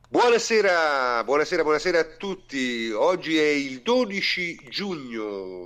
Buonasera a tutti. Oggi è il 12 giugno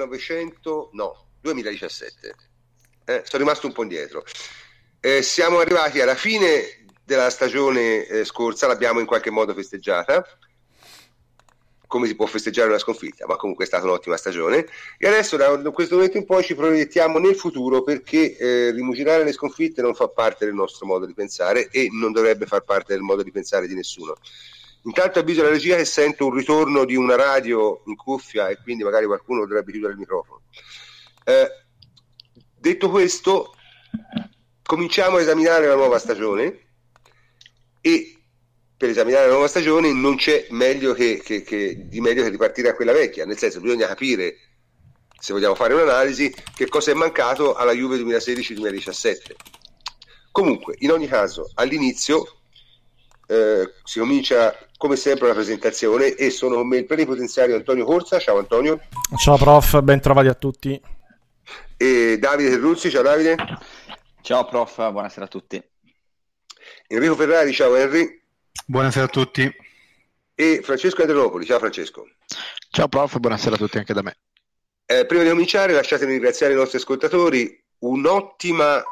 2017. Sono rimasto un po' indietro. Siamo arrivati alla fine della stagione scorsa, l'abbiamo in qualche modo festeggiata, come si può festeggiare una sconfitta, ma comunque è stata un'ottima stagione. E adesso da questo momento in poi ci proiettiamo nel futuro, perché rimuginare le sconfitte non fa parte del nostro modo di pensare e non dovrebbe far parte del modo di pensare di nessuno. Intanto avviso la regia che sento un ritorno di una radio in cuffia e quindi magari qualcuno dovrebbe chiudere il microfono. Detto questo, cominciamo a esaminare la nuova stagione e per esaminare la nuova stagione non c'è meglio che ripartire da quella vecchia, nel senso bisogna capire, se vogliamo fare un'analisi, che cosa è mancato alla Juve 2016-2017. Comunque, in ogni caso, all'inizio si comincia come sempre la presentazione e sono con me il plenipotenziario Antonio Corsa. Ciao Antonio. Ciao prof, ben trovati a tutti. E Davide Terruzzi. Ciao Davide. Ciao prof, buonasera a tutti. Enrico Ferrari. Ciao Henry. Buonasera a tutti. E Francesco Adrianopoli. Ciao Francesco. Ciao prof, buonasera a tutti anche da me. Prima di cominciare lasciatemi ringraziare i nostri ascoltatori. Un'ottima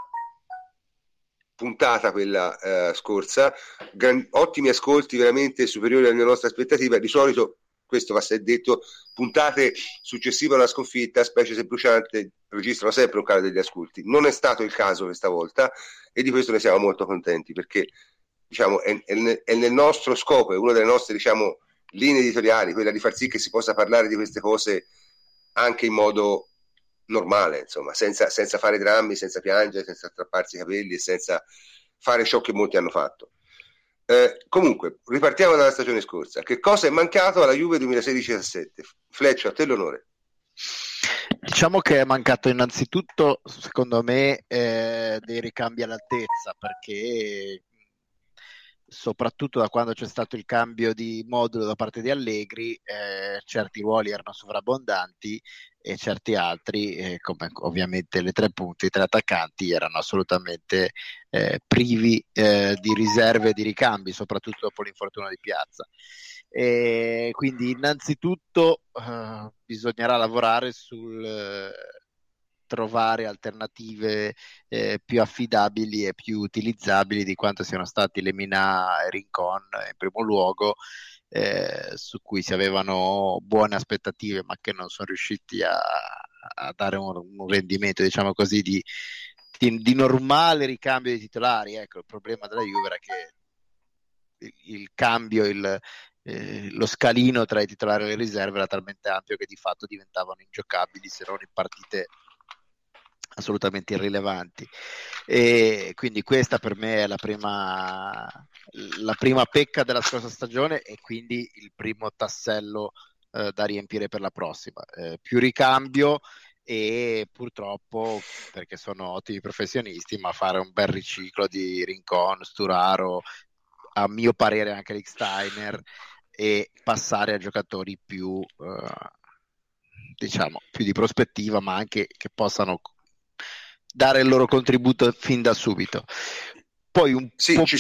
puntata quella scorsa, ottimi ascolti veramente superiori alle nostre aspettative. Di solito, questo va detto, puntate successive alla sconfitta, specie se bruciante, registrano sempre un calo degli ascolti. Non è stato il caso questa volta e di questo ne siamo molto contenti, perché diciamo è nel nostro scopo, è una delle nostre linee editoriali, quella di far sì che si possa parlare di queste cose anche in modo normale, insomma, senza fare drammi, senza piangere, senza strapparsi i capelli e senza fare ciò che molti hanno fatto. Comunque, ripartiamo dalla stagione scorsa. Che cosa è mancato alla Juve 2016-17? Fleccio, a te l'onore. Diciamo che è mancato innanzitutto, secondo me, dei ricambi all'altezza, perché soprattutto da quando c'è stato il cambio di modulo da parte di Allegri, certi ruoli erano sovrabbondanti e certi altri, come ovviamente le 3 punte, i 3 attaccanti, erano assolutamente privi di riserve e di ricambi, soprattutto dopo l'infortunio di Piazza. E quindi innanzitutto bisognerà lavorare sul trovare alternative più affidabili e più utilizzabili di quanto siano stati Lemina e Rincon in primo luogo, su cui si avevano buone aspettative ma che non sono riusciti a dare un rendimento, diciamo così, di normale ricambio di titolari. Ecco, il problema della Juve era che il cambio, lo scalino tra i titolari e le riserve era talmente ampio che di fatto diventavano ingiocabili, se non in partite assolutamente irrilevanti. E quindi questa per me è la prima pecca della scorsa stagione e quindi il primo tassello da riempire per la prossima. Più ricambio e purtroppo, perché sono ottimi professionisti, ma fare un bel riciclo di Rincon, Sturaro, a mio parere anche Lichtsteiner, e passare a giocatori più diciamo più di prospettiva, ma anche che possano dare il loro contributo fin da subito. Poi ci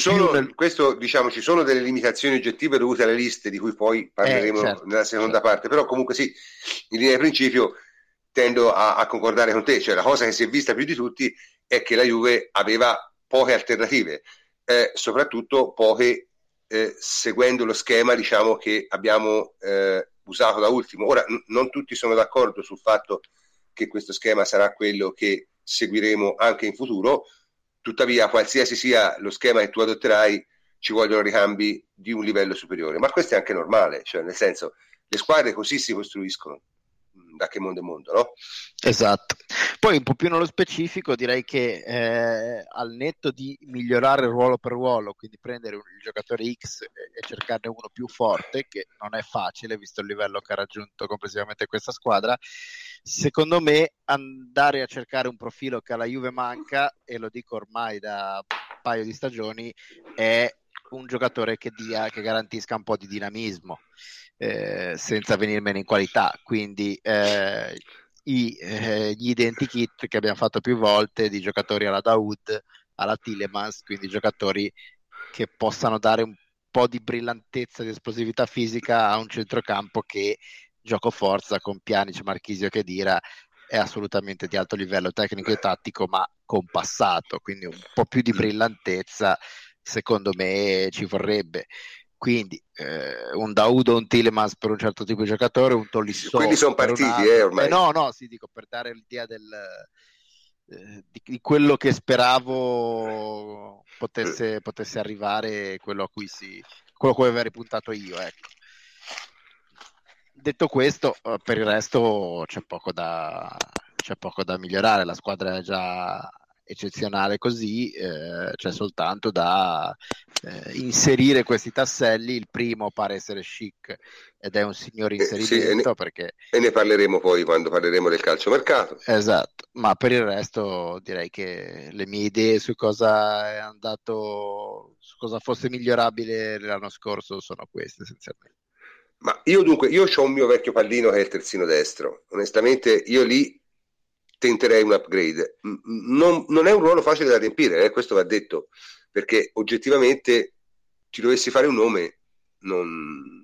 sono delle limitazioni oggettive dovute alle liste di cui poi parleremo nella seconda parte, però comunque sì, in linea di principio tendo a concordare con te, cioè la cosa che si è vista più di tutti è che la Juve aveva poche alternative, soprattutto poche seguendo lo schema, diciamo, che abbiamo usato da ultimo. Ora non tutti sono d'accordo sul fatto che questo schema sarà quello che seguiremo anche in futuro, tuttavia qualsiasi sia lo schema che tu adotterai ci vogliono ricambi di un livello superiore, ma questo è anche normale, cioè nel senso, le squadre così si costruiscono, da che mondo è mondo, no? Esatto. Poi un po' più nello specifico direi che al netto di migliorare ruolo per ruolo, quindi prendere il giocatore X e cercarne uno più forte, che non è facile visto il livello che ha raggiunto complessivamente questa squadra, secondo me andare a cercare un profilo che alla Juve manca, e lo dico ormai da un paio di stagioni, è un giocatore che garantisca un po' di dinamismo, senza venirmene in qualità, quindi gli identikit che abbiamo fatto più volte di giocatori alla Daoud, alla Tielemans, quindi giocatori che possano dare po' di brillantezza, di esplosività fisica a un centrocampo che gioco forza con Pjanic, Marchisio e Khedira è assolutamente di alto livello tecnico e tattico, ma compassato, quindi un po' più di brillantezza secondo me ci vorrebbe. Quindi un Dahoud o un Tielemans per un certo tipo di giocatore, un Tolisso quelli sono partiti ormai. No, sì, dico, per dare l'idea di quello che speravo potesse arrivare, quello a cui avevo puntato io, ecco. Detto questo, per il resto c'è poco da migliorare, la squadra è già eccezionale così, c'è soltanto da inserire questi tasselli. Il primo pare essere Schick ed è un signor inserimento, e ne parleremo poi quando parleremo del calciomercato. Esatto, ma per il resto direi che le mie idee su cosa è andato, su cosa fosse migliorabile l'anno scorso sono queste essenzialmente. Ma io ho un mio vecchio pallino che è il terzino destro. Onestamente io lì tenterei un upgrade. Non è un ruolo facile da riempire, questo va detto, perché oggettivamente ci dovessi fare un nome, non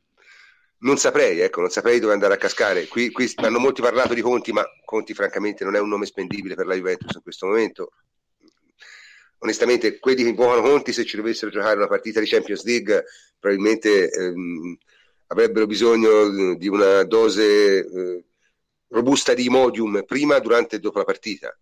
saprei, non saprei dove andare a cascare. Qui hanno molti parlato di Conti, ma Conti francamente non è un nome spendibile per la Juventus in questo momento. Onestamente quelli che invocano Conti, se ci dovessero giocare una partita di Champions League, probabilmente avrebbero bisogno di una dose robusta di Imodium prima, durante e dopo la partita.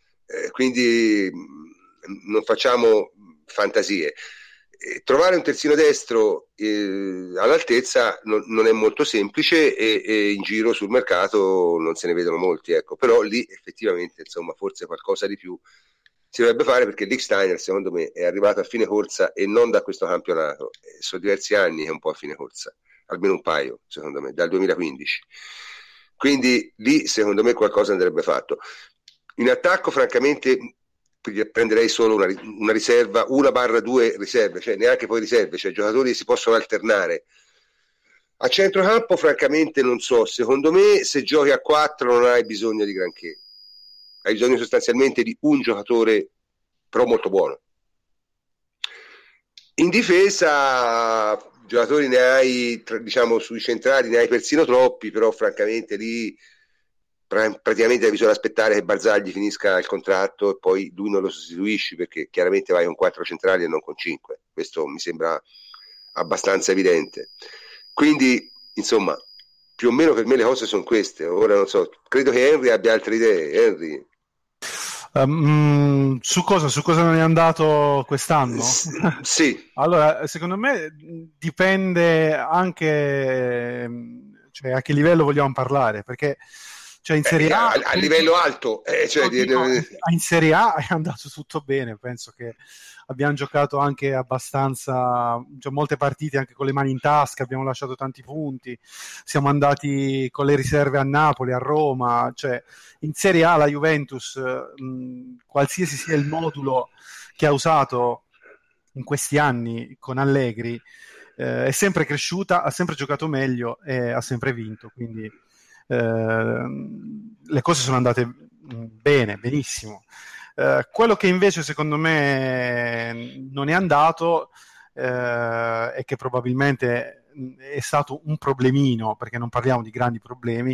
Quindi non facciamo fantasie. Trovare un terzino destro all'altezza non è molto semplice e in giro sul mercato non se ne vedono molti, però lì effettivamente insomma forse qualcosa di più si dovrebbe fare, perché Lichtsteiner secondo me è arrivato a fine corsa e non da questo campionato, sono diversi anni che è un po' a fine corsa, almeno un paio secondo me, dal 2015, quindi lì secondo me qualcosa andrebbe fatto. In attacco francamente prenderei solo una riserva, 1/2 riserve, cioè neanche poi riserve, cioè giocatori che si possono alternare. A centrocampo francamente non so, secondo me se giochi a 4 non hai bisogno di granché, hai bisogno sostanzialmente di un giocatore però molto buono. In difesa giocatori ne hai, diciamo sui centrali ne hai persino troppi, però francamente lì praticamente hai bisogno di aspettare che Barzagli finisca il contratto e poi lui non lo sostituisci, perché chiaramente vai con 4 centrali e non con 5, questo mi sembra abbastanza evidente. Quindi insomma più o meno per me le cose sono queste. Ora non so, credo che Henry abbia altre idee. Henry, su cosa non è andato quest'anno? Sì. Allora, secondo me dipende anche, cioè, a che livello vogliamo parlare, perché cioè in Serie A a livello alto, in Serie A è andato tutto bene, penso che abbiamo giocato anche abbastanza, cioè molte partite anche con le mani in tasca, abbiamo lasciato tanti punti, siamo andati con le riserve a Napoli, a Roma, cioè in Serie A la Juventus, qualsiasi sia il modulo che ha usato in questi anni con Allegri, è sempre cresciuta, ha sempre giocato meglio e ha sempre vinto, quindi le cose sono andate bene, benissimo. Quello che invece secondo me non è andato e che probabilmente è stato un problemino, perché non parliamo di grandi problemi,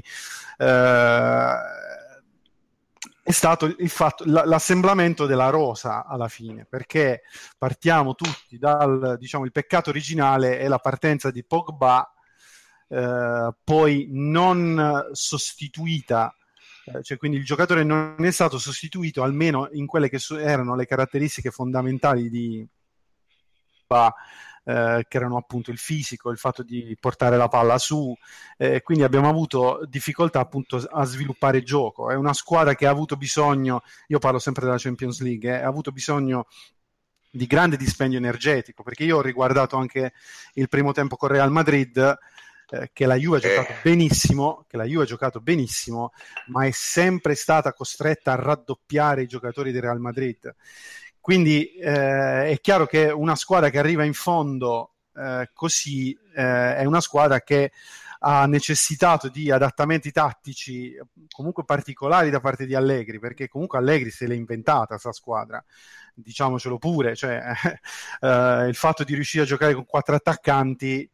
è stato il fatto, l'assemblamento della rosa alla fine, perché partiamo tutti dal, diciamo, il peccato originale è la partenza di Pogba, poi non sostituita, cioè quindi il giocatore non è stato sostituito almeno in quelle che erano le caratteristiche fondamentali di Pogba, che erano appunto il fisico, il fatto di portare la palla su, quindi abbiamo avuto difficoltà appunto a sviluppare gioco. È una squadra che ha avuto bisogno, io parlo sempre della Champions League, ha avuto bisogno di grande dispendio energetico, perché io ho riguardato anche il primo tempo con Real Madrid, che la Juve ha giocato benissimo, ma è sempre stata costretta a raddoppiare i giocatori del Real Madrid. Quindi è chiaro che una squadra che arriva in fondo così è una squadra che ha necessitato di adattamenti tattici comunque particolari da parte di Allegri, perché comunque Allegri se l'è inventata sta squadra, diciamocelo pure, cioè il fatto di riuscire a giocare con 4 attaccanti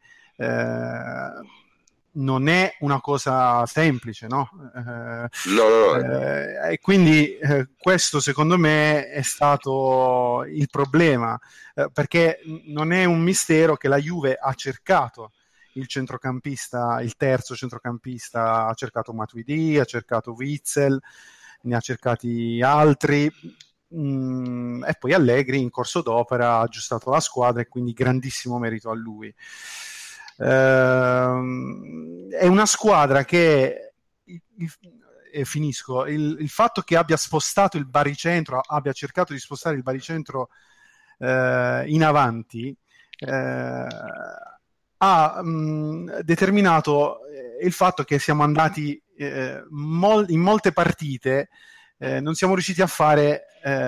non è una cosa semplice, no? No. E quindi questo secondo me è stato il problema, perché non è un mistero che la Juve ha cercato il centrocampista, il terzo centrocampista, ha cercato Matuidi, ha cercato Witsel, ne ha cercati altri, e poi Allegri in corso d'opera ha aggiustato la squadra e quindi grandissimo merito a lui. È una squadra che finisco, il fatto che abbia spostato il baricentro, abbia cercato di spostare il baricentro in avanti, ha determinato il fatto che siamo andati in molte partite, non siamo riusciti a fare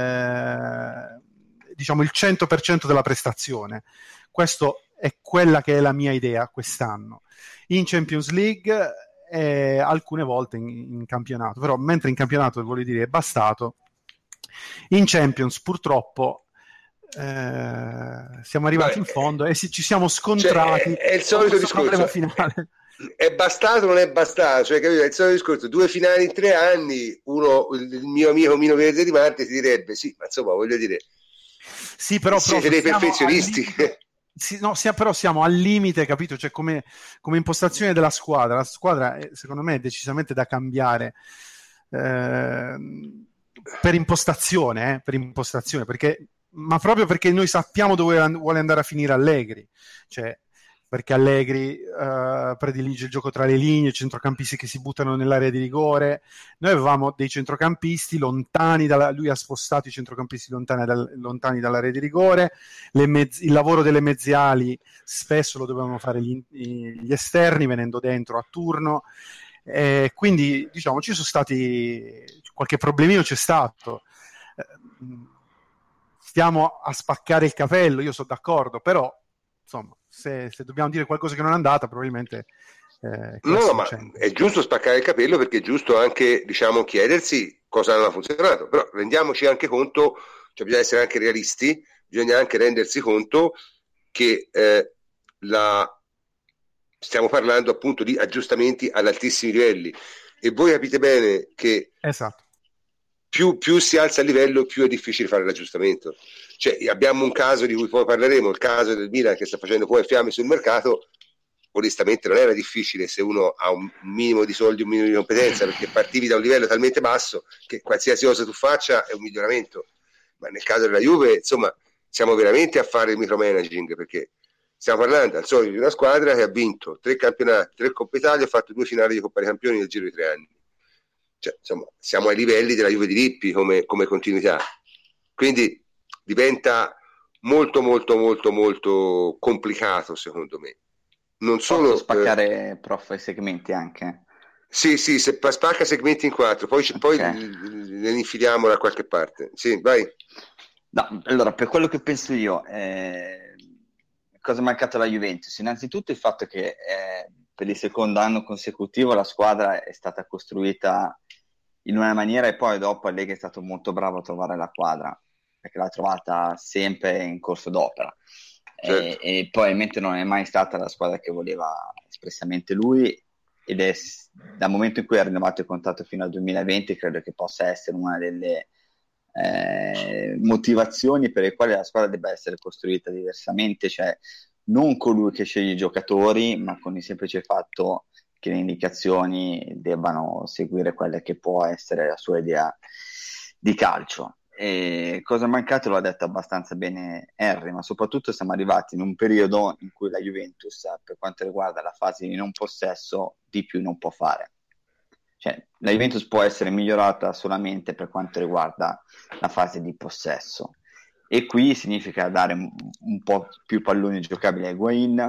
diciamo il 100% della prestazione. Questo è quella che è la mia idea quest'anno in Champions League e alcune volte in campionato, però mentre in campionato voglio dire è bastato, in Champions purtroppo siamo arrivati in fondo e ci siamo scontrati, cioè, è il solito discorso finale. È bastato o non è bastato, cioè, capito? È il solito discorso, 2 finali in 3 anni, uno, il mio amico Mino Verde di Marte ti direbbe sì, ma insomma voglio dire, sì, però siete dei perfezionisti. Sì, no, però siamo al limite, capito? Cioè, come impostazione della squadra, la squadra secondo me è decisamente da cambiare per impostazione, perché, ma proprio perché noi sappiamo dove vuole andare a finire Allegri, cioè perché Allegri predilige il gioco tra le linee, centrocampisti che si buttano nell'area di rigore. Noi avevamo dei centrocampisti lontani lui ha spostato i centrocampisti lontani dall'area di rigore, il lavoro delle mezze ali spesso lo dovevano fare gli esterni venendo dentro a turno, quindi diciamo ci sono stati qualche problemino, c'è stato, stiamo a spaccare il capello, io sono d'accordo, però insomma se dobbiamo dire qualcosa che non è andata, probabilmente no, ma è giusto spaccare il capello, perché è giusto anche, diciamo, chiedersi cosa non ha funzionato, però rendiamoci anche conto, cioè bisogna essere anche realisti, bisogna anche rendersi conto che stiamo parlando appunto di aggiustamenti ad altissimi livelli, e voi capite bene che esatto, più si alza il livello, più è difficile fare l'aggiustamento. Cioè, abbiamo un caso di cui poi parleremo, il caso del Milan che sta facendo poi fiamme sul mercato. Onestamente non era difficile se uno ha un minimo di soldi, un minimo di competenza, perché partivi da un livello talmente basso che qualsiasi cosa tu faccia è un miglioramento. Ma nel caso della Juve, insomma, siamo veramente a fare il micromanaging, perché stiamo parlando al solito di una squadra che ha vinto 3 campionati, 3 Coppa Italia, ha fatto 2 finali di Coppa dei Campioni nel giro di 3 anni. Cioè, insomma, siamo ai livelli della Juve di Lippi come continuità, quindi diventa molto molto molto molto complicato, secondo me. Non solo posso spaccare prof i segmenti anche? Sì, se spacca segmenti in 4, poi ne infiliamo da qualche parte. Sì, vai. No, allora, per quello che penso io, cosa è mancato alla Juventus? Innanzitutto il fatto che per il secondo anno consecutivo la squadra è stata costruita in una maniera, e poi dopo Allegri è stato molto bravo a trovare la quadra, perché l'ha trovata sempre in corso d'opera. Certo. E probabilmente non è mai stata la squadra che voleva espressamente lui, ed è dal momento in cui ha rinnovato il contratto fino al 2020 credo che possa essere una delle motivazioni per le quali la squadra debba essere costruita diversamente, cioè non colui che sceglie i giocatori, ma con il semplice fatto che le indicazioni debbano seguire quella che può essere la sua idea di calcio. E cosa è mancato lo ha detto abbastanza bene Henry, ma soprattutto siamo arrivati in un periodo in cui la Juventus, per quanto riguarda la fase di non possesso, di più non può fare. Cioè, la Juventus può essere migliorata solamente per quanto riguarda la fase di possesso, e qui significa dare un po' più palloni giocabili a Higuain,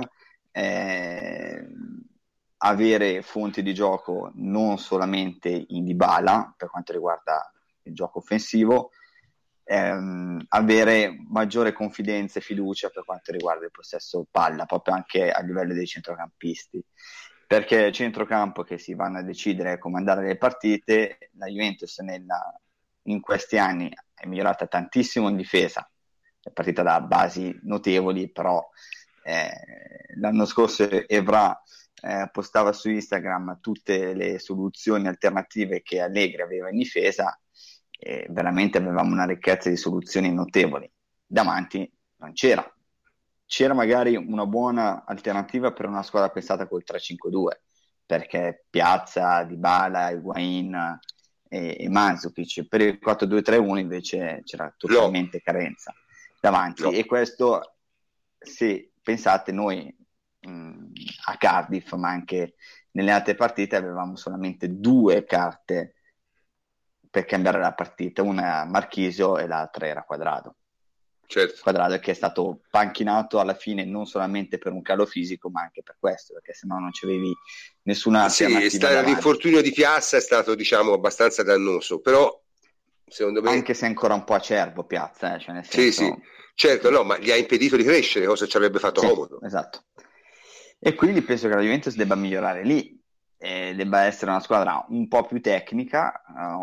avere fonti di gioco non solamente in Dybala per quanto riguarda il gioco offensivo, avere maggiore confidenza e fiducia per quanto riguarda il possesso palla, proprio anche a livello dei centrocampisti, perché il centrocampo che si vanno a decidere a comandare le partite, la Juventus in questi anni è migliorata tantissimo in difesa, è partita da basi notevoli, però l'anno scorso Evra postava su Instagram tutte le soluzioni alternative che Allegri aveva in difesa, e veramente avevamo una ricchezza di soluzioni notevoli. Davanti non c'era magari una buona alternativa per una squadra pensata col 3-5-2, perché Piazza, Dybala, Higuain e Mandzukic. Per il 4-2-3-1 invece c'era totalmente carenza davanti, e questo, se pensate, noi a Cardiff, ma anche nelle altre partite, avevamo solamente 2 carte per cambiare la partita, una Marchisio e l'altra era Quadrado. Certo. Quadrado che è stato panchinato alla fine non solamente per un calo fisico, ma anche per questo, perché sennò non c'avevi nessuna alternativa. L'infortunio di Piazza è stato, diciamo, abbastanza dannoso, però secondo me, anche se è ancora un po' acerbo Piazza, cioè nel senso... sì, certo, no, ma gli ha impedito di crescere, cosa ci avrebbe fatto comodo. Esatto. E quindi penso che la Juventus debba migliorare lì, debba essere una squadra un po' più tecnica,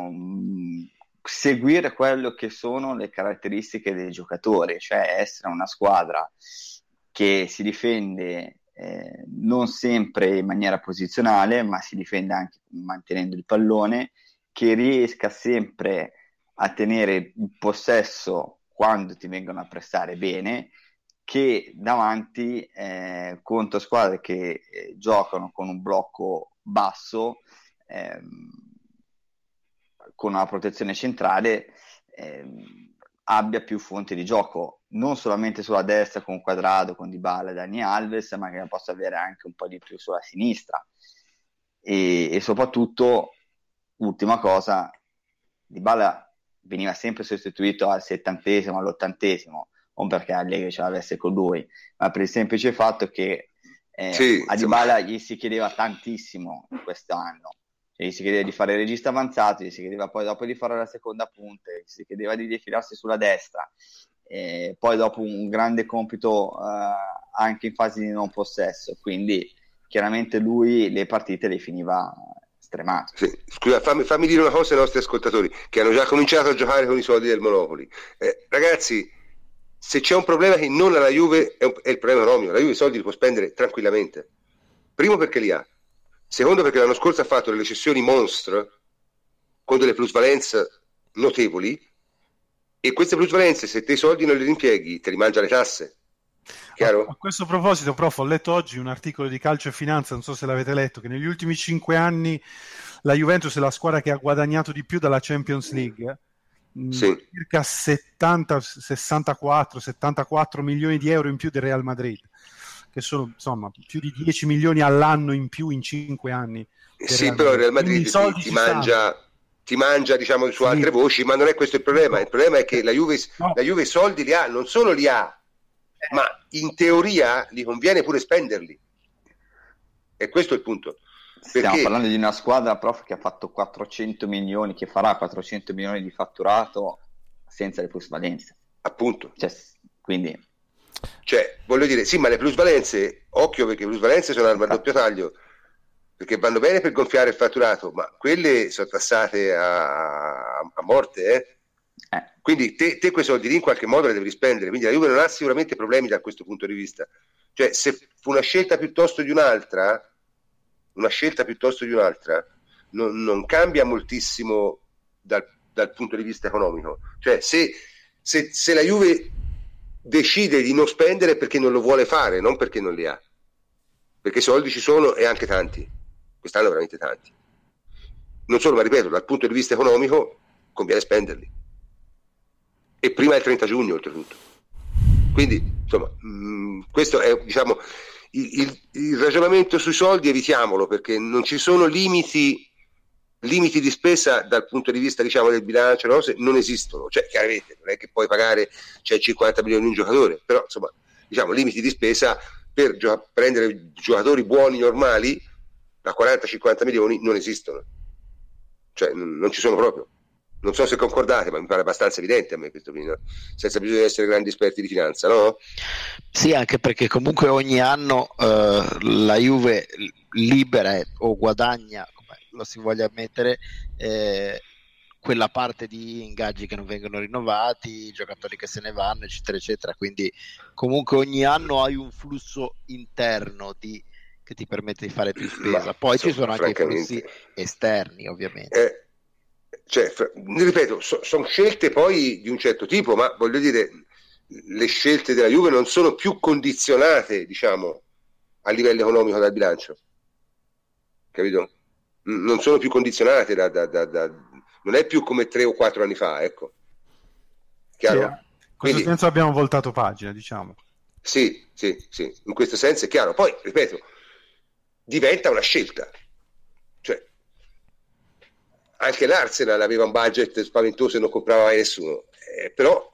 seguire quello che sono le caratteristiche dei giocatori, cioè essere una squadra che si difende non sempre in maniera posizionale, ma si difende anche mantenendo il pallone, che riesca sempre a tenere il possesso quando ti vengono a pressare bene, che davanti contro squadre che giocano con un blocco basso, con una protezione centrale, abbia più fonti di gioco, non solamente sulla destra con Quadrado, con Dybala e Dani Alves, ma che possa avere anche un po' di più sulla sinistra. E soprattutto, ultima cosa, Dybala veniva sempre sostituito al 70esimo, all'80esimo, non perché Allegri ce l'avesse con lui, ma per il semplice fatto che a Dybala gli si chiedeva tantissimo quest'anno. Cioè, gli si chiedeva di fare il regista avanzato, gli si chiedeva poi dopo di fare la seconda punta, gli si chiedeva di defilarsi sulla destra, poi dopo un grande compito anche in fase di non possesso, quindi chiaramente lui le partite le finiva stremato. Sì. Scusa, fammi dire una cosa ai nostri ascoltatori che hanno già cominciato a giocare con i soldi del Monopoli. Ragazzi, se c'è un problema che non ha la Juve è il problema economico. La Juve i soldi li può spendere tranquillamente. Primo perché li ha. Secondo perché l'anno scorso ha fatto delle cessioni monstre con delle plusvalenze notevoli, e queste plusvalenze, se te i soldi non li impieghi, te li mangia le tasse. Chiaro? A questo proposito, prof, ho letto oggi un articolo di Calcio e Finanza, non so se l'avete letto, che negli ultimi 5 anni la Juventus è la squadra che ha guadagnato di più dalla Champions League, circa 64 milioni di euro in più del Real Madrid, che sono insomma più di 10 milioni all'anno in più in 5 anni. Sì, però il Real Madrid ti mangia diciamo su altre voci, ma non è questo il problema. Il problema è che la Juve i soldi li ha, non solo li ha, ma in teoria gli conviene pure spenderli. E questo è il punto. Stiamo parlando di una squadra, prof, che ha fatto 400 milioni, che farà 400 milioni di fatturato senza le plusvalenze. Appunto. Quindi... voglio dire, sì, ma le plusvalenze, occhio, perché le plusvalenze sono arma a doppio taglio, perché vanno bene per gonfiare il fatturato, ma quelle sono tassate a morte, Quindi te quei soldi lì in qualche modo li devi spendere, quindi la Juve non ha sicuramente problemi da questo punto di vista. Cioè, se fu una scelta piuttosto di un'altra, non cambia moltissimo dal punto di vista economico. Cioè, se la Juve decide di non spendere perché non lo vuole fare, non perché non li ha, perché i soldi ci sono e anche tanti, quest'anno veramente tanti. Non solo, ma ripeto, dal punto di vista economico conviene spenderli, e prima del 30 giugno oltretutto. Quindi insomma, questo è, diciamo, il ragionamento sui soldi, evitiamolo, perché non ci sono limiti di spesa dal punto di vista, diciamo, del bilancio, no? Non esistono. Cioè, chiaramente non è che puoi pagare 50 milioni un giocatore, però insomma, diciamo, limiti di spesa per prendere giocatori buoni normali da 40-50 milioni non esistono, cioè non ci sono proprio. Non so se concordate, ma mi pare abbastanza evidente a me questo, senza bisogno di essere grandi esperti di finanza, no? Sì, anche perché comunque ogni anno la Juve libera o guadagna, come lo si voglia mettere, quella parte di ingaggi che non vengono rinnovati, giocatori che se ne vanno, eccetera, eccetera. Quindi comunque ogni anno hai un flusso interno che ti permette di fare più spesa. Poi ci sono anche i flussi esterni, ovviamente. Ripeto, sono scelte poi di un certo tipo, ma voglio dire, le scelte della Juve non sono più condizionate, diciamo, a livello economico dal bilancio, capito? Non sono più condizionate non è più come 3 o 4 anni fa, ecco. Chiaro? Sì, in questo senso abbiamo voltato pagina, diciamo. Sì, in questo senso è chiaro. Poi, ripeto, diventa una scelta. Cioè, anche l'Arsenal aveva un budget spaventoso e non comprava mai nessuno, però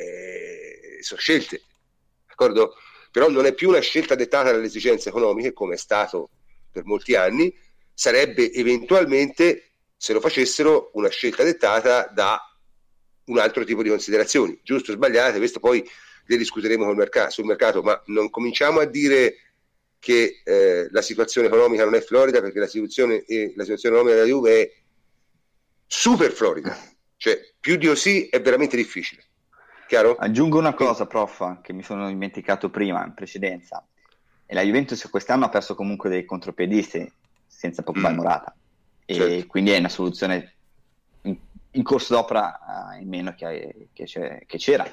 sono scelte, d'accordo? Però non è più una scelta dettata dalle esigenze economiche, come è stato per molti anni. Sarebbe eventualmente, se lo facessero, una scelta dettata da un altro tipo di considerazioni, giusto o sbagliate, questo poi le discuteremo sul mercato, ma non cominciamo a dire che la situazione economica non è florida, perché la situazione economica della Juve è super florida, cioè più di così è veramente difficile. Chiaro? Aggiungo una cosa, prof, che mi sono dimenticato prima, in precedenza, e la Juventus quest'anno ha perso comunque dei contropiedisti senza Pogba e Morata, e certo, quindi è una soluzione in corso d'opera in meno che c'era.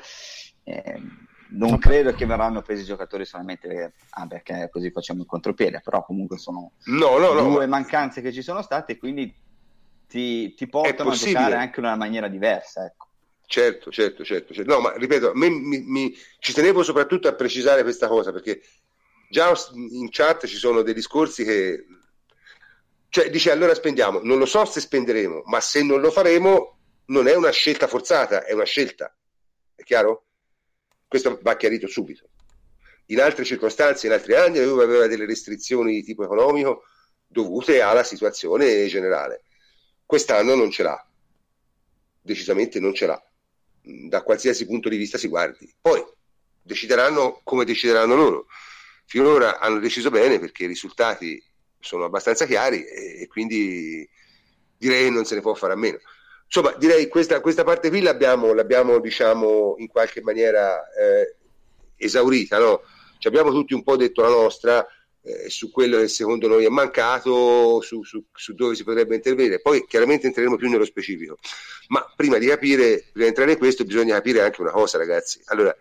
Non credo che verranno presi i giocatori solamente perché così facciamo il contropiede, però comunque sono due mancanze che ci sono state, quindi ti portano a giocare anche in una maniera diversa, ecco. Certo. No, ma ripeto, ci tenevo soprattutto a precisare questa cosa, perché già in chat ci sono dei discorsi che, cioè, dice allora spendiamo, non lo so se spenderemo, ma se non lo faremo non è una scelta forzata, è una scelta, è chiaro? Questo va chiarito subito. In altre circostanze, in altri anni, la Juve aveva delle restrizioni di tipo economico dovute alla situazione generale. Quest'anno non ce l'ha, decisamente non ce l'ha, da qualsiasi punto di vista si guardi. Poi decideranno come decideranno loro. Finora hanno deciso bene, perché i risultati sono abbastanza chiari, e quindi direi che non se ne può fare a meno. Insomma, direi questa parte qui l'abbiamo diciamo in qualche maniera esaurita, no? Ci abbiamo tutti un po' detto la nostra su quello che secondo noi è mancato, su dove si potrebbe intervenire. Poi chiaramente entreremo più nello specifico, ma prima di entrare in questo bisogna capire anche una cosa, ragazzi. Allora,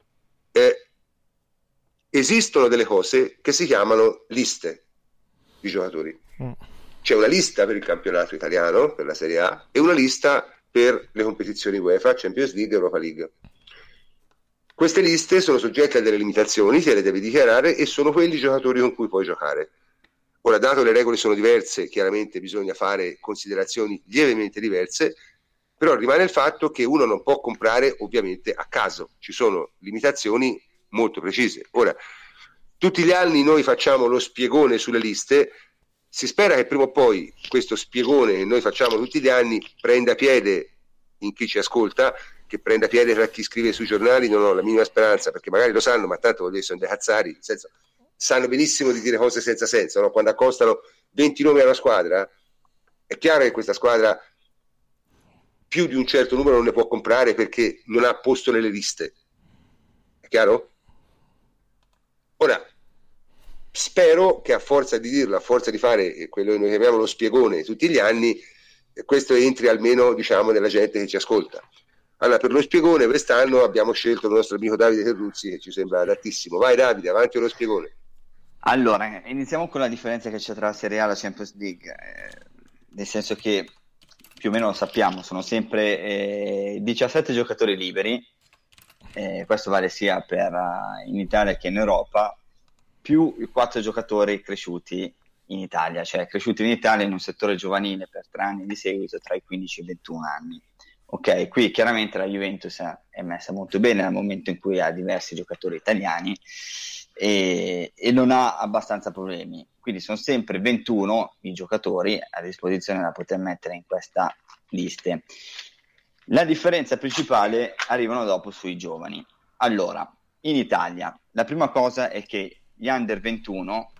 esistono delle cose che si chiamano liste di giocatori. C'è una lista per il campionato italiano, per la Serie A, e una lista per le competizioni UEFA, Champions League, Europa League. Queste liste sono soggette a delle limitazioni, te le devi dichiarare, e sono quelli i giocatori con cui puoi giocare. Ora, dato le regole sono diverse, chiaramente bisogna fare considerazioni lievemente diverse, però rimane il fatto che uno non può comprare ovviamente a caso, ci sono limitazioni molto precise. Ora, tutti gli anni noi facciamo lo spiegone sulle liste. Si spera che prima o poi questo spiegone che noi facciamo tutti gli anni prenda piede in chi ci ascolta, che prenda piede tra chi scrive sui giornali. Non ho la minima speranza, perché magari lo sanno, ma tanto voglio dire, sono dei cazzari, nel senso, sanno benissimo di dire cose senza senso, no? Quando accostano 20 nomi alla squadra, è chiaro che questa squadra più di un certo numero non ne può comprare, perché non ha posto nelle liste, è chiaro? Ora, spero che a forza di dirlo, a forza di fare quello che noi chiamiamo lo spiegone tutti gli anni, questo entri almeno, diciamo, nella gente che ci ascolta. Allora, per lo spiegone quest'anno abbiamo scelto il nostro amico Davide Terruzzi, che ci sembra adattissimo. Vai Davide, avanti con lo spiegone. Allora, iniziamo con la differenza che c'è tra la Serie A e la Champions League, nel senso che più o meno lo sappiamo, sono sempre 17 giocatori liberi, questo vale sia per in Italia che in Europa, più i 4 giocatori cresciuti in Italia, cioè cresciuti in Italia in un settore giovanile per 3 anni di seguito, tra i 15 e i 21 anni. Ok, qui chiaramente la Juventus è messa molto bene nel momento in cui ha diversi giocatori italiani e non ha abbastanza problemi, quindi sono sempre 21 i giocatori a disposizione da poter mettere in questa liste. La differenza principale arrivano dopo sui giovani. Allora, in Italia, la prima cosa è che gli under 21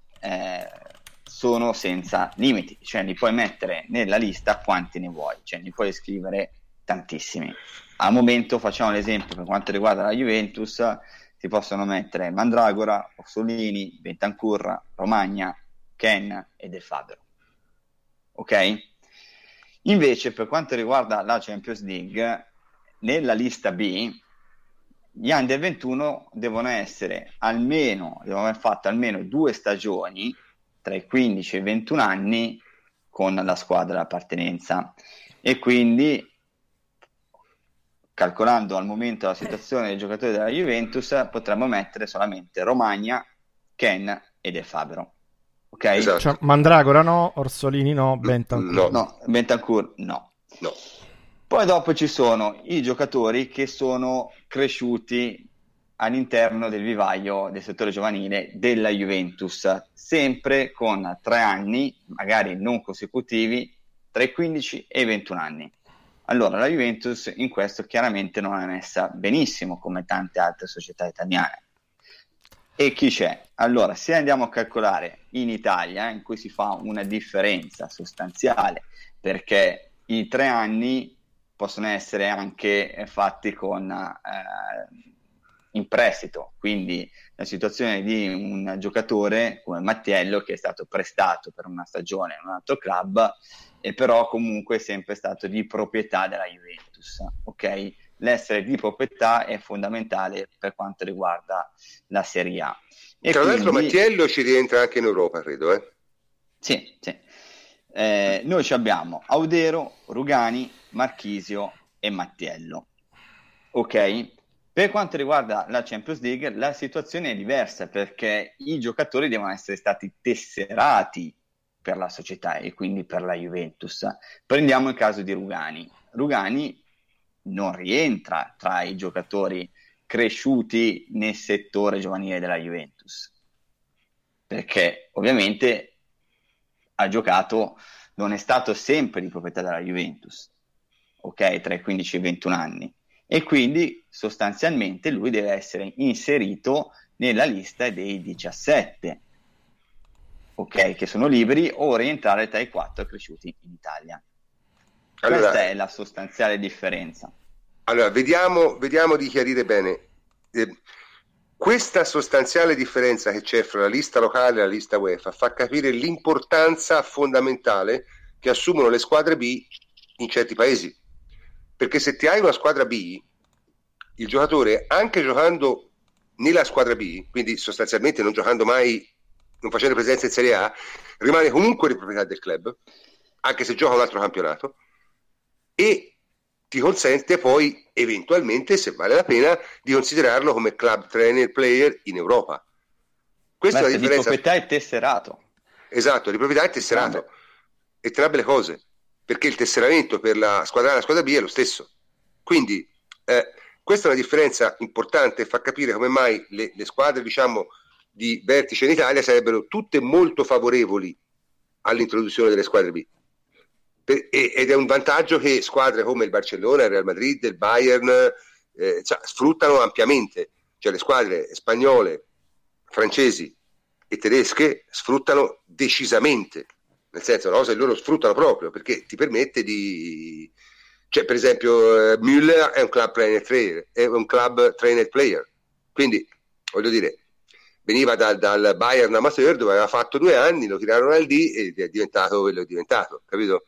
sono senza limiti, cioè li puoi mettere nella lista quanti ne vuoi, cioè ne puoi scrivere tantissimi. Al momento, facciamo l'esempio per quanto riguarda la Juventus, si possono mettere Mandragora, Orsolini, Bentancur, Romagna, Ken e Del Fabbro. Ok? Invece, per quanto riguarda la Champions League, nella lista B, gli under 21 devono aver fatto almeno 2 stagioni tra i 15 e i 21 anni con la squadra d'appartenenza, e quindi, calcolando al momento la situazione dei giocatori della Juventus, potremmo mettere solamente Romagna, Ken e Del Fabbro. Ok? Esatto. Cioè, Mandragora no, Orsolini no, Bentancur no, Bentancur no. Poi dopo ci sono i giocatori che sono cresciuti all'interno del vivaio del settore giovanile della Juventus, sempre con 3 anni, magari non consecutivi, tra i 15 e i 21 anni. Allora, la Juventus in questo chiaramente non è messa benissimo, come tante altre società italiane. E chi c'è? Allora, se andiamo a calcolare in Italia, in cui si fa una differenza sostanziale, perché i 3 anni possono essere anche fatti in prestito, quindi la situazione di un giocatore come Mattiello, che è stato prestato per una stagione in un altro club, e però comunque è sempre stato di proprietà della Juventus, ok? L'essere di proprietà è fondamentale per quanto riguarda la Serie A. E tra l'altro Mattiello ci rientra anche in Europa, credo. Sì. Noi abbiamo Audero, Rugani, Marchisio e Mattiello. Ok? Per quanto riguarda la Champions League, la situazione è diversa, perché i giocatori devono essere stati tesserati per la società e quindi per la Juventus. Prendiamo il caso di Rugani. Rugani non rientra tra i giocatori cresciuti nel settore giovanile della Juventus, perché ovviamente ha giocato, non è stato sempre di proprietà della Juventus, ok, tra i 15 e i 21 anni, e quindi sostanzialmente lui deve essere inserito nella lista dei 17, ok, che sono liberi, o rientrare tra i 4 cresciuti in Italia. Allora, questa è la sostanziale differenza. Allora, vediamo di chiarire bene. Questa sostanziale differenza che c'è fra la lista locale e la lista UEFA fa capire l'importanza fondamentale che assumono le squadre B in certi paesi. Perché se ti hai una squadra B, il giocatore, anche giocando nella squadra B, quindi sostanzialmente non giocando mai, non facendo presenza in Serie A, rimane comunque di proprietà del club, anche se gioca un altro campionato, e ti consente poi eventualmente, se vale la pena, di considerarlo come club trainer player in Europa. Questa è la differenza. Di proprietà e tesserato. Esatto, di proprietà e tesserato. Entrambe le cose, perché il tesseramento per la squadra A e la squadra B è lo stesso. Quindi questa è una differenza importante e fa capire come mai le squadre, diciamo, di vertice in Italia sarebbero tutte molto favorevoli all'introduzione delle squadre B. Ed è un vantaggio che squadre come il Barcellona, il Real Madrid, il Bayern sfruttano ampiamente, cioè le squadre spagnole, francesi e tedesche sfruttano decisamente, nel senso, una cosa che loro sfruttano proprio, perché ti permette di, cioè per esempio Müller è un club trainer player, quindi voglio dire, veniva dal Bayern amateur dove aveva fatto 2 anni, lo tirarono al D ed è diventato quello che è diventato, capito?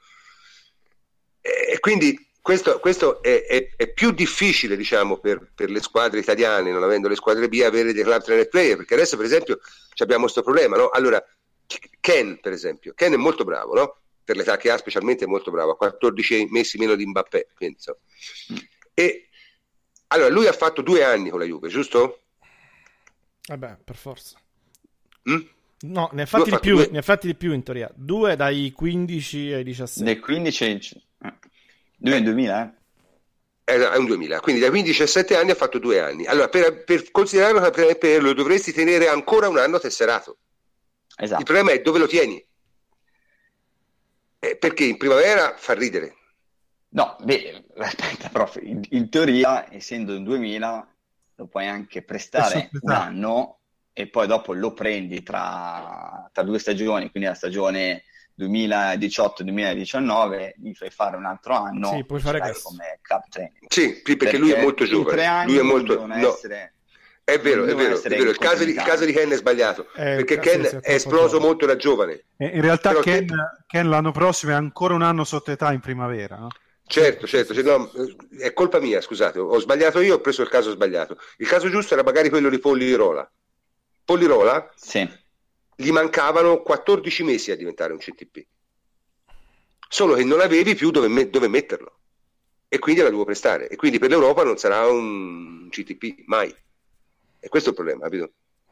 E quindi questo è più difficile, diciamo, per le squadre italiane, non avendo le squadre B, avere dei club trainer player, perché adesso per esempio abbiamo questo problema, no? Allora Ken, per esempio, Ken è molto bravo, no? Per l'età che ha specialmente è molto bravo, ha 14 mesi meno di Mbappé, penso. E allora lui ha fatto 2 anni con la Juve, giusto? Vabbè, per forza. No, ne ha fatti di più in teoria. 2 dai 15 ai 17. Dai 15 2 nel 2000, È un 2000, quindi dai 15 ai 17 anni ha fatto 2 anni. Allora, per considerarlo per lo dovresti tenere ancora un anno tesserato. Esatto. Il problema è dove lo tieni. Perché in primavera fa ridere. No, aspetta, prof, in teoria, essendo in 2000, lo puoi anche prestare un anno e poi dopo lo prendi tra 2 stagioni, quindi la stagione 2018-2019, gli fai fare un altro anno, sì, puoi fare questo come club training. Sì, perché lui è molto giovane. 3 anni lui è molto essere... È vero. Il caso di Ken è sbagliato, perché Ken è esploso molto da giovane. In realtà Ken l'anno prossimo è ancora un anno sotto età in primavera, no? Certo, no, è colpa mia, scusate, ho sbagliato io, ho preso il caso sbagliato. Il caso giusto era magari quello di Pollirola. Pollirola, sì, gli mancavano 14 mesi a diventare un CTP, solo che non avevi più dove metterlo, e quindi la dovevo prestare, e quindi per l'Europa non sarà un CTP mai. E questo è il problema, capito?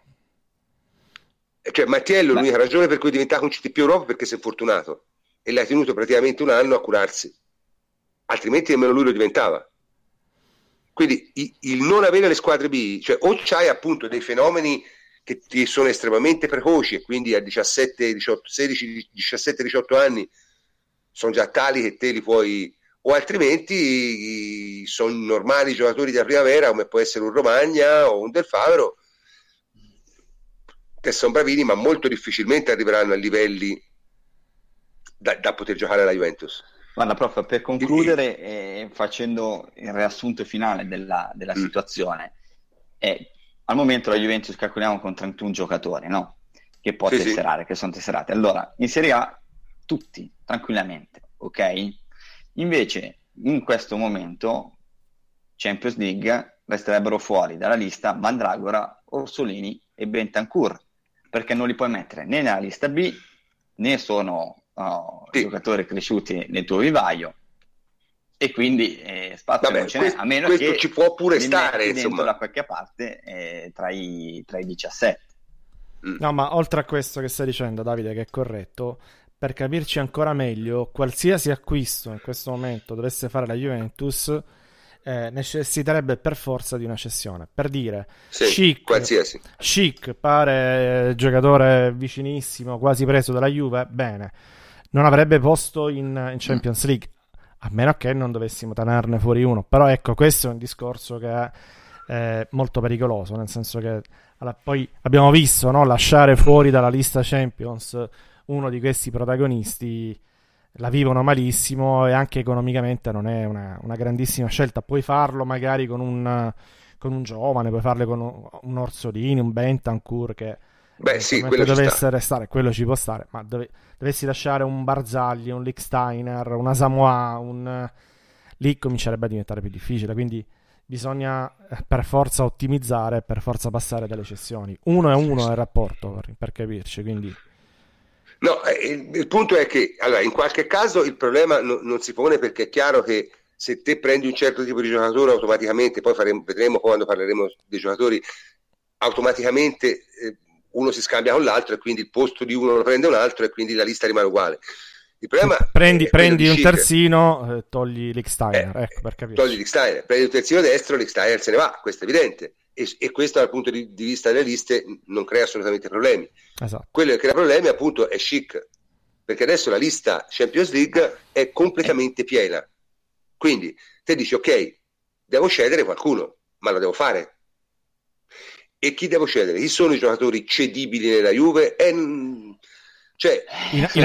Cioè Mattiello, l'unica ragione per cui è diventato un CTP Europa perché si è fortunato e l'ha tenuto praticamente un anno a curarsi, altrimenti nemmeno lui lo diventava. Quindi il non avere le squadre B, cioè o c'hai appunto dei fenomeni che ti sono estremamente precoci e quindi a 17, 18, 16, 17, 18 anni sono già tali che te li puoi, o altrimenti sono normali giocatori della primavera come può essere un Romagna o un Del Favero, che sono bravini ma molto difficilmente arriveranno a livelli da poter giocare alla Juventus. Guarda prof, per concludere facendo il riassunto finale della situazione, al momento la Juventus calcoliamo con 31 giocatori, no? Che può tesserare, che sono tesserati. Allora, in Serie A tutti, tranquillamente, ok? Invece, in questo momento, Champions League resterebbero fuori dalla lista Mandragora, Orsolini e Bentancur, perché non li puoi mettere né nella lista B, né sono giocatori cresciuti nel tuo vivaio, e quindi spazio non ce n'è, a meno che ci può pure stare, insomma, da qualche parte tra i 17. No, ma oltre a questo che stai dicendo, Davide, che è corretto, per capirci ancora meglio, qualsiasi acquisto in questo momento dovesse fare la Juventus necessiterebbe per forza di una cessione. Per dire, Schick pare giocatore vicinissimo, quasi preso dalla Juve, bene, non avrebbe posto in Champions League, a meno che non dovessimo tenerne fuori uno. Però ecco, questo è un discorso che è molto pericoloso, nel senso che poi abbiamo visto, no, lasciare fuori dalla lista Champions uno di questi protagonisti, la vivono malissimo, e anche economicamente non è una grandissima scelta. Puoi farlo magari con un giovane, puoi farlo con un Orsolini, un Bentancur che dovesse restare, quello ci può stare, ma dovessi lasciare un Barzagli, un Lichtsteiner, una Samoa, lì comincerebbe a diventare più difficile, quindi bisogna per forza ottimizzare, per forza passare dalle cessioni. 1-1 è il rapporto, per capirci, quindi... No, il punto è che allora, in qualche caso il problema non si pone, perché è chiaro che se te prendi un certo tipo di giocatore automaticamente, poi vedremo quando parleremo dei giocatori, automaticamente uno si scambia con l'altro e quindi il posto di uno lo prende un altro e quindi la lista rimane uguale. Il problema prendi un terzino, togli Lichtsteiner, ecco, per capire. Togli Lichtsteiner, prendi un terzino destro, Lichtsteiner se ne va, questo è evidente. E questo dal punto di vista delle liste non crea assolutamente problemi. Esatto. Quello che crea problemi appunto è Schick, perché adesso la lista Champions League è completamente piena, quindi te dici ok, devo cedere qualcuno, ma lo devo fare, e chi devo cedere? Chi sono i giocatori cedibili nella Juve? Cioè, in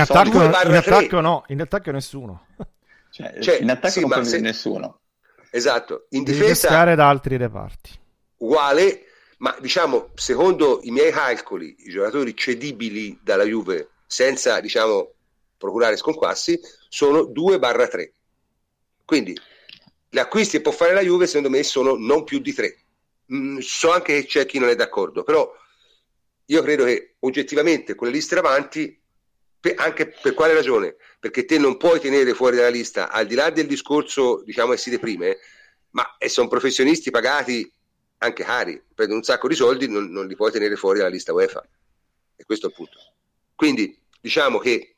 attacco nessuno, in attacco non può nessuno, esatto, in devi difesa pescare da altri reparti uguale, ma diciamo secondo i miei calcoli i giocatori cedibili dalla Juve senza diciamo procurare sconquassi sono 2/3, quindi gli acquisti che può fare la Juve secondo me sono non più di 3. So anche che c'è chi non è d'accordo, però io credo che oggettivamente con le liste davanti, anche per quale ragione? Perché te non puoi tenere fuori dalla lista, al di là del discorso diciamo che si deprime, ma sono professionisti pagati anche cari, prendono un sacco di soldi, non li puoi tenere fuori dalla lista UEFA, e questo è il punto. Quindi diciamo che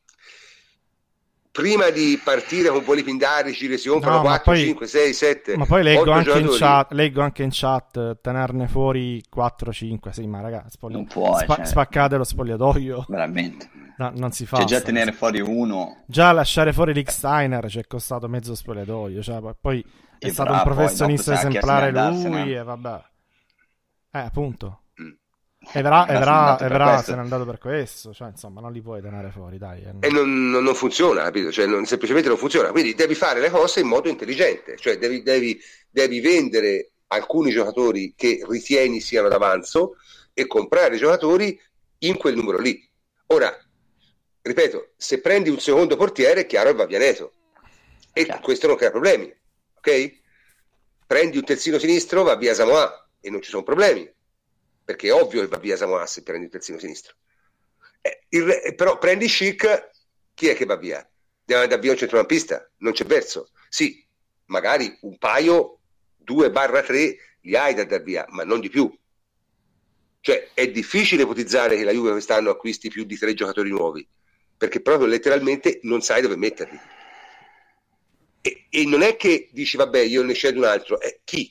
prima di partire con voli pindari ci si comprano 4, 5, 6, 7, ma poi leggo anche in chat tenerne fuori 4, 5, sì, ma ragazzi, non puoi, spaccate lo spogliatoio veramente. No, non si fa. Cioè già tenere fuori uno, già lasciare fuori Lichtsteiner ci è costato mezzo spogliatoio, cioè, poi è stato un professionista esemplare lui e vabbè, appunto. Evra se n'è andato per questo, cioè insomma non li puoi tenere fuori, dai. E non funziona, capito? Cioè, semplicemente non funziona, quindi devi fare le cose in modo intelligente, cioè devi vendere alcuni giocatori che ritieni siano d'avanzo e comprare giocatori in quel numero lì. Ora, ripeto, se prendi un secondo portiere è chiaro che va via Neto e questo non crea problemi, ok? Prendi un terzino sinistro, va via Samoa e non ci sono problemi, perché è ovvio che va via Samoa se prendi il terzino sinistro. Però prendi Schick, chi è che va via? Deve andare via un centrocampista, non c'è verso. Sì, magari un paio, 2/3 li hai da dar via, ma non di più. Cioè è difficile ipotizzare che la Juve quest'anno acquisti più di 3 giocatori nuovi, perché proprio letteralmente non sai dove metterli. E non è che dici vabbè io ne scelgo un altro, chi?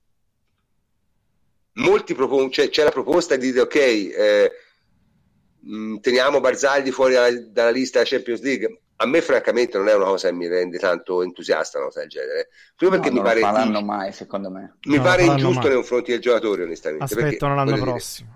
Molti cioè, c'è la proposta di dire ok, teniamo Barzagli fuori dalla lista Champions League. A me francamente non è una cosa che mi rende tanto entusiasta una cosa del genere, prima perché mi pare non lo faranno mai, secondo me mi pare ingiusto nei confronti del giocatore, onestamente. Aspettano l'anno prossimo,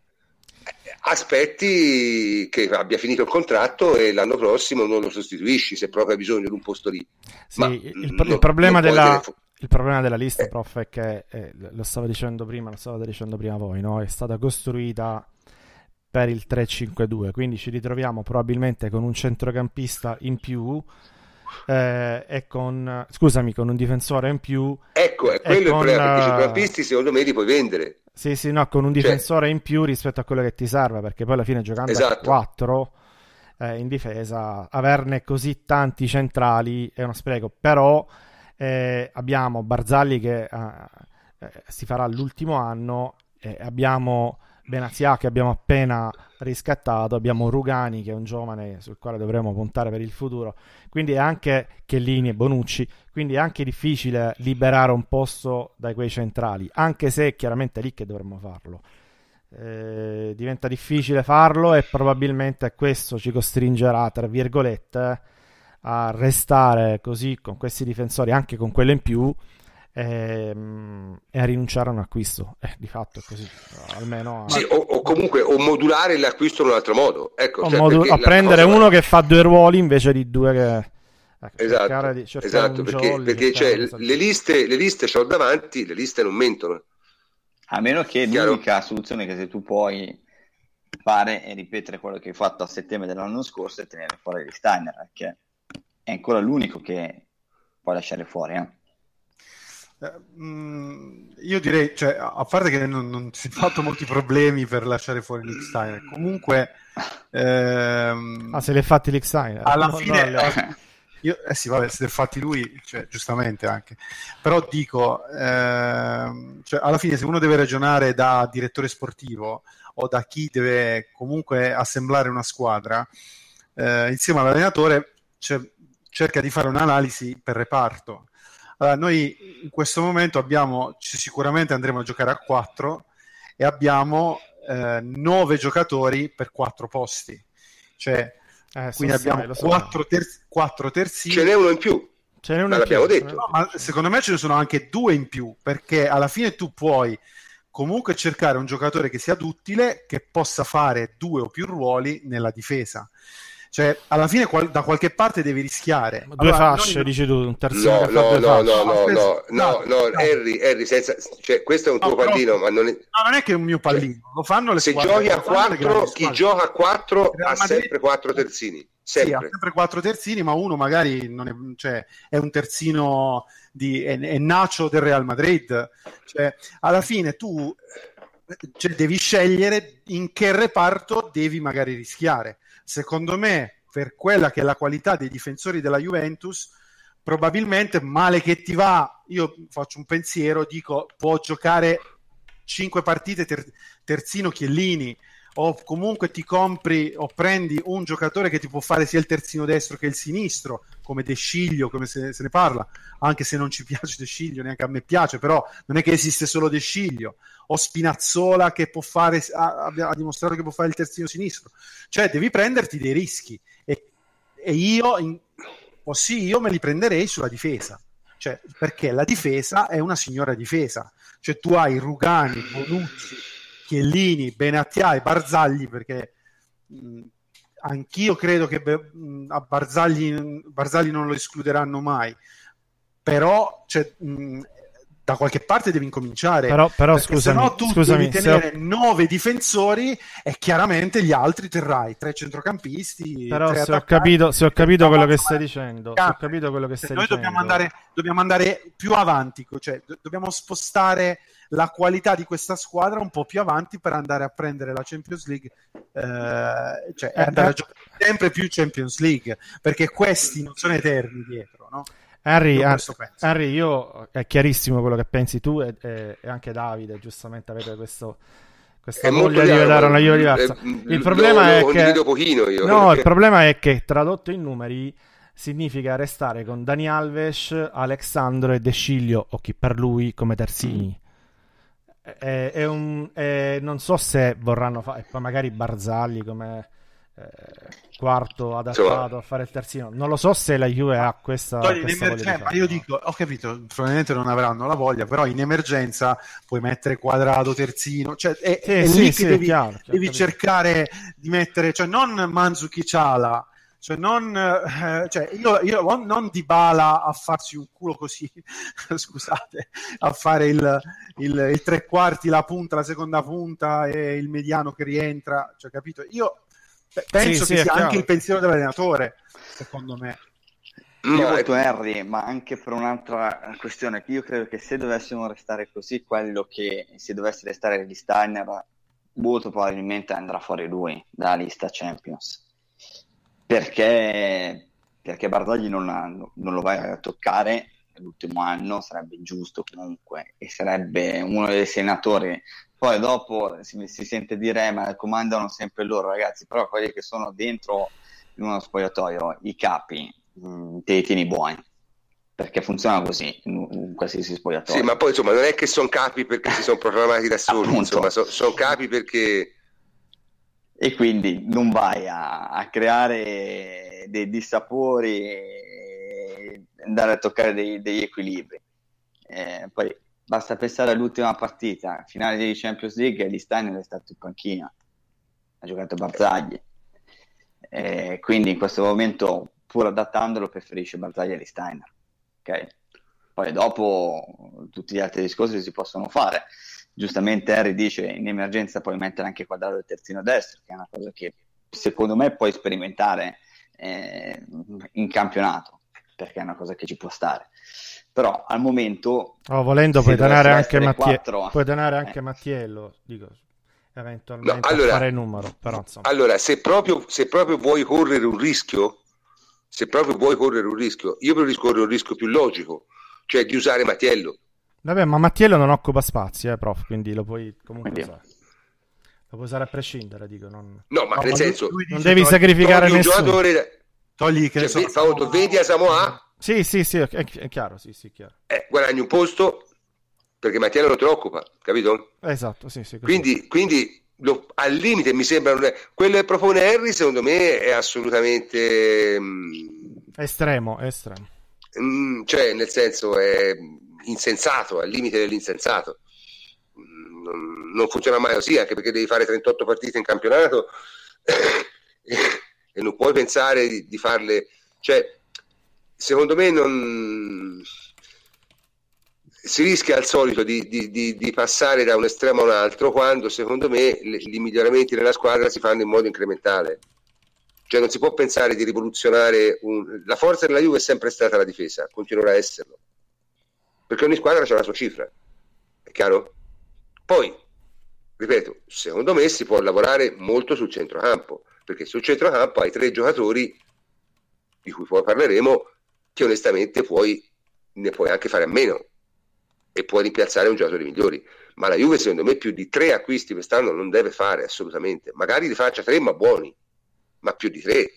aspetti che abbia finito il contratto e l'anno prossimo non lo sostituisci se proprio hai bisogno di un posto lì. Sì, il problema della lista, prof, è che lo stavo dicendo prima voi, no? È stata costruita per il 3-5-2, quindi ci ritroviamo probabilmente con un centrocampista in più e con un difensore in più. Ecco, è quello il problema, perché i centrocampisti secondo me li puoi vendere. Sì, no, con un difensore in più rispetto a quello che ti serve, perché poi alla fine giocando a 4 in difesa, averne così tanti centrali è uno spreco, però abbiamo Barzagli che si farà l'ultimo anno, abbiamo Benazia che abbiamo appena riscattato, abbiamo Rugani che è un giovane sul quale dovremo puntare per il futuro, quindi è anche Chiellini e Bonucci, quindi è anche difficile liberare un posto dai quei centrali, anche se è chiaramente lì che dovremmo farlo. Diventa difficile farlo e probabilmente questo ci costringerà, tra virgolette, a restare così con questi difensori, anche con quello in più, e a rinunciare a un acquisto. Di fatto è così, almeno sì, o comunque o modulare l'acquisto in un altro modo, ecco, a prendere uno che fa 2 ruoli invece di 2 che esatto, perché cioè, le liste c'ho davanti, le liste non mentono, a meno che l'unica soluzione che se tu puoi fare è ripetere quello che hai fatto a settembre dell'anno scorso e tenere fuori Lichtsteiner, perché è ancora l'unico che puoi lasciare fuori. Io direi, cioè, a parte che non si è fatto molti problemi per lasciare fuori Lichtsteiner, comunque se li è fatti Lichtsteiner alla fine sì, vabbè, se li è fatti lui, cioè, giustamente anche, però dico cioè, alla fine se uno deve ragionare da direttore sportivo o da chi deve comunque assemblare una squadra insieme all'allenatore, cerca di fare un'analisi per reparto. Allora, noi in questo momento sicuramente andremo a giocare a 4 e abbiamo 9 giocatori per 4 posti, cioè quindi abbiamo 4 terzini. Ce n'è uno in più, l'abbiamo detto. No, ma secondo me ce ne sono anche 2 in più, perché alla fine tu puoi comunque cercare un giocatore che sia duttile, che possa fare 2 o più ruoli nella difesa. Cioè, alla fine da qualche parte devi rischiare. 2 fasce, dici tu, un terzino che fa 2 fasce. No, Harry, senza, cioè, questo è un tuo pallino, ma non è... No, non è che è un mio pallino, lo fanno le squadre. Se giochi a 4, chi gioca a 4 ha sempre 4 terzini. Sempre. Sì, ha sempre 4 terzini, ma uno magari non è, cioè, è un terzino è Nacho del Real Madrid. Cioè, alla fine tu devi scegliere in che reparto devi magari rischiare. Secondo me, per quella che è la qualità dei difensori della Juventus, probabilmente, male che ti va, io faccio un pensiero, dico, può giocare 5 partite terzino Chiellini, o comunque ti compri o prendi un giocatore che ti può fare sia il terzino destro che il sinistro, come De Sciglio, come se ne parla, anche se non ci piace De Sciglio, neanche a me piace, però non è che esiste solo De Sciglio, o Spinazzola che può fare, ha dimostrato che può fare il terzino sinistro, cioè devi prenderti dei rischi, e io me li prenderei sulla difesa, cioè, perché la difesa è una signora difesa, cioè tu hai Rugani, Bonucci, Chiellini, Benatia e Barzagli, perché anch'io credo che a Barzagli non lo escluderanno mai, però cioè, da qualche parte devi incominciare, però scusami, se no tu devi tenere 9 difensori e chiaramente gli altri terrai 3 centrocampisti. Però se ho capito quello che stai dicendo, noi dobbiamo andare più avanti, cioè dobbiamo spostare la qualità di questa squadra un po' più avanti per andare a prendere la Champions League, cioè andare a giocare sempre più Champions League, perché questi non sono eterni dietro, no? Henry, io è chiarissimo quello che pensi tu e anche Davide, giustamente avete questa voglia di vedere una Juve diversa. Il problema è che tradotto in numeri significa restare con Dani Alves, Alexandro e De Sciglio, o chi per lui, come terzini. Non so se vorranno fare, poi magari Barzagli come quarto adattato a fare il terzino, non lo so se la Juve ha questa voglia di fare. Ma io dico, ho capito, probabilmente non avranno la voglia, però in emergenza puoi mettere Quadrado terzino, cioè è lì che devi cercare di mettere, cioè non Mandzukic ala, cioè io non Dybala a farsi un culo così scusate, a fare il tre quarti, la punta, la seconda punta e il mediano che rientra, cioè capito? Io penso che sia anche il pensiero dell'allenatore, secondo me. Io voto Henry, ma anche per un'altra questione, che io credo che se dovessimo restare così, se dovesse restare di Steiner, molto probabilmente andrà fuori lui dalla lista Champions, perché Barzagli non lo vai a toccare l'ultimo anno, sarebbe ingiusto comunque, e sarebbe uno dei senatori. Poi dopo si sente dire ma comandano sempre loro, ragazzi, però quelli che sono dentro in uno spogliatoio, i capi, te li tieni buoni, perché funziona così in qualsiasi spogliatoio. Sì, ma poi insomma non è che sono capi perché si sono proclamati da soli, insomma sono capi perché... E quindi non vai a creare dei dissapori e andare a toccare degli equilibri. Poi basta pensare all'ultima partita, finale di Champions League, e di Steiner è stato in panchina, ha giocato Barzagli, quindi in questo momento, pur adattandolo, preferisce Barzagli e di Steiner, okay? Poi dopo tutti gli altri discorsi si possono fare. Giustamente Henry dice in emergenza puoi mettere anche Quadrado del terzino destro, che è una cosa che secondo me puoi sperimentare in campionato, perché è una cosa che ci può stare. Però al momento volendo puoi tenere anche Mattiello, dico, eventualmente fare il numero, però insomma. Allora se proprio vuoi correre un rischio, io preferisco correre un rischio più logico, cioè di usare Mattiello. Vabbè, ma Mattiello non occupa spazi, prof, quindi lo puoi comunque usare. Lo puoi usare a prescindere, dico. Non... No, ma nel senso... Non devi sacrificare nessuno. Giocatore... Togli che vedi a Samoa? Sì, è chiaro, sì, chiaro. Guadagni un posto, perché Mattiello lo te lo occupa, capito? Esatto, sì. Quindi al limite mi sembra... Quello che propone Henry, secondo me, è assolutamente... Estremo. Cioè, nel senso, è... insensato, al limite dell'insensato. Non funziona mai così, anche perché devi fare 38 partite in campionato e non puoi pensare di farle, cioè secondo me non si rischia al solito di passare da un estremo a un altro, quando secondo me i miglioramenti nella squadra si fanno in modo incrementale. Cioè non si può pensare di rivoluzionare la forza della Juve è sempre stata la difesa, continuerà a esserlo, perché ogni squadra c'ha la sua cifra, è chiaro? Poi, ripeto, secondo me si può lavorare molto sul centrocampo, perché sul centrocampo hai 3 giocatori, di cui poi parleremo, che onestamente ne puoi anche fare a meno, e puoi rimpiazzare un giocatore migliori. Ma la Juve, secondo me, più di 3 acquisti quest'anno non deve fare, assolutamente. Magari li faccia 3, ma buoni, ma più di 3.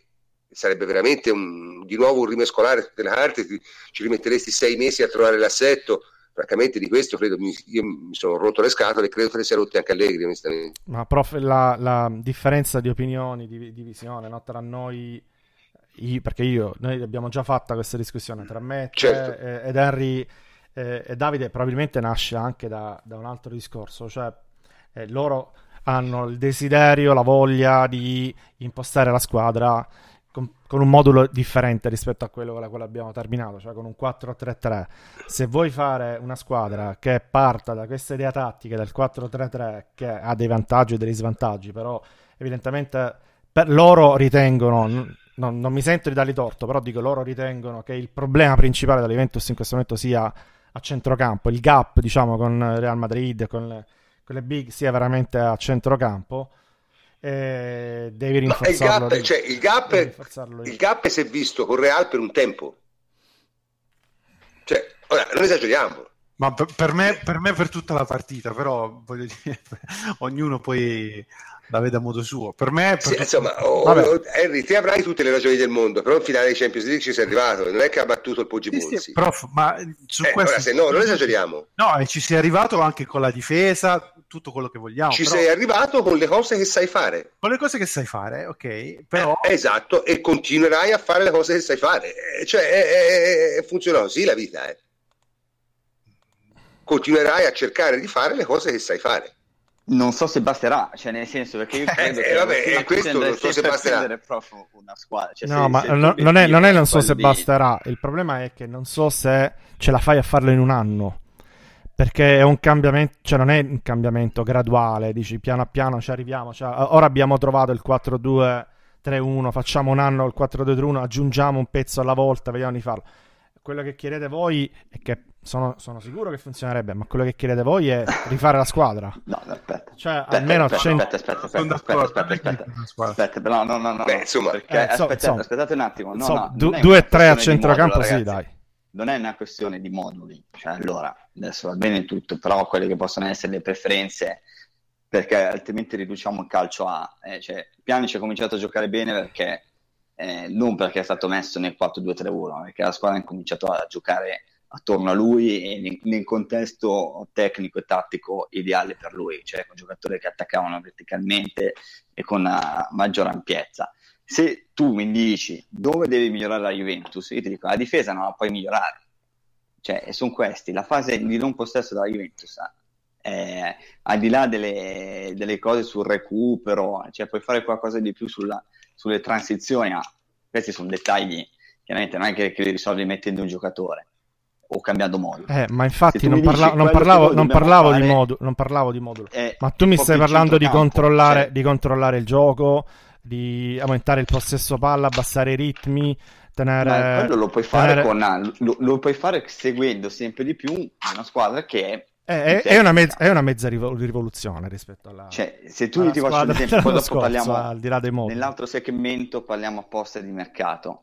sarebbe veramente di nuovo un rimescolare tutte le carte, ci rimetteresti 6 mesi a trovare l'assetto. Francamente di questo credo io mi sono rotto le scatole e credo che le sia rotte anche Allegri, onestamente. Ma prof, la differenza di opinioni, di visione, no, tra noi, perché noi abbiamo già fatto questa discussione tra me certo. ed Henry e Davide, probabilmente nasce anche da un altro discorso, cioè loro hanno il desiderio, la voglia di impostare la squadra con un modulo differente rispetto a quello con la quale abbiamo terminato, cioè con un 4-3-3. Se vuoi fare una squadra che parta da questa idea tattica del 4-3-3, che ha dei vantaggi e degli svantaggi, però evidentemente loro ritengono, non mi sento di dargli torto, però dico loro ritengono che il problema principale della Juventus in questo momento sia a centrocampo, il gap diciamo con Real Madrid, con le big sia veramente a centrocampo. Devi rinforzarlo. Il gap si è visto con Real per un tempo. Cioè, ora, non esageriamo. Ma per me per tutta la partita, però voglio dire, ognuno poi la vede a modo suo. Per me insomma, Henry, te avrai tutte le ragioni del mondo, però in finale di Champions League ci sei arrivato, non è che ha battuto il Poggibonsi. Sì, prof, ma su questo ora, se no, non esageriamo. No, ci sei arrivato anche con la difesa, tutto quello che vogliamo. Ci sei arrivato con le cose che sai fare. Con le cose che sai fare, ok. Però... esatto, e continuerai a fare le cose che sai fare. Cioè, funziona così la vita. Continuerai a cercare di fare le cose che sai fare. Non so se basterà, cioè nel senso, perché io credo che questo non so se basterà. Proprio una squadra. Cioè, no, ma non è non so se basterà. Il problema è che non so se ce la fai a farlo in un anno. Perché è un cambiamento, cioè non è un cambiamento graduale, dici piano a piano ci arriviamo. Cioè, ora abbiamo trovato il 4-2-3-1, facciamo un anno il 4-2-3-1, aggiungiamo un pezzo alla volta, vediamo di farlo. Quello che chiedete voi è che sono sicuro che funzionerebbe, ma quello che chiedete voi è rifare la squadra. No, aspetta. Cioè, almeno aspetta, no. Beh, insomma, aspettate un attimo. 2-3 a centrocampo, sì, dai. Non è una questione di moduli, cioè allora adesso va bene tutto, però quelle che possono essere le preferenze, perché altrimenti riduciamo il calcio cioè Pjanic ha cominciato a giocare bene perché non perché è stato messo nel 4-2-3-1, perché la squadra ha cominciato a giocare attorno a lui e nel contesto tecnico e tattico ideale per lui, cioè con giocatori che attaccavano verticalmente e con maggior ampiezza. Se tu mi dici dove devi migliorare la Juventus, io ti dico la difesa non la puoi migliorare, cioè sono questi, la fase di non possesso della Juventus, al di là delle cose sul recupero, cioè puoi fare qualcosa di più sulle transizioni, questi sono dettagli, chiaramente non è che li risolvi mettendo un giocatore o cambiando modulo. Ma infatti non parlavo di modulo, ma tu mi stai parlando di controllare il gioco, di aumentare il possesso palla, abbassare i ritmi, tenere... quello lo puoi fare lo puoi fare seguendo sempre di più una squadra che è una mezza rivoluzione rispetto alla... Cioè, se tu ti faccio un esempio, poi dopo parliamo, al di là dei moduli. Nell'altro segmento parliamo apposta di mercato.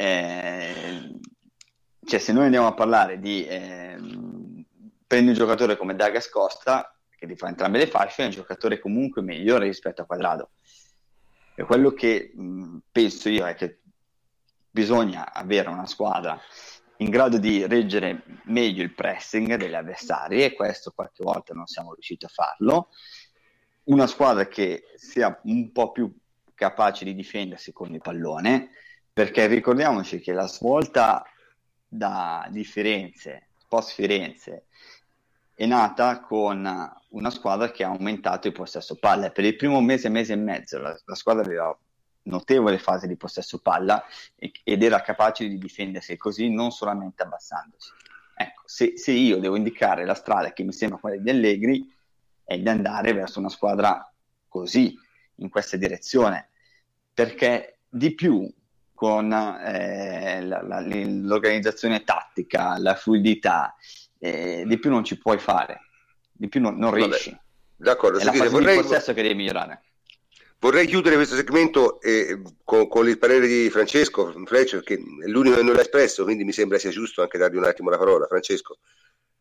Cioè, se noi andiamo a parlare di... prendi un giocatore come Douglas Costa, che ti fa entrambe le fasce, è un giocatore comunque migliore rispetto a Quadrado. E quello che penso io è che bisogna avere una squadra in grado di reggere meglio il pressing degli avversari, e questo qualche volta non siamo riusciti a farlo. Una squadra che sia un po' più capace di difendersi con il pallone, perché ricordiamoci che la svolta di Firenze, post Firenze, è nata con una squadra che ha aumentato il possesso palla. Per il primo mese e mezzo la squadra aveva notevole fase di possesso palla ed era capace di difendersi così, non solamente abbassandosi. Ecco, se io devo indicare la strada che mi sembra quella di Allegri, è di andare verso una squadra così, in questa direzione, perché di più con l'organizzazione tattica, la fluidità, di più non ci puoi fare, di più non riesci. D'accordo, è la fase di possesso che devi migliorare. Vorrei chiudere questo segmento con il parere di Francesco Fleccio, che è l'unico che non l'ha espresso, quindi mi sembra sia giusto anche dargli un attimo la parola. Francesco?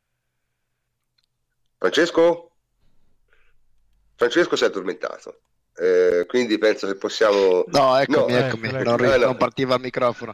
Francesco si è addormentato. quindi penso che possiamo... No, eccomi. Non partiva il microfono.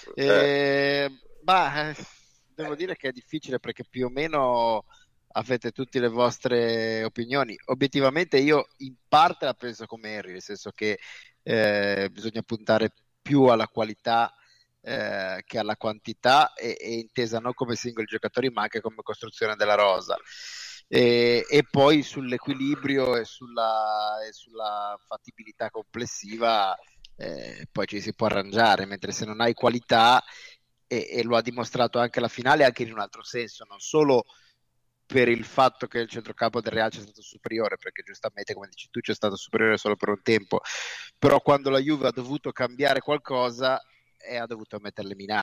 Devo dire che è difficile perché più o meno avete tutte le vostre opinioni. Obiettivamente io in parte la penso come Henry, nel senso che bisogna puntare più alla qualità che alla quantità, e intesa non come singoli giocatori ma anche come costruzione della rosa. E poi sull'equilibrio e sulla fattibilità complessiva poi ci si può arrangiare, mentre se non hai qualità, e lo ha dimostrato anche la finale, anche in un altro senso, non solo per il fatto che il centrocampo del Real c'è stato superiore, perché giustamente come dici tu c'è stato superiore solo per un tempo, però quando la Juve ha dovuto cambiare qualcosa ha dovuto mettere le Minà.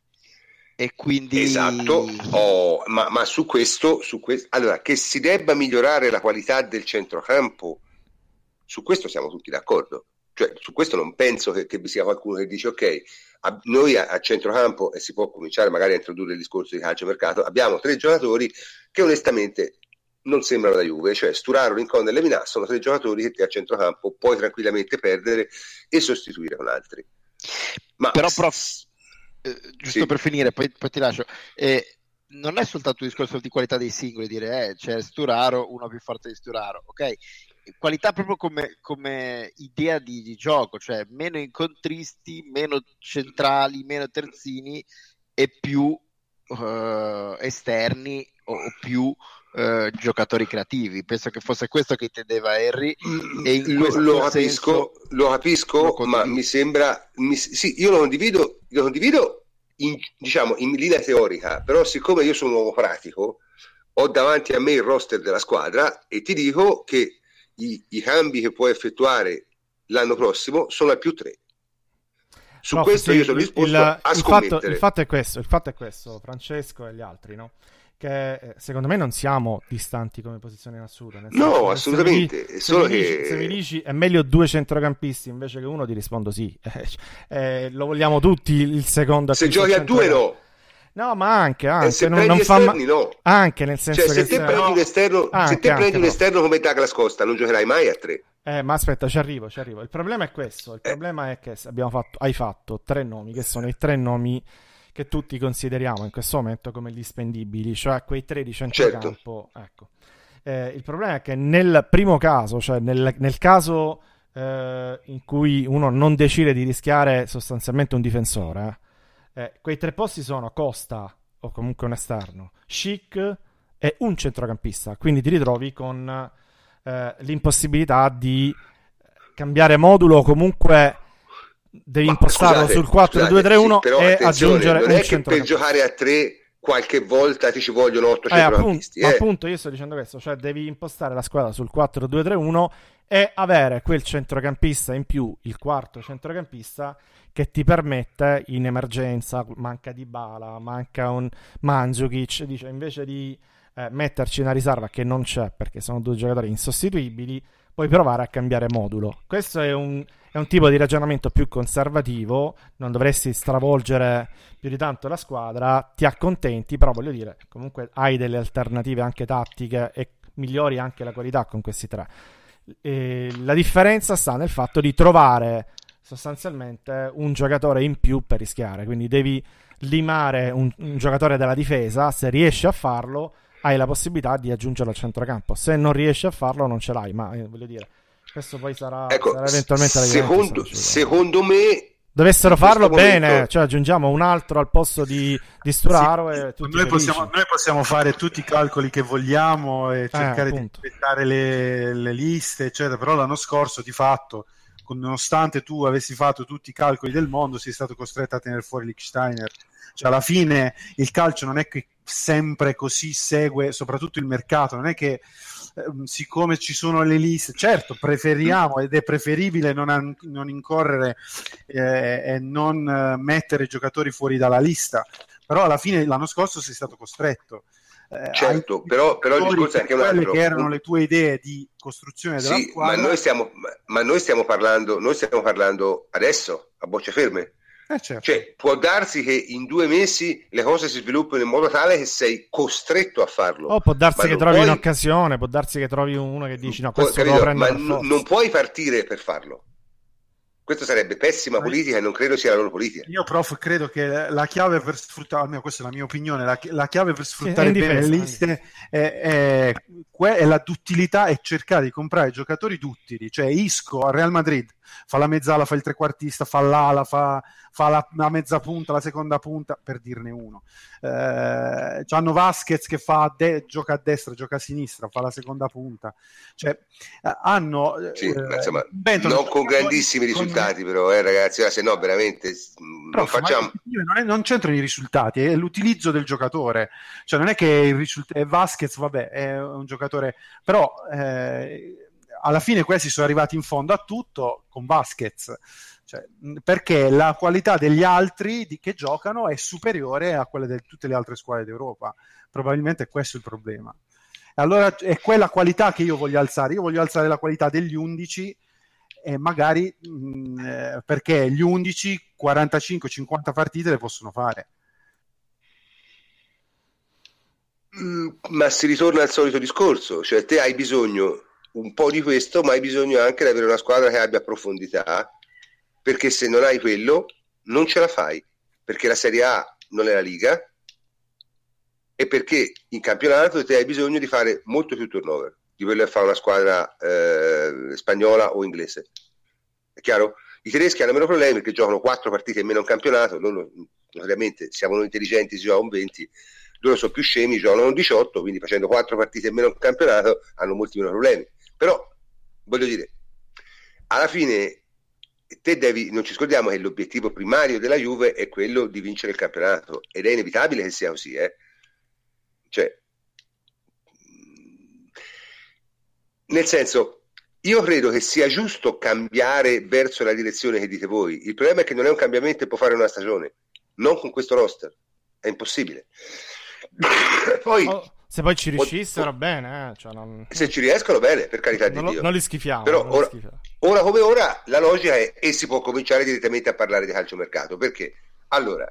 E quindi... Esatto, ma su questo, allora, che si debba migliorare la qualità del centrocampo, su questo siamo tutti d'accordo, cioè su questo non penso che vi sia qualcuno che dice ok, noi a centrocampo, e si può cominciare magari a introdurre il discorso di calciomercato, abbiamo 3 giocatori che onestamente non sembrano da Juve, cioè Sturaro, Rincon e Lemina sono 3 giocatori che te a centrocampo puoi tranquillamente perdere e sostituire con altri. Ma però giusto per finire, poi ti lascio, non è soltanto un discorso di qualità dei singoli, dire c'è Sturaro, uno più forte di Sturaro, ok? Qualità proprio come idea di gioco, cioè meno incontristi, meno centrali, meno terzini e più esterni o più giocatori creativi. Penso che fosse questo che intendeva Henry, e in lo capisco, ma mi sembra sì, io lo condivido in linea teorica, però siccome io sono un uomo pratico, ho davanti a me il roster della squadra e ti dico che i cambi che puoi effettuare l'anno prossimo sono al +3. Su questo io sono disposto a scommettere. Il fatto è questo, Francesco e gli altri, no? Che secondo me non siamo distanti come posizione in assoluto. No, assolutamente. Se mi dici è meglio 2 centrocampisti invece che uno, ti rispondo sì. Lo vogliamo tutti il secondo. Se giochi a 2 no. No, ma anche se prendi esterni no. Anche nel senso, cioè, se te prendi un esterno come Douglas Costa non giocherai mai a 3. Ma aspetta, ci arrivo. Il problema è questo. Il problema è che hai fatto 3 nomi che sono i 3 nomi che tutti consideriamo in questo momento come gli spendibili, cioè quei 3 di centrocampo. Certo. Ecco. Il problema è che nel primo caso, cioè nel caso in cui uno non decide di rischiare sostanzialmente un difensore, quei 3 posti sono Costa, o comunque un esterno, Schick e un centrocampista, quindi ti ritrovi con l'impossibilità di cambiare modulo, o comunque devi impostarlo sul 4-2-3-1 e aggiungere non è che per giocare a 3 qualche volta ti ci vogliono 8 centrocampisti. Appunto, io sto dicendo questo, cioè devi impostare la squadra sul 4-2-3-1 e avere quel centrocampista in più, il quarto centrocampista, che ti permette in emergenza, manca Dybala, manca un Mandzukic, dice, invece di metterci una riserva che non c'è perché sono 2 giocatori insostituibili, puoi provare a cambiare modulo. Questo è un tipo di ragionamento più conservativo, non dovresti stravolgere più di tanto la squadra, ti accontenti, però voglio dire, comunque hai delle alternative anche tattiche e migliori anche la qualità con questi 3. La differenza sta nel fatto di trovare sostanzialmente un giocatore in più per rischiare, quindi devi limare un giocatore della difesa. Se riesci a farlo hai la possibilità di aggiungerlo al centrocampo, se non riesci a farlo non ce l'hai, ma voglio dire, questo poi sarà eventualmente la secondo me dovessero farlo bene, cioè aggiungiamo un altro al posto di Sturaro, e tutti noi possiamo fare tutti i calcoli che vogliamo e cercare di rispettare le liste eccetera, però l'anno scorso di fatto, nonostante tu avessi fatto tutti i calcoli del mondo, sei stato costretto a tenere fuori Lichtsteiner. Cioè alla fine il calcio non è che sempre così segue soprattutto il mercato, non è che siccome ci sono le liste, certo preferiamo ed è preferibile non incorrere e non mettere giocatori fuori dalla lista, però alla fine l'anno scorso sei stato costretto. Certo, però il discorso è anche un altro. Quelle che erano le tue idee di costruzione della squadra. Ma noi stiamo parlando adesso a bocce ferme. Certo. Cioè, può darsi che in 2 mesi le cose si sviluppino in modo tale che sei costretto a farlo. O può darsi che trovi un'occasione, può darsi che trovi uno che dici no, questo lo prendo per forza. Non puoi partire per farlo. Questa sarebbe pessima politica e non credo sia la loro politica. Io, prof, credo che la chiave per sfruttare, almeno questa è la mia opinione, la chiave per sfruttare bene le liste è la duttilità e cercare di comprare giocatori duttili. Cioè Isco al Real Madrid fa la mezzala, fa il trequartista, fa l'ala, fa la mezza punta, la seconda punta, per dirne uno. C'hanno Vasquez che gioca a destra, gioca a sinistra, fa la seconda punta. Cioè hanno insomma, non con grandissimi risultati, però ragazzi, se no veramente non facciamo. Non c'entrano i risultati, è l'utilizzo del giocatore. Cioè non è che il risultato Vasquez, vabbè, è un giocatore, però alla fine questi sono arrivati in fondo a tutto con Vasquez, cioè, perché la qualità degli altri che giocano è superiore a quella di tutte le altre squadre d'Europa. Probabilmente è questo il problema. Allora è quella qualità che io voglio alzare la qualità degli 11 e magari perché gli 11 45-50 partite le possono fare. Ma si ritorna al solito discorso, cioè te hai bisogno un po' di questo, ma hai bisogno anche di avere una squadra che abbia profondità, perché se non hai quello non ce la fai, perché la Serie A non è la Liga e perché in campionato te hai bisogno di fare molto più turnover di quello che fa una squadra spagnola o inglese. È chiaro? I tedeschi hanno meno problemi perché giocano 4 partite in meno in campionato, loro ovviamente siamo noi intelligenti, si giocano 20, loro sono più scemi, giocano 18, quindi facendo 4 partite in meno in campionato hanno molti meno problemi. Però voglio dire, alla fine non ci scordiamo che l'obiettivo primario della Juve è quello di vincere il campionato ed è inevitabile che sia così, cioè, nel senso, io credo che sia giusto cambiare verso la direzione che dite voi. Il problema è che non è un cambiamento che può fare una stagione, non con questo roster, è impossibile. Poi se poi ci riuscissero bene, cioè se ci riescono bene, per carità di Dio, non li schifiamo. Però ora come ora la logica è e si può cominciare direttamente a parlare di calciomercato, perché allora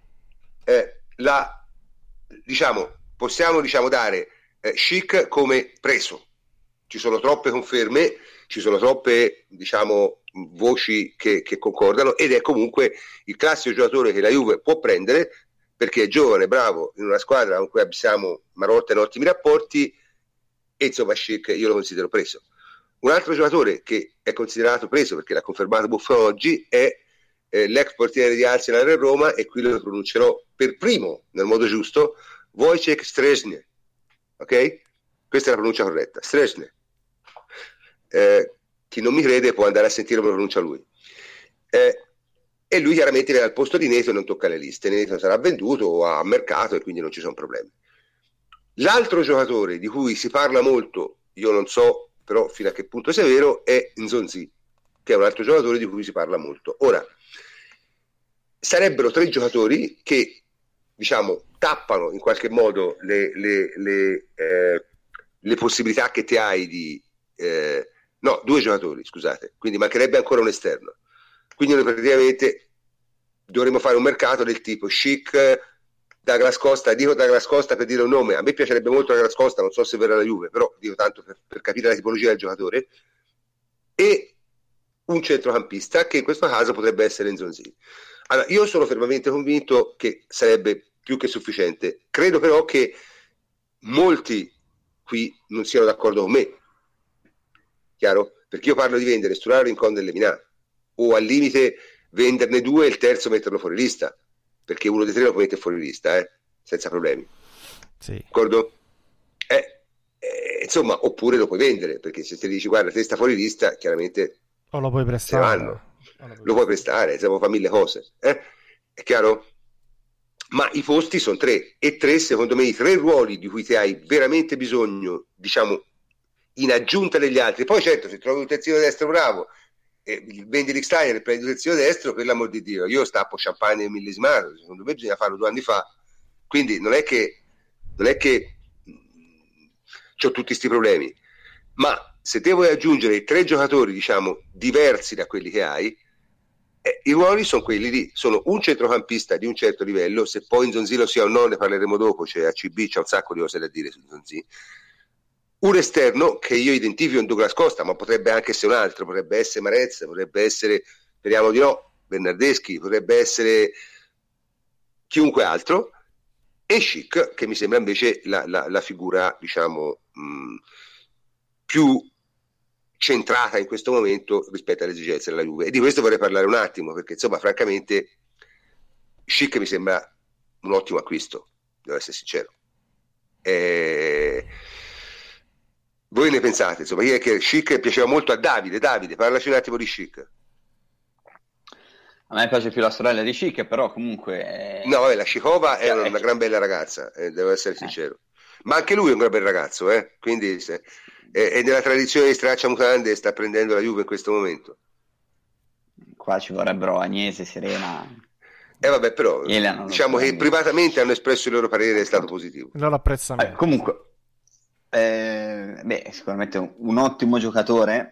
possiamo dare Schick come preso. Ci sono troppe conferme, ci sono troppe voci che concordano ed è comunque il classico giocatore che la Juve può prendere perché è giovane, bravo, in una squadra con cui abbiamo Marotta in ottimi rapporti e insomma Schick io lo considero preso. Un altro giocatore che è considerato preso perché l'ha confermato Buffon oggi è l'ex portiere di Arsenal e Roma, e qui lo pronuncerò per primo nel modo giusto, Wojciech Szczesny, ok? Questa è la pronuncia corretta, Szczesny. Chi non mi crede può andare a sentire come pronuncia lui. E lui chiaramente viene al posto di Neto e non tocca le liste. Neto sarà venduto a mercato e quindi non ci sono problemi. L'altro giocatore di cui si parla molto, io non so però fino a che punto sia vero, è Nzonzi, che è un altro giocatore di cui si parla molto. Ora, sarebbero 3 giocatori che tappano in qualche modo le possibilità che te hai di 2 giocatori, scusate, quindi mancherebbe ancora un esterno. Quindi noi praticamente dovremmo fare un mercato del tipo Schick, Douglas Costa, dico Douglas Costa per dire un nome, a me piacerebbe molto Douglas Costa, non so se verrà la Juve, però dico tanto per capire la tipologia del giocatore, e un centrocampista che in questo caso potrebbe essere Nzonzi. Allora, io sono fermamente convinto che sarebbe più che sufficiente, credo però che molti qui non siano d'accordo con me, chiaro? Perché io parlo di vendere Sturaro, Rincon e Lemina, o al limite venderne 2 e il terzo metterlo fuori lista, perché uno dei 3 lo può mettere fuori lista, senza problemi. Sì. D'accordo? Insomma, oppure lo puoi vendere, perché se ti dici guarda, te sta fuori lista, chiaramente o lo puoi prestare. Lo puoi prestare, fa 1000 cose. È chiaro? Ma i posti sono 3, e 3, secondo me, i 3 ruoli di cui ti hai veramente bisogno, in aggiunta degli altri. Poi certo, se trovi un terzino destro bravo, vendi l'X-Steiner e prendi un terzino destro, per l'amor di Dio, io stappo champagne nel millesimato, secondo me bisogna farlo 2 anni fa, quindi non è che c'ho tutti questi problemi, ma se te vuoi aggiungere 3 giocatori diversi da quelli che hai, I ruoli sono quelli lì, sono un centrocampista di un certo livello, se poi Nzonzi lo sia o no ne parleremo dopo, c'è ACB, c'è un sacco di cose da dire su Nzonzi. Un esterno che io identifico in Douglas Costa, ma potrebbe anche essere un altro, potrebbe essere Marez, potrebbe essere, speriamo di no, Bernardeschi, potrebbe essere chiunque altro, e Schick, che mi sembra invece la figura, diciamo, più centrata in questo momento rispetto alle esigenze della Juve, e di questo vorrei parlare un attimo, perché insomma francamente Schick mi sembra un ottimo acquisto, devo essere sincero. Voi ne pensate? Insomma, io è che Schick piaceva molto a Davide, parlaci un attimo di Schick. A me piace più la sorella di Schick, però comunque no, la Schickova è una gran bella ragazza, devo essere sincero, ma anche lui è un gran bel ragazzo, quindi è nella tradizione di Straccia Mutande, sta prendendo la Juve in questo momento. Qua ci vorrebbero Agnese, Serena. Vabbè, però diciamo che privatamente hanno espresso il loro parere, è stato positivo. Il loro apprezzamento. Comunque, sicuramente un ottimo giocatore,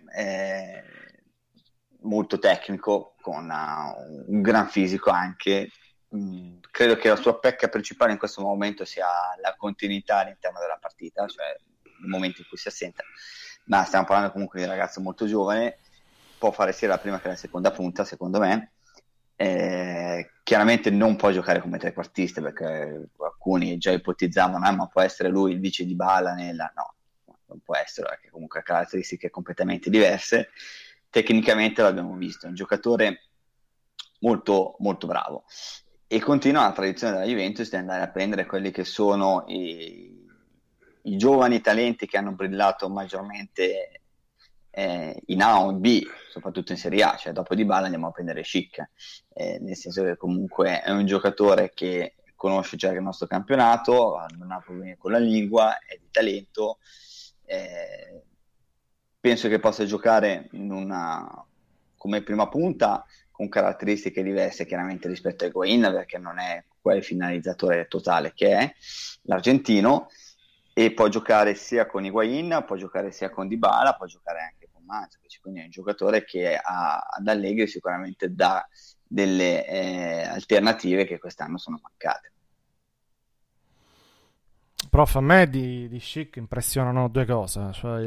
molto tecnico, con un gran fisico anche. Credo che la sua pecca principale in questo momento sia la continuità all'interno della partita, cioè il momento in cui si assenta, ma stiamo parlando comunque di un ragazzo molto giovane, può fare sia la prima che la seconda punta, secondo me. Chiaramente non può giocare come trequartista, perché alcuni già ipotizzavano ma può essere lui il vice di Bala no, non può essere, perché comunque ha caratteristiche completamente diverse. Tecnicamente l'abbiamo visto, è un giocatore molto molto bravo, e continua la tradizione della Juventus di andare a prendere quelli che sono i giovani talenti che hanno brillato maggiormente in A o in B, soprattutto in Serie A, cioè dopo Dybala andiamo a prendere Schick, nel senso che comunque è un giocatore che conosce già il nostro campionato, non ha problemi con la lingua, è di talento, penso che possa giocare come prima punta con caratteristiche diverse chiaramente rispetto a Higuaín, perché non è quel finalizzatore totale che è l'argentino, e può giocare sia con Higuaín, può giocare sia con Dybala, può giocare anche con Mandzukic, quindi è un giocatore che ad Allegri sicuramente dà delle alternative che quest'anno sono mancate. Prof, a me di Schick impressionano due cose, cioè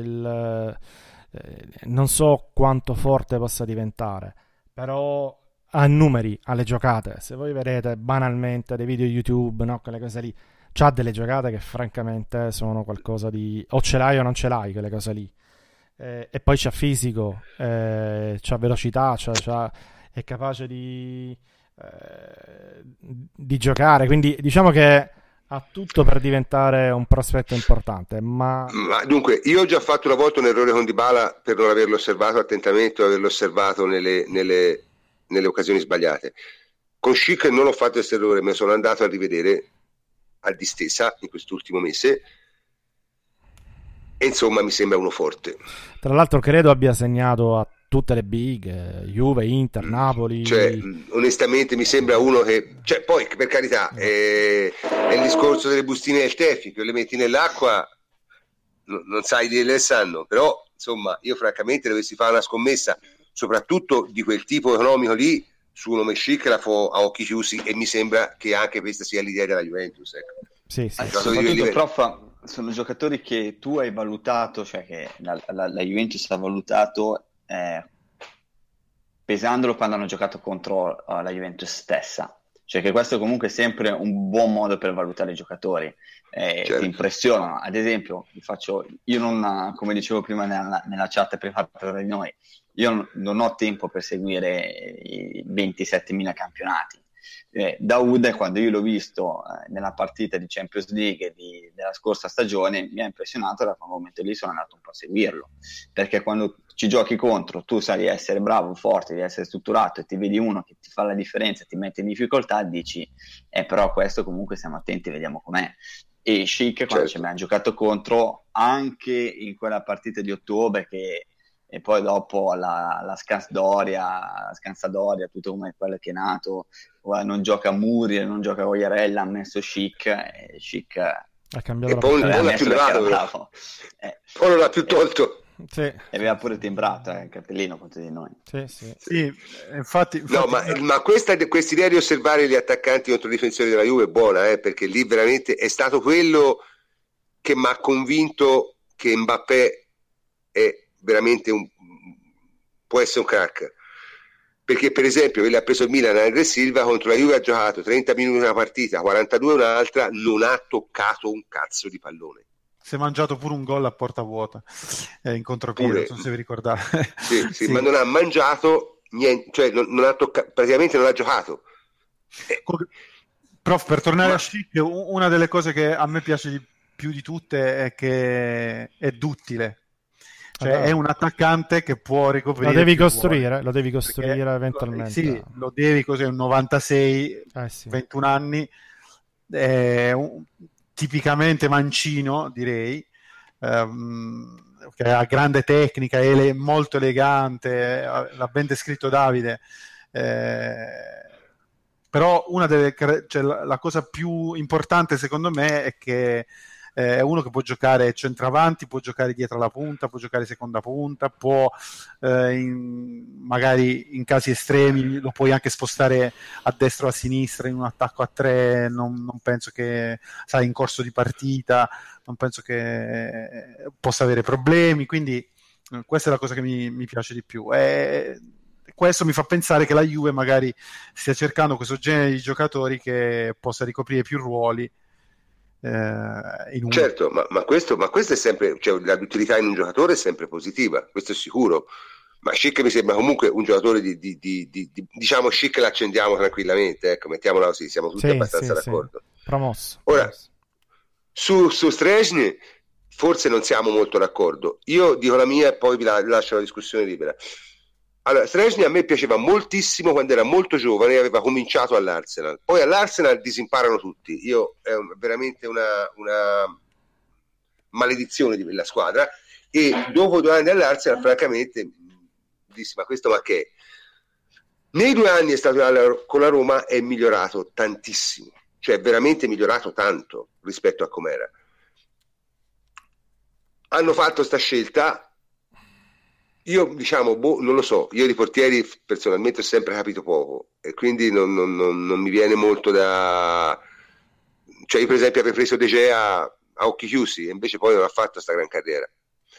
non so quanto forte possa diventare, però ha numeri alle giocate. Se voi vedete banalmente dei video YouTube, no, quelle cose lì, c'ha delle giocate che francamente sono qualcosa di o ce l'hai o non ce l'hai, quelle cose lì, e poi c'ha fisico, c'ha velocità, è capace di giocare, quindi diciamo che ha tutto per diventare un prospetto importante. Ma dunque, io ho già fatto una volta un errore con Dybala per non averlo osservato attentamente, o averlo osservato nelle occasioni sbagliate. Con Schick non ho fatto questo errore, me sono andato a rivedere a distesa in quest'ultimo mese, e insomma mi sembra uno forte. Tra l'altro credo abbia segnato a tutte le big, Juve, Inter, Napoli. Cioè, onestamente mi sembra uno che, cioè, poi per carità è il discorso delle bustine del Tefi, che le metti nell'acqua non sai di le sanno, però insomma io francamente dovessi fare una scommessa, soprattutto di quel tipo economico lì, su un nome Schick la fo a occhi chiusi, e mi sembra che anche questa sia l'idea della Juventus, ecco. Sì. Soprattutto, prof, sono giocatori che tu hai valutato, cioè che la Juventus ha valutato pesandolo quando hanno giocato contro la Juventus stessa, cioè che questo è comunque sempre un buon modo per valutare i giocatori, certo. Ti impressionano. Ad esempio, io non, come dicevo prima nella chat privata tra di noi, io non ho tempo per seguire i 27.000 campionati. Daoud, quando io l'ho visto nella partita di Champions League della scorsa stagione, mi ha impressionato, da quel momento lì sono andato un po' a seguirlo, perché quando ci giochi contro tu sai essere bravo, forte, devi essere strutturato, e ti vedi uno che ti fa la differenza, ti mette in difficoltà, dici però questo comunque stiamo attenti, vediamo com'è. E Schick, quando ci abbiamo giocato contro, anche in quella partita di ottobre, e poi dopo la Scansadoria, tutto come quello che è nato, non gioca Muriel, non gioca Quagliarella, ha messo Schick ha cambiato e poi non l'ha più levato, poi non l'ha più tolto. Sì. E aveva pure timbrato il cartellino contro di noi. Sì, infatti no, ma questa idea di osservare gli attaccanti contro i difensori della Juve è buona, perché lì veramente è stato quello che mi ha convinto che Mbappé è veramente può essere un crack. Perché per esempio lui ha preso il Milan, André Silva contro la Juve ha giocato 30 minuti una partita, 42 un'altra, non ha toccato un cazzo di pallone. Si è mangiato pure un gol a porta vuota in contropiede, non so se vi ricordate. Sì, ma non ha mangiato niente, cioè non ha toccato, praticamente non ha giocato. Prof, per tornare a Schick, una delle cose che a me piace più di tutte è che è duttile. Cioè è un attaccante che può ricoprire. Lo devi costruire perché, eventualmente. Sì, lo devi così, un 96, 21 anni, tipicamente mancino, direi, che ha grande tecnica, è molto elegante, l'ha ben descritto Davide. Però la cosa più importante secondo me è che è uno che può giocare centravanti, può giocare dietro la punta, può giocare seconda punta, può magari in casi estremi lo puoi anche spostare a destra o a sinistra in un attacco a tre, non penso che, sai, in corso di partita non penso che possa avere problemi, quindi questa è la cosa che mi piace di più. Questo mi fa pensare che la Juve magari stia cercando questo genere di giocatori che possa ricoprire più ruoli. Certo, ma questo è sempre, cioè, l'utilità in un giocatore è sempre positiva, questo è sicuro. Ma Schick mi sembra comunque un giocatore diciamo Schick l'accendiamo tranquillamente, ecco, mettiamola così, siamo tutti abbastanza d'accordo. Promosso. Ora, su Szczęsny forse non siamo molto d'accordo. Io dico la mia e poi vi lascio la discussione libera. Allora, Szczęsny a me piaceva moltissimo quando era molto giovane e aveva cominciato all'Arsenal. Poi all'Arsenal disimparano tutti. Io è veramente una maledizione di quella squadra. E dopo 2 anni all'Arsenal, francamente, dissi: ma questo ma che è? Nei 2 anni è stato con la Roma, è migliorato tantissimo. Cioè, veramente migliorato tanto rispetto a com'era. Hanno fatto sta scelta. Io non lo so, io di portieri personalmente ho sempre capito poco e quindi non mi viene molto da... Cioè io per esempio avrei preso De Gea a occhi chiusi e invece poi non ha fatto sta gran carriera.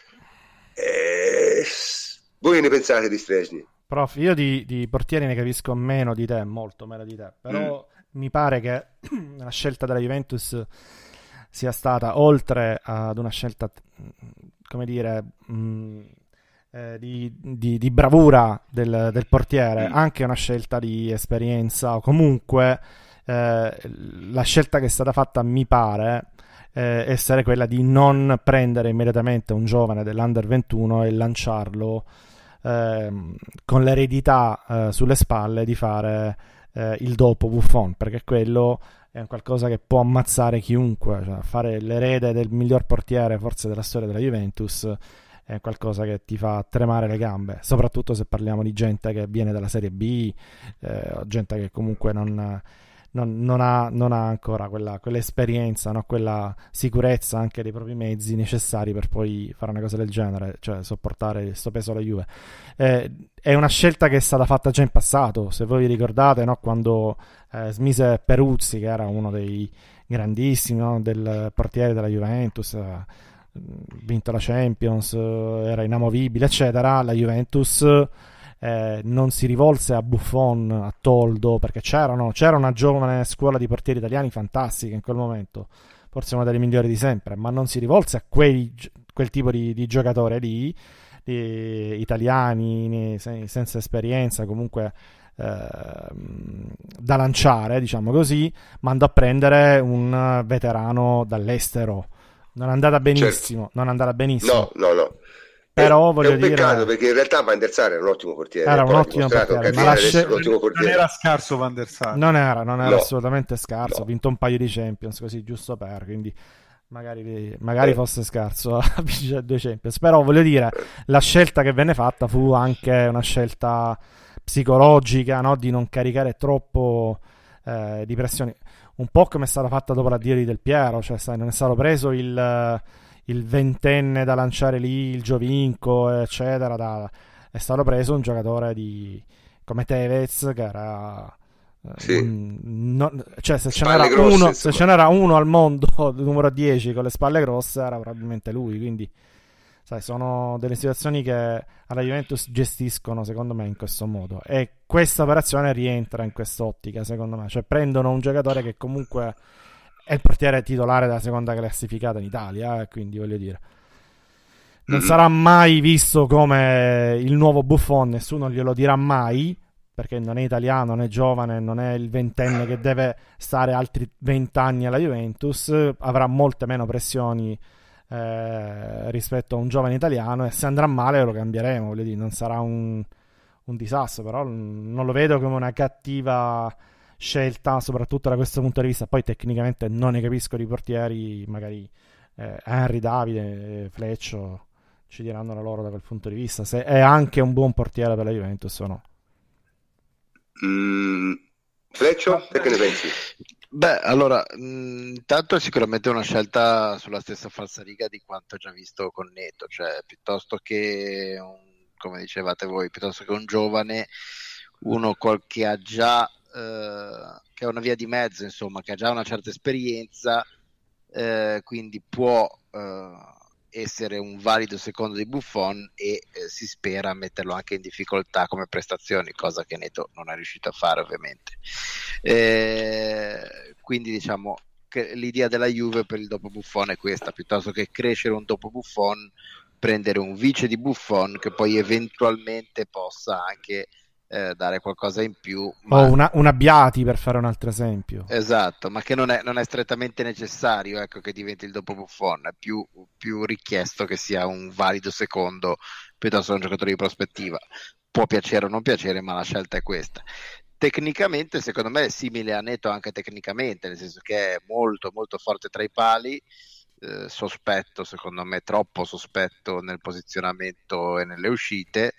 Voi che ne pensate di Szczęsny? Prof, io di portieri ne capisco meno di te, molto meno di te, però mi pare che la scelta della Juventus sia stata, oltre ad una scelta, come dire... di bravura del portiere, anche una scelta di esperienza o comunque la scelta che è stata fatta mi pare essere quella di non prendere immediatamente un giovane dell'Under 21 e lanciarlo con l'eredità sulle spalle di fare il dopo Buffon, perché quello è un qualcosa che può ammazzare chiunque, cioè fare l'erede del miglior portiere forse della storia della Juventus è qualcosa che ti fa tremare le gambe, soprattutto se parliamo di gente che viene dalla Serie B, gente che comunque non ha ancora quell'esperienza, no? Quella sicurezza anche dei propri mezzi necessari per poi fare una cosa del genere, cioè sopportare questo peso alla Juve. È una scelta che è stata fatta già in passato, se voi vi ricordate, no? Quando smise Peruzzi, che era uno dei grandissimi, no? Del portiere della Juventus, vinto la Champions, era inamovibile eccetera, la Juventus non si rivolse a Buffon, a Toldo, perché c'era una giovane scuola di portieri italiani fantastica in quel momento, forse una delle migliori di sempre, ma non si rivolse a quel tipo di giocatore lì, di italiani senza esperienza, comunque da lanciare, diciamo così, ma andò a prendere un veterano dall'estero. Non è andata benissimo, certo. Non è andata benissimo. No. Però è un peccato perché in realtà Van der Sar era un ottimo portiere. Era un ottimo portiere, ma non era scarso Van der Sar. Non era assolutamente scarso. Ha vinto un paio di Champions, così giusto per, quindi magari fosse scarso a vincere 2 Champions. Però voglio dire, la scelta che venne fatta fu anche una scelta psicologica, no? Di non caricare troppo di pressioni. Un po' come è stata fatta dopo l'addio di Del Piero, cioè non è stato preso il il ventenne da lanciare lì, il Giovinco, eccetera. È stato preso un giocatore come Tevez, che era... cioè se ce n'era uno al mondo numero 10 con le spalle grosse, era probabilmente lui. Quindi sai, sono delle situazioni che alla Juventus gestiscono secondo me in questo modo, e questa operazione rientra in quest'ottica secondo me. Cioè prendono un giocatore che comunque è il portiere titolare della seconda classificata in Italia, quindi voglio dire, non sarà mai visto come il nuovo Buffon, nessuno glielo dirà mai, perché non è italiano, non è giovane, non è il ventenne che deve stare altri 20 anni alla Juventus, avrà molte meno pressioni rispetto a un giovane italiano, e se andrà male lo cambieremo, voglio dire, non sarà un disastro, però non lo vedo come una cattiva scelta, soprattutto da questo punto di vista. Poi tecnicamente non ne capisco di portieri, magari Henry, Davide, Fleccio ci diranno la loro da quel punto di vista, se è anche un buon portiere per la Juventus o no. Fleccio, te che ne pensi? Beh, allora, intanto è sicuramente una scelta sulla stessa falsariga di quanto già visto con Neto, cioè piuttosto che, come dicevate voi, piuttosto che un giovane, uno che ha già, che ha una via di mezzo, insomma, che ha già una certa esperienza, quindi può essere un valido secondo di Buffon, e si spera metterlo anche in difficoltà come prestazioni, cosa che Neto non è riuscito a fare ovviamente. Quindi diciamo che l'idea della Juve per il dopo Buffon è questa: piuttosto che crescere un dopo Buffon, prendere un vice di Buffon che poi eventualmente possa anche dare qualcosa in più, o una Biati, per fare un altro esempio. Esatto, ma che non è strettamente necessario, ecco, che diventi il dopo Buffon. È più richiesto che sia un valido secondo piuttosto che un giocatore di prospettiva. Può piacere o non piacere, ma la scelta è questa. Tecnicamente secondo me è simile a Neto, anche tecnicamente, nel senso che è molto molto forte tra i pali, sospetto, secondo me troppo sospetto nel posizionamento e nelle uscite,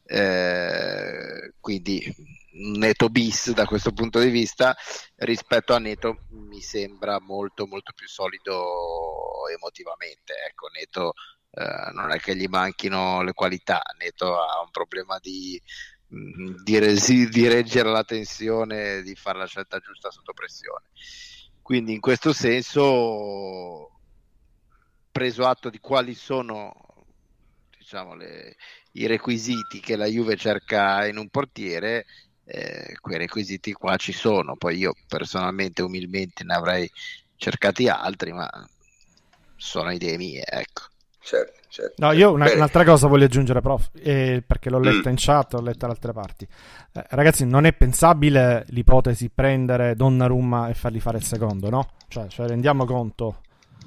quindi Neto bis da questo punto di vista. Rispetto a Neto mi sembra molto molto più solido emotivamente, ecco. Neto non è che gli manchino le qualità, Neto ha un problema di reggere la tensione, di fare la scelta giusta sotto pressione. Quindi in questo senso, preso atto di quali sono, diciamo, i requisiti che la Juve cerca in un portiere, quei requisiti qua ci sono. Poi io personalmente, umilmente, ne avrei cercati altri, ma sono idee mie, ecco. Certo. No, io un'altra cosa voglio aggiungere, prof, perché l'ho letta in chat, l'ho letta da altre parti. Ragazzi, non è pensabile l'ipotesi prendere Donnarumma e fargli fare il secondo, no? Cioè rendiamo conto.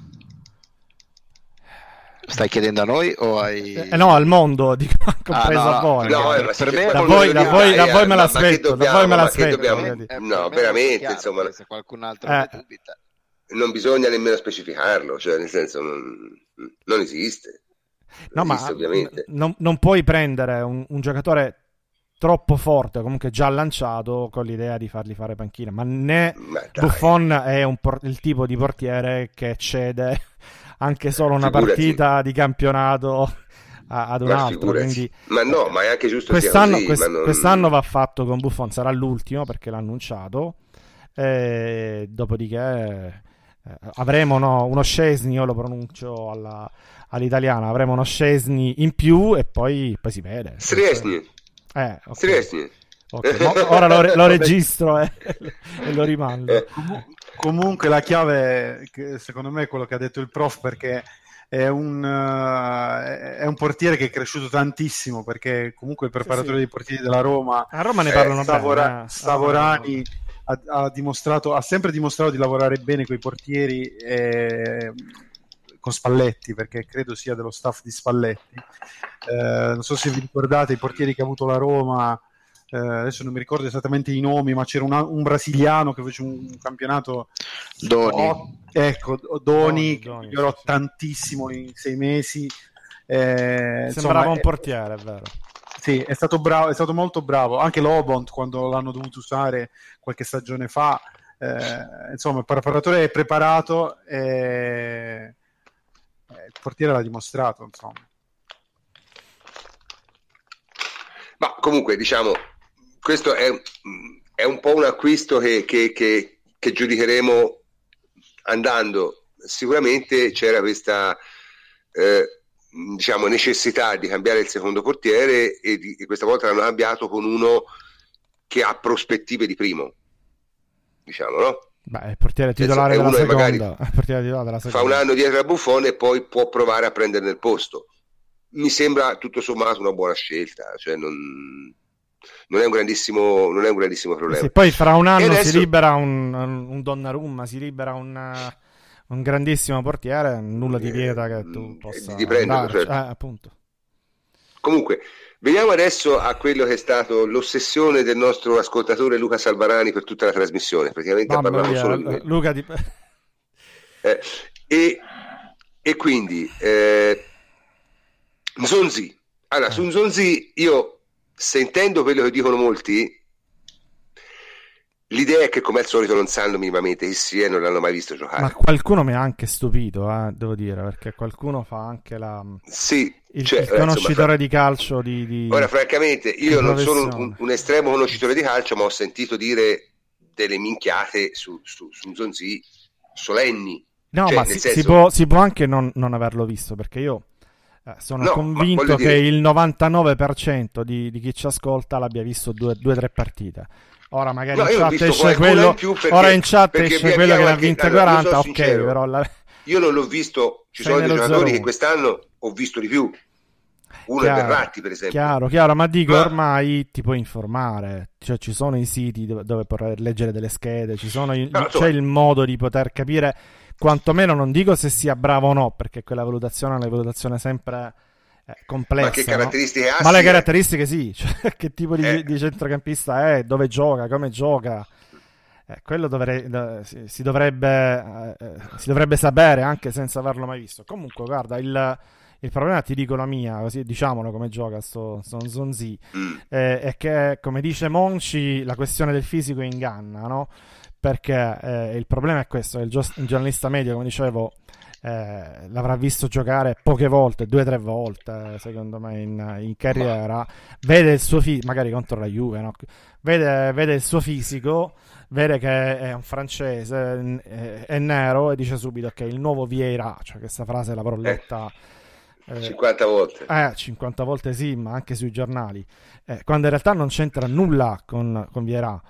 Stai chiedendo a noi o ai... no, al mondo, dico, compreso a voi. No, per me da voi me l'aspetto. No, veramente, insomma, se qualcun altro ne dubita. Non bisogna nemmeno specificarlo, cioè nel senso non esiste. No, ma ovviamente non puoi prendere un giocatore troppo forte, comunque già lanciato, con l'idea di fargli fare panchina. Ma Buffon è il tipo di portiere che cede anche solo una partita di campionato ad un altro. Quindi, ma no, ma è anche giusto quest'anno, sia così, quest'anno va fatto con Buffon, sarà l'ultimo perché l'ha annunciato. Dopodiché avremo uno Szczesny, io lo pronuncio all'italiana, avremo uno Szczesny in più e poi si vede. Szczesny. Okay. Ora lo registro e lo rimando. Comunque la chiave, che secondo me, è quello che ha detto il prof, perché è un portiere che è cresciuto tantissimo, perché comunque il preparatore dei portieri della Roma, a Roma ne parlano bene. Savorani ha sempre dimostrato di lavorare bene con i portieri, con Spalletti, perché credo sia dello staff di Spalletti. Non so se vi ricordate i portieri che ha avuto la Roma, adesso non mi ricordo esattamente i nomi, ma c'era un brasiliano che fece un campionato, Doni, che migliorò tantissimo in 6 mesi. Sembrava un portiere, è vero. Sì, è stato bravo, è stato molto bravo. Anche Lobont, quando l'hanno dovuto usare qualche stagione fa, insomma, il preparatore è preparato, il portiere l'ha dimostrato, insomma. Ma comunque, diciamo, questo è un po' un acquisto che giudicheremo andando. Sicuramente c'era questa diciamo necessità di cambiare il secondo portiere e questa volta l'hanno cambiato con uno che ha prospettive di primo, diciamo, no? Beh, il portiere titolare della seconda, fa un anno dietro a Buffon e poi può provare a prenderne il posto. Mi sembra tutto sommato una buona scelta, cioè non è un grandissimo problema. Sì, poi fra un anno adesso... si libera un Donnarumma, si libera un grandissimo portiere, nulla ti vieta che tu possa di prenderlo, certo. Appunto. Comunque, veniamo adesso a quello che è stato l'ossessione del nostro ascoltatore Luca Salvarani per tutta la trasmissione. Praticamente ha parlato solo di me. Luca e quindi Nzonzi. Allora, su Nzonzi io, sentendo quello che dicono molti, l'idea è che come al solito non sanno minimamente chi sia e non l'hanno mai visto giocare. Ma qualcuno mi ha anche stupito, devo dire, perché qualcuno fa anche il conoscitore di calcio Ora, francamente, io non sono un estremo conoscitore di calcio, ma ho sentito dire delle minchiate su Nzonzi solenni. No, cioè, ma si può anche non averlo visto, perché io sono convinto che il 99% di chi ci ascolta l'abbia visto 2-3 partite. Ora magari in chat esce quello, che ne ha vinte 40, ok, però io non l'ho visto, ci sono dei giocatori che quest'anno ho visto di più. Uno è Verratti, per esempio. Chiaro, ma dico, ormai ti puoi informare, cioè ci sono i siti dove poter leggere delle schede, c'è il modo di poter capire, quantomeno non dico se sia bravo o no, perché quella valutazione è una valutazione sempre complessa. Ma che caratteristiche ha? Ma le caratteristiche sì, cioè, che tipo di centrocampista è, dove gioca, come gioca. Quello si dovrebbe sapere anche senza averlo mai visto. Comunque, guarda, il problema, ti dico la mia, così diciamolo come gioca sto Nzonzi, è che, come dice Monci, la questione del fisico inganna, no? Perché il problema è questo: il giornalista medio, come dicevo, l'avrà visto giocare poche volte, 2-3 volte secondo me in carriera, vede il suo magari contro la Juve, no? vede il suo fisico, vede che è un francese, è nero, e dice subito che il nuovo Vieira, cioè questa frase l'avrò letta 50 volte. 50 volte sì, ma anche sui giornali, quando in realtà non c'entra nulla con Vieira.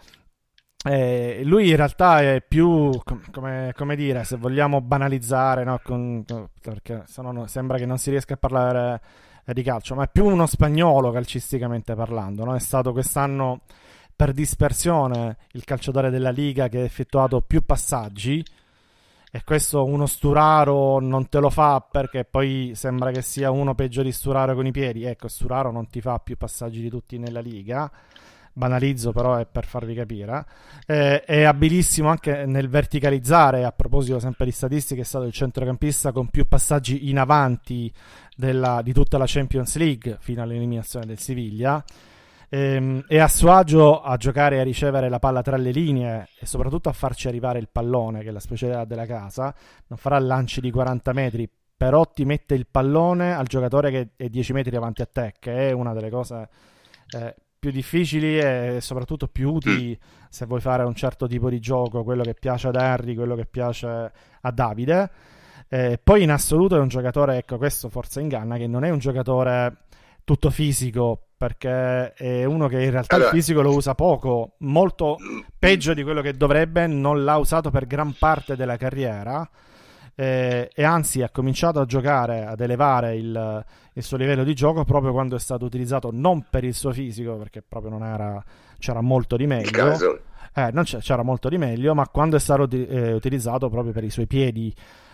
Lui in realtà è più, come dire, se vogliamo banalizzare, no? Perché sembra che non si riesca a parlare di calcio, ma è più uno spagnolo calcisticamente parlando, no? È stato quest'anno per dispersione il calciatore della Liga che ha effettuato più passaggi, e questo uno Sturaro non te lo fa, perché poi sembra che sia uno peggio di Sturaro con i piedi. Ecco, Sturaro non ti fa più passaggi di tutti nella Liga. Banalizzo, però è per farvi capire. È abilissimo anche nel verticalizzare. A proposito sempre di statistiche, è stato il centrocampista con più passaggi in avanti di tutta la Champions League fino all'eliminazione del Siviglia. È a suo agio a giocare e a ricevere la palla tra le linee, e soprattutto a farci arrivare il pallone, che è la specialità della casa. Non farà lanci di 40 metri, però ti mette il pallone al giocatore che è 10 metri avanti a te, che è una delle cose più difficili e soprattutto più utili se vuoi fare un certo tipo di gioco, quello che piace ad Henry, quello che piace a Davide. Poi in assoluto è un giocatore, ecco, questo forse inganna, che non è un giocatore tutto fisico, perché è uno che in realtà il fisico lo usa poco, molto peggio di quello che dovrebbe, non l'ha usato per gran parte della carriera, e anzi ha cominciato a giocare, ad elevare il suo livello di gioco proprio quando è stato utilizzato, non per il suo fisico, perché proprio non era, c'era molto di meglio, non c'era molto di meglio, ma quando è stato utilizzato proprio per i suoi piedi.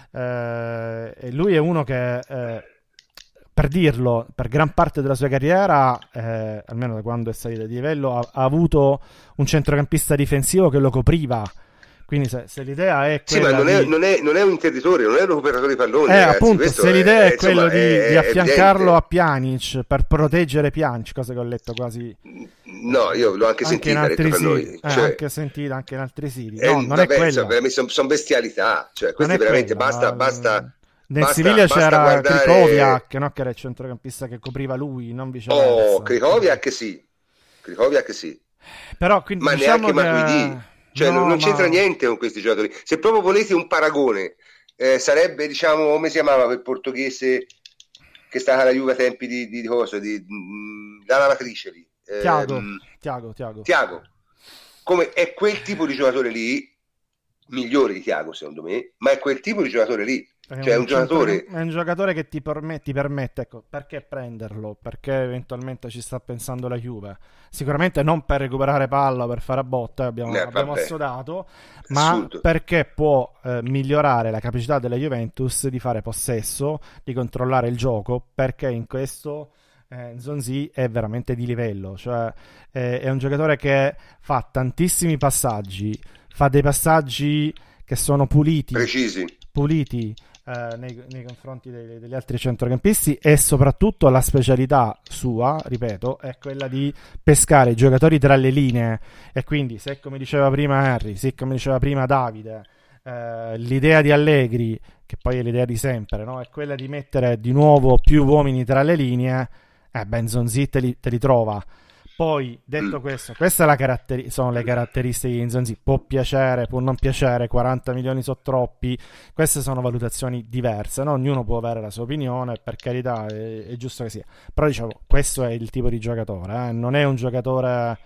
E lui è uno che, per dirlo, per gran parte della sua carriera, almeno da quando è salito di livello, ha avuto un centrocampista difensivo che lo copriva. Quindi se l'idea è quella, sì, ma non è un interditore, non è un recuperatore di palloni, appunto, se l'idea è quella di affiancarlo a Pjanic per proteggere Pjanic, cosa che ho letto quasi. No, io l'ho anche sentita, in altri siti, noi. Anche sentita anche in altri siti. No, non è quello. Sono bestialità, cioè questi veramente basta Nel Siviglia c'era Krychowiak, no? Che era il centrocampista che copriva lui, non viceversa. Krychowiak sì. Però, quindi, ma diciamo neanche Matuidi, cioè non c'entra niente con questi giocatori. Se proprio volete un paragone, sarebbe, diciamo, come si chiamava quel portoghese che stava alla Juve a tempi di dalla lavatrice lì, Thiago. Come è quel tipo di giocatore lì, migliore di Thiago secondo me, ma è quel tipo di giocatore lì. Cioè un giocatore che ti permette, ecco, perché prenderlo? Perché eventualmente ci sta pensando la Juve. Sicuramente non per recuperare palla, per fare a botte, abbiamo assodato, ma perché può migliorare la capacità della Juventus di fare possesso, di controllare il gioco, perché in questo Nzonzi è veramente di livello, cioè è un giocatore che fa tantissimi passaggi, fa dei passaggi che sono puliti, nei confronti degli altri centrocampisti, e soprattutto la specialità sua, ripeto, è quella di pescare i giocatori tra le linee. E quindi, se come diceva prima Henry, se come diceva prima Davide, l'idea di Allegri, che poi è l'idea di sempre, no? È quella di mettere di nuovo più uomini tra le linee, Nzonzi te li trova. Poi, detto questo, queste sono le caratteristiche di Nzonzi. Può piacere, può non piacere, 40 milioni sono troppi, queste sono valutazioni diverse, no? Ognuno può avere la sua opinione, per carità, è giusto che sia. Però diciamo, questo è il tipo di giocatore, non è un giocatore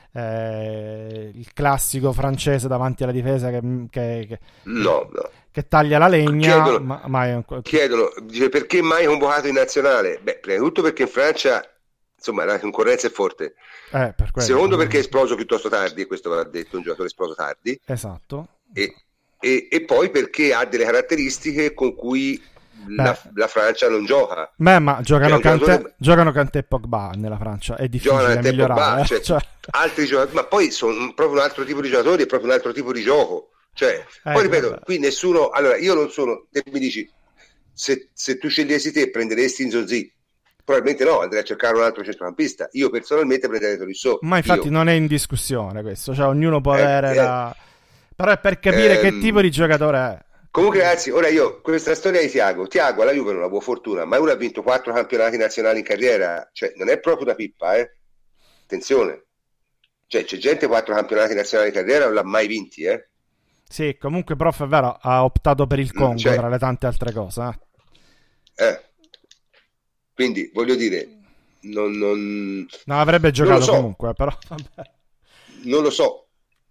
il classico francese davanti alla difesa che taglia la legna. Chiedono, dice, perché mai convocato in nazionale? Beh, prima di tutto perché in Francia, insomma, la concorrenza è forte. Secondo, perché è esploso piuttosto tardi, e questo va detto, un giocatore esploso tardi. Esatto. E poi perché ha delle caratteristiche con cui la Francia non gioca. Ma giocano Kanté e Pogba nella Francia, è difficile migliorare. Pogba, altri giocatori, ma poi sono proprio un altro tipo di giocatori, è proprio un altro tipo di gioco. Poi ripeto, qui nessuno. Allora, io non sono. Te mi dici, se tu scegliessi te, prenderesti Nzonzi? Probabilmente no, andrei a cercare un altro centrocampista. Io personalmente prenderei Tolisso. Ma infatti non è in discussione questo, cioè ognuno può avere però è per capire che tipo di giocatore è. Comunque ragazzi, ora questa storia di Thiago alla Juve non ha buona fortuna, ma uno ha vinto 4 campionati nazionali in carriera, cioè non è proprio da pippa, attenzione, cioè c'è gente 4 campionati nazionali in carriera non l'ha mai vinti, Sì, comunque prof, è vero, ha optato per il Congo tra le tante altre cose, quindi voglio dire non avrebbe giocato comunque, però vabbè. Non lo so.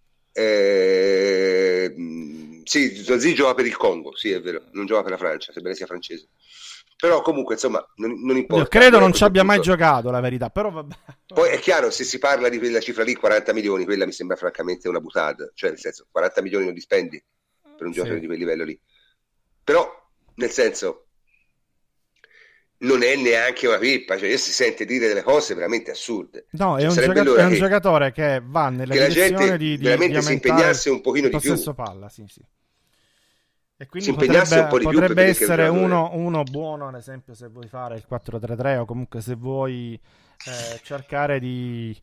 Sì, Nzonzi gioca per il Congo, sì è vero, non gioca per la Francia, sebbene sia francese, però comunque insomma non importa. Io credo non ci abbia mai giocato, la verità, però vabbè. Poi è chiaro, se si parla di quella cifra lì, 40 milioni, quella mi sembra francamente una butade, cioè nel senso 40 milioni non li spendi per un giocatore di quel livello lì, però nel senso non è neanche una pippa, cioè si sente dire delle cose veramente assurde. No, è un giocatore che va nella direzione di veramente si impegnasse un pochino di più. Palla, sì. E quindi potrebbe essere uno buono, ad esempio, se vuoi fare il 4-3-3 o comunque se vuoi cercare di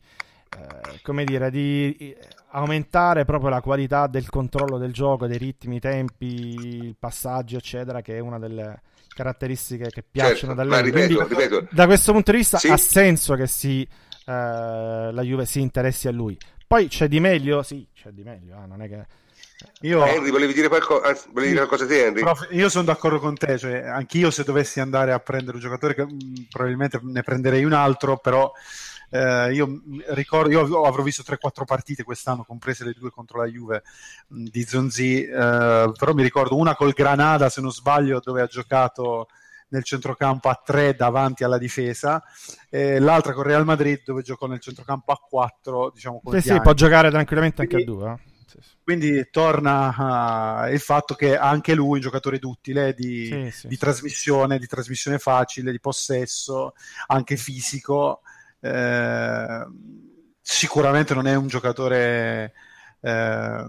di aumentare proprio la qualità del controllo del gioco, dei ritmi, i tempi, il passaggio, eccetera, che è una delle caratteristiche che piacciono da lei. Ripeto, da questo punto di vista ha senso che la Juve si interessi a lui. Poi c'è di meglio? Sì, c'è di meglio, non è che... Henry, volevi dire qualcosa te, Henry? Io sono d'accordo con te, cioè anch'io se dovessi andare a prendere un giocatore probabilmente ne prenderei un altro, però io avrò visto 3-4 partite quest'anno, comprese le 2 contro la Juve di Nzonzi, però mi ricordo una col Granada, se non sbaglio, dove ha giocato nel centrocampo a 3 davanti alla difesa, l'altra con Real Madrid dove giocò nel centrocampo a 4, diciamo, sì, può giocare tranquillamente anche a 2. Quindi torna il fatto che anche lui è un giocatore duttile di trasmissione facile, di possesso, anche fisico. Sicuramente non è un giocatore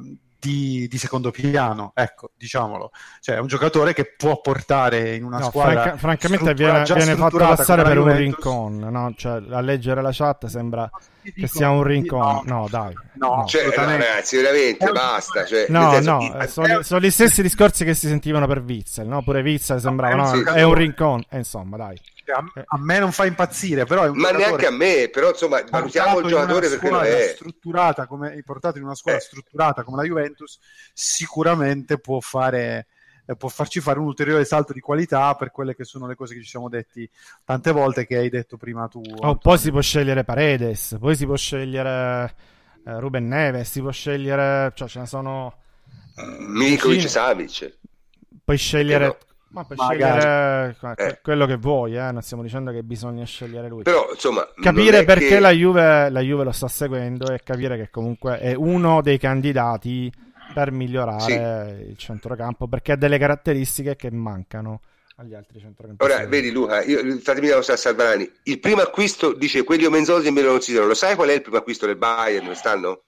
di secondo piano, ecco, diciamolo. Cioè è un giocatore che può portare in una squadra francamente viene fatto passare per un rincon, no? Cioè, a leggere la chat sembra che sia un rincon. No, dai. No, cioè, ragazzi, veramente basta. Cioè, sono gli stessi discorsi che si sentivano per Witsel, no? Pure Witsel sembrava, è un rincon, insomma, dai. A me non fa impazzire, però è un ma neanche a me, però insomma valutiamo il giocatore perché lo è strutturata come portato in una squadra strutturata come la Juventus, sicuramente può farci fare un ulteriore salto di qualità per quelle che sono le cose che ci siamo detti tante volte, che hai detto prima tu. Poi si può scegliere Paredes, poi si può scegliere Ruben Neves, si può scegliere, cioè ce ne sono Milinkovic, Savic, puoi scegliere. Ma puoi scegliere quello che vuoi, non stiamo dicendo che bisogna scegliere lui. Però, insomma, capire perché la Juve lo sta seguendo e capire che comunque è uno dei candidati per migliorare il centrocampo, perché ha delle caratteristiche che mancano agli altri centrocampisti. Ora, vedi Luca, fatemi la nostra Salvarani, il primo acquisto, dice quelli Menzosi e Melo non si sono. Lo sai qual è il primo acquisto del Bayern quest'anno?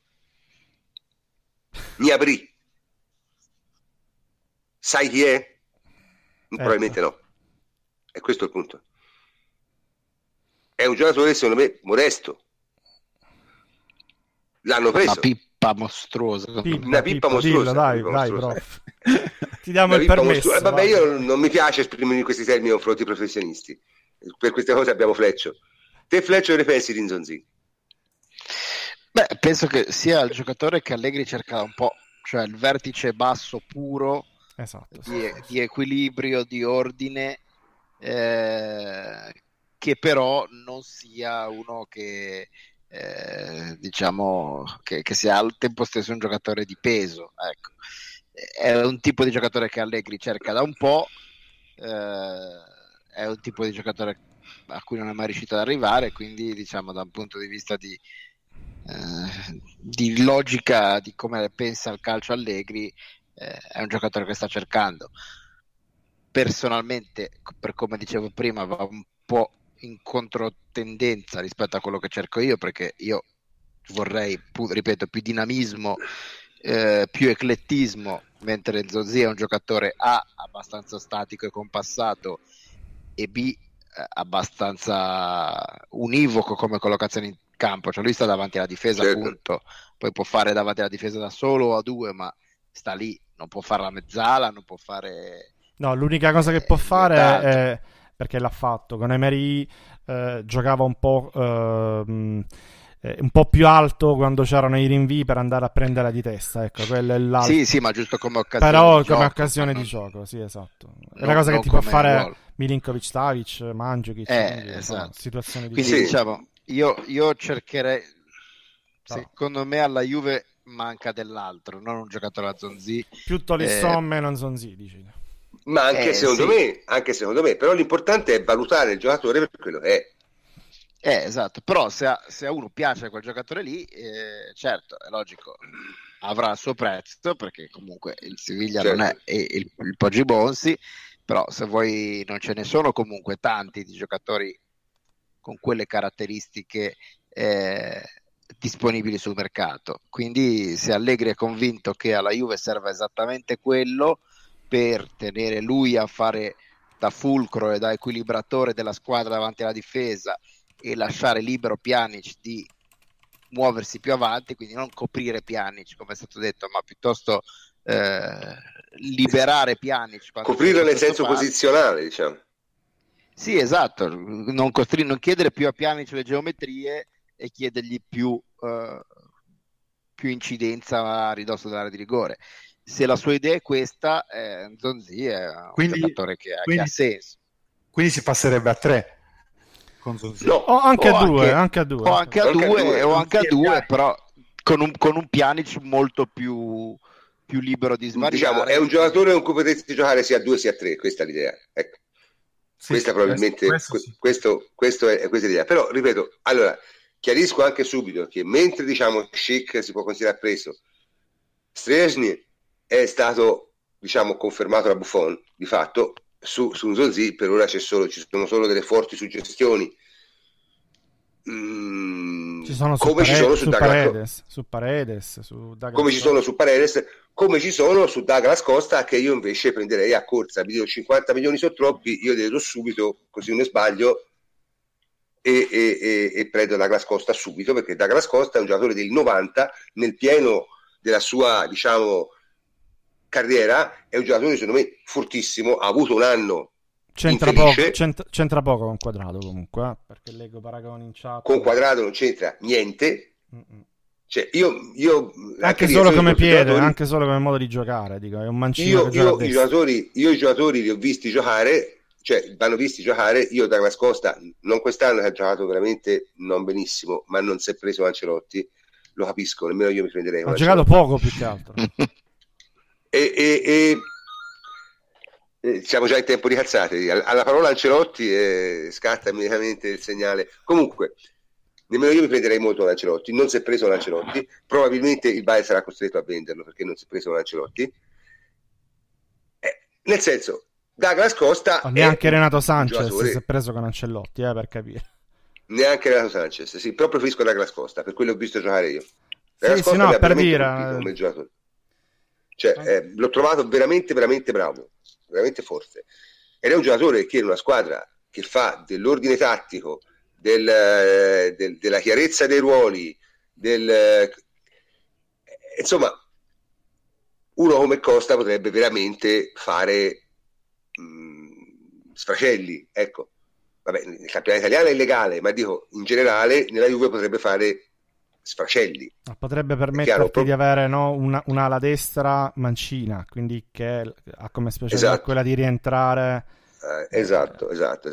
Gnabry. Sai chi è? Probabilmente no, e questo è il punto. È un giocatore secondo me modesto, l'hanno preso, una pippa mostruosa, una pippa mostruosa, dai prof. Ti diamo il permesso. Vabbè, io non mi piace esprimermi in questi termini confronti ai professionisti, per queste cose abbiamo Fleccio. Te Fleccio, che ne pensi di Nzonzi? Beh, penso che sia il giocatore che Allegri cerca un po', cioè il vertice basso puro. Esatto, di equilibrio, di ordine, che però non sia uno che diciamo che sia al tempo stesso un giocatore di peso, ecco. È un tipo di giocatore che Allegri cerca da un po', è un tipo di giocatore a cui non è mai riuscito ad arrivare, quindi diciamo da un punto di vista di logica di come pensa il calcio Allegri, è un giocatore che sta cercando. Personalmente, per come dicevo prima, va un po' in controtendenza rispetto a quello che cerco io, perché io vorrei, ripeto, più dinamismo, più eclettismo, mentre Nzonzi è un giocatore A, abbastanza statico e compassato, e B, abbastanza univoco come collocazione in campo, cioè lui sta davanti alla difesa, certo. Appunto, poi può fare davanti alla difesa da solo o a due, ma sta lì, non può fare la mezzala, non può fare... No, l'unica cosa che può fare è, perché l'ha fatto, con Emery giocava un po' più alto quando c'erano i rinvii per andare a prendere di testa, ecco, quello è l'altro. Sì, ma giusto come occasione però di come gioco, occasione di gioco, sì, esatto. È la cosa che ti può fare Milinkovic, Savic, Mandzukic, esatto. Situazioni di quindi diciamo, io cercherei, secondo me alla Juve manca dell'altro, non un giocatore a Nzonzi. Più Tolisso meno Nzonzi, dici. Ma anche secondo me, però l'importante è valutare il giocatore per quello che è. Esatto, però se a uno piace quel giocatore lì, certo, è logico, avrà il suo prezzo, perché comunque il Siviglia non è il Poggi Bonsi, però se voi non ce ne sono comunque tanti di giocatori con quelle caratteristiche disponibili sul mercato, quindi se Allegri è convinto che alla Juve serva esattamente quello per tenere lui a fare da fulcro e da equilibratore della squadra davanti alla difesa e lasciare libero Pjanic di muoversi più avanti, quindi non coprire Pjanic come è stato detto, ma piuttosto liberare Pjanic, coprirlo nel senso posizionale, diciamo. Sì, esatto, non chiedere più a Pjanic le geometrie e chiedergli più incidenza a ridosso dell'area di rigore. Se la sua idea è questa, Nzonzi è un giocatore che ha senso. Quindi si passerebbe a 3 con Nzonzi. No, o anche a 2. O anche a 2, però con un Pjanic molto più libero di svariare. Diciamo, è un giocatore con cui potresti giocare sia a 2 sia a 3, questa è l'idea. Ecco. Sì, questa probabilmente questo è questa l'idea. Però, ripeto, allora, chiarisco anche subito che mentre diciamo Schick si può considerare preso, Szczęsny è stato, diciamo, confermato da Buffon, di fatto su Nzonzi per ora ci sono solo delle forti suggestioni. ci sono come ci sono su Paredes, su Douglas come ci sono su Paredes, come ci sono su Douglas Costa, che io invece prenderei a corsa. Mi dico 50 milioni sono troppi, io li do subito, così non ne sbaglio, e prendo Douglas Costa subito, perché Douglas Costa è un giocatore del 90, nel pieno della sua, diciamo, carriera, è un giocatore secondo me fortissimo, ha avuto un anno c'entra poco con Quadrado comunque, perché leggo paragoni in chat. Con Quadrado non c'entra niente. Cioè, io anche solo come piede, anche solo come modo di giocare, dico, è un mancino io i giocatori li ho visti giocare, cioè vanno visti giocare. Io Douglas Costa, non quest'anno, che ha giocato veramente non benissimo, ma non si è preso Ancelotti, lo capisco, nemmeno io mi prenderei. Ha giocato poco più che altro. Siamo già in tempo di cazzate. Alla parola Ancelotti scatta immediatamente il segnale. Comunque, nemmeno io mi prenderei molto l'Ancelotti. Non si è preso l'Ancelotti. Probabilmente il Bayern sarà costretto a venderlo perché non si è preso l'Ancelotti. Nel senso, Douglas Costa. Neanche Renato Sanchez si è preso con Ancelotti, per capire. Neanche Renato Sanchez, sì. Però preferisco Douglas Costa, per quello ho visto giocare io. Sì, no, per dire. Come giocatore. Cioè, l'ho trovato veramente, veramente bravo. Veramente forte, ed è un giocatore che in una squadra che fa dell'ordine tattico, della chiarezza dei ruoli, insomma, uno come Costa potrebbe veramente fare sfracelli, ecco. Vabbè, nel campionato italiano è illegale, ma dico, in generale nella Juve potrebbe fare sfracelli. Potrebbe permetterti di avere un'ala destra mancina, quindi che ha come specialità quella di rientrare. Esatto.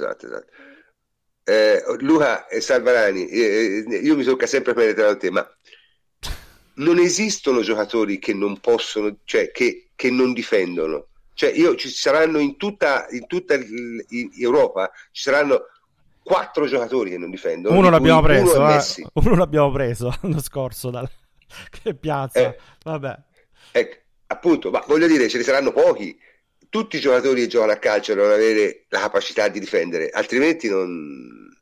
Luca e Salvarani, io mi tocca sempre prendere da te, ma non esistono giocatori che non possono, cioè che non difendono. Cioè, ci saranno in tutta Europa, ci saranno 4 giocatori che non difendono. Uno l'abbiamo preso l'anno scorso che Piazza. Vabbè. Ecco, appunto, ma voglio dire, ce ne saranno pochi. Tutti i giocatori che giocano a calcio devono avere la capacità di difendere, altrimenti non.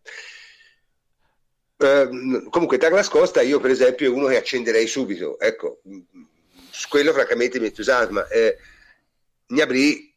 Comunque Douglas Costa, io per esempio, è uno che accenderei subito. Ecco, su quello francamente mi entusiasma. Gnabry,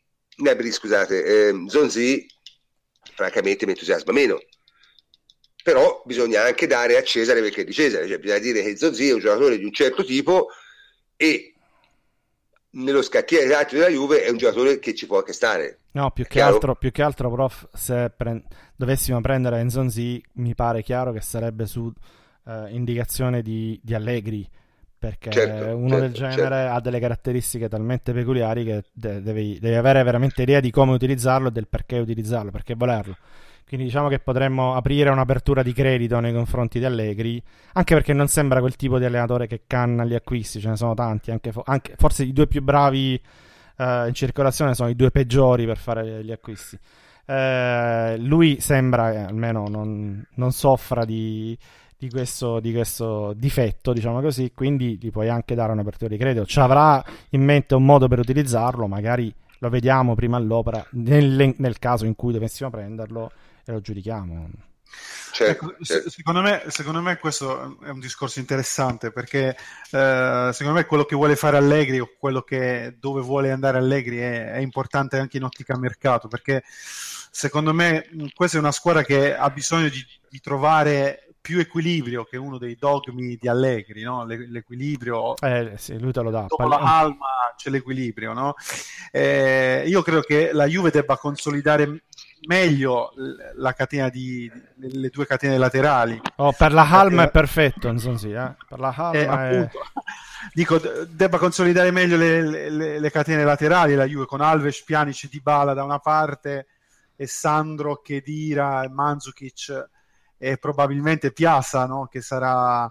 Zonzi, francamente mi entusiasma meno, però bisogna anche dare a Cesare perché è di Cesare, cioè bisogna dire che Zonzi è un giocatore di un certo tipo e nello scacchiere tattico della Juve è un giocatore che ci può anche stare. No, più che altro, prof, se dovessimo prendere Nzonzi, mi pare chiaro che sarebbe su indicazione di Allegri, perché uno del genere ha delle caratteristiche talmente peculiari che devi avere veramente idea di come utilizzarlo e del perché utilizzarlo, perché volerlo. Quindi diciamo che potremmo aprire un'apertura di credito nei confronti di Allegri, anche perché non sembra quel tipo di allenatore che canna gli acquisti, ce ne sono tanti, anche forse i due più bravi in circolazione sono i due peggiori per fare gli acquisti. Lui sembra almeno non soffra di questo difetto, diciamo così, quindi gli puoi anche dare un'apertura di credito. Ci avrà in mente un modo per utilizzarlo, magari lo vediamo prima all'opera nel caso in cui dovessimo prenderlo e lo giudichiamo. Secondo me questo è un discorso interessante, perché secondo me quello che vuole fare Allegri o dove vuole andare Allegri è importante anche in ottica mercato, perché secondo me questa è una squadra che ha bisogno di trovare più equilibrio, che è uno dei dogmi di Allegri, no? L'equilibrio, sì, lui te lo dà. Dopo la calma c'è l'equilibrio, no? Io credo che la Juve debba consolidare meglio la catena le due catene laterali. Per la calma è perfetto, insomma, sì, per la calma dico, debba consolidare meglio le catene laterali la Juve, con Alves, Pjanic e Dybala da una parte e Sandro, Khedira, Mandzukic e probabilmente Piazza, no? Che sarà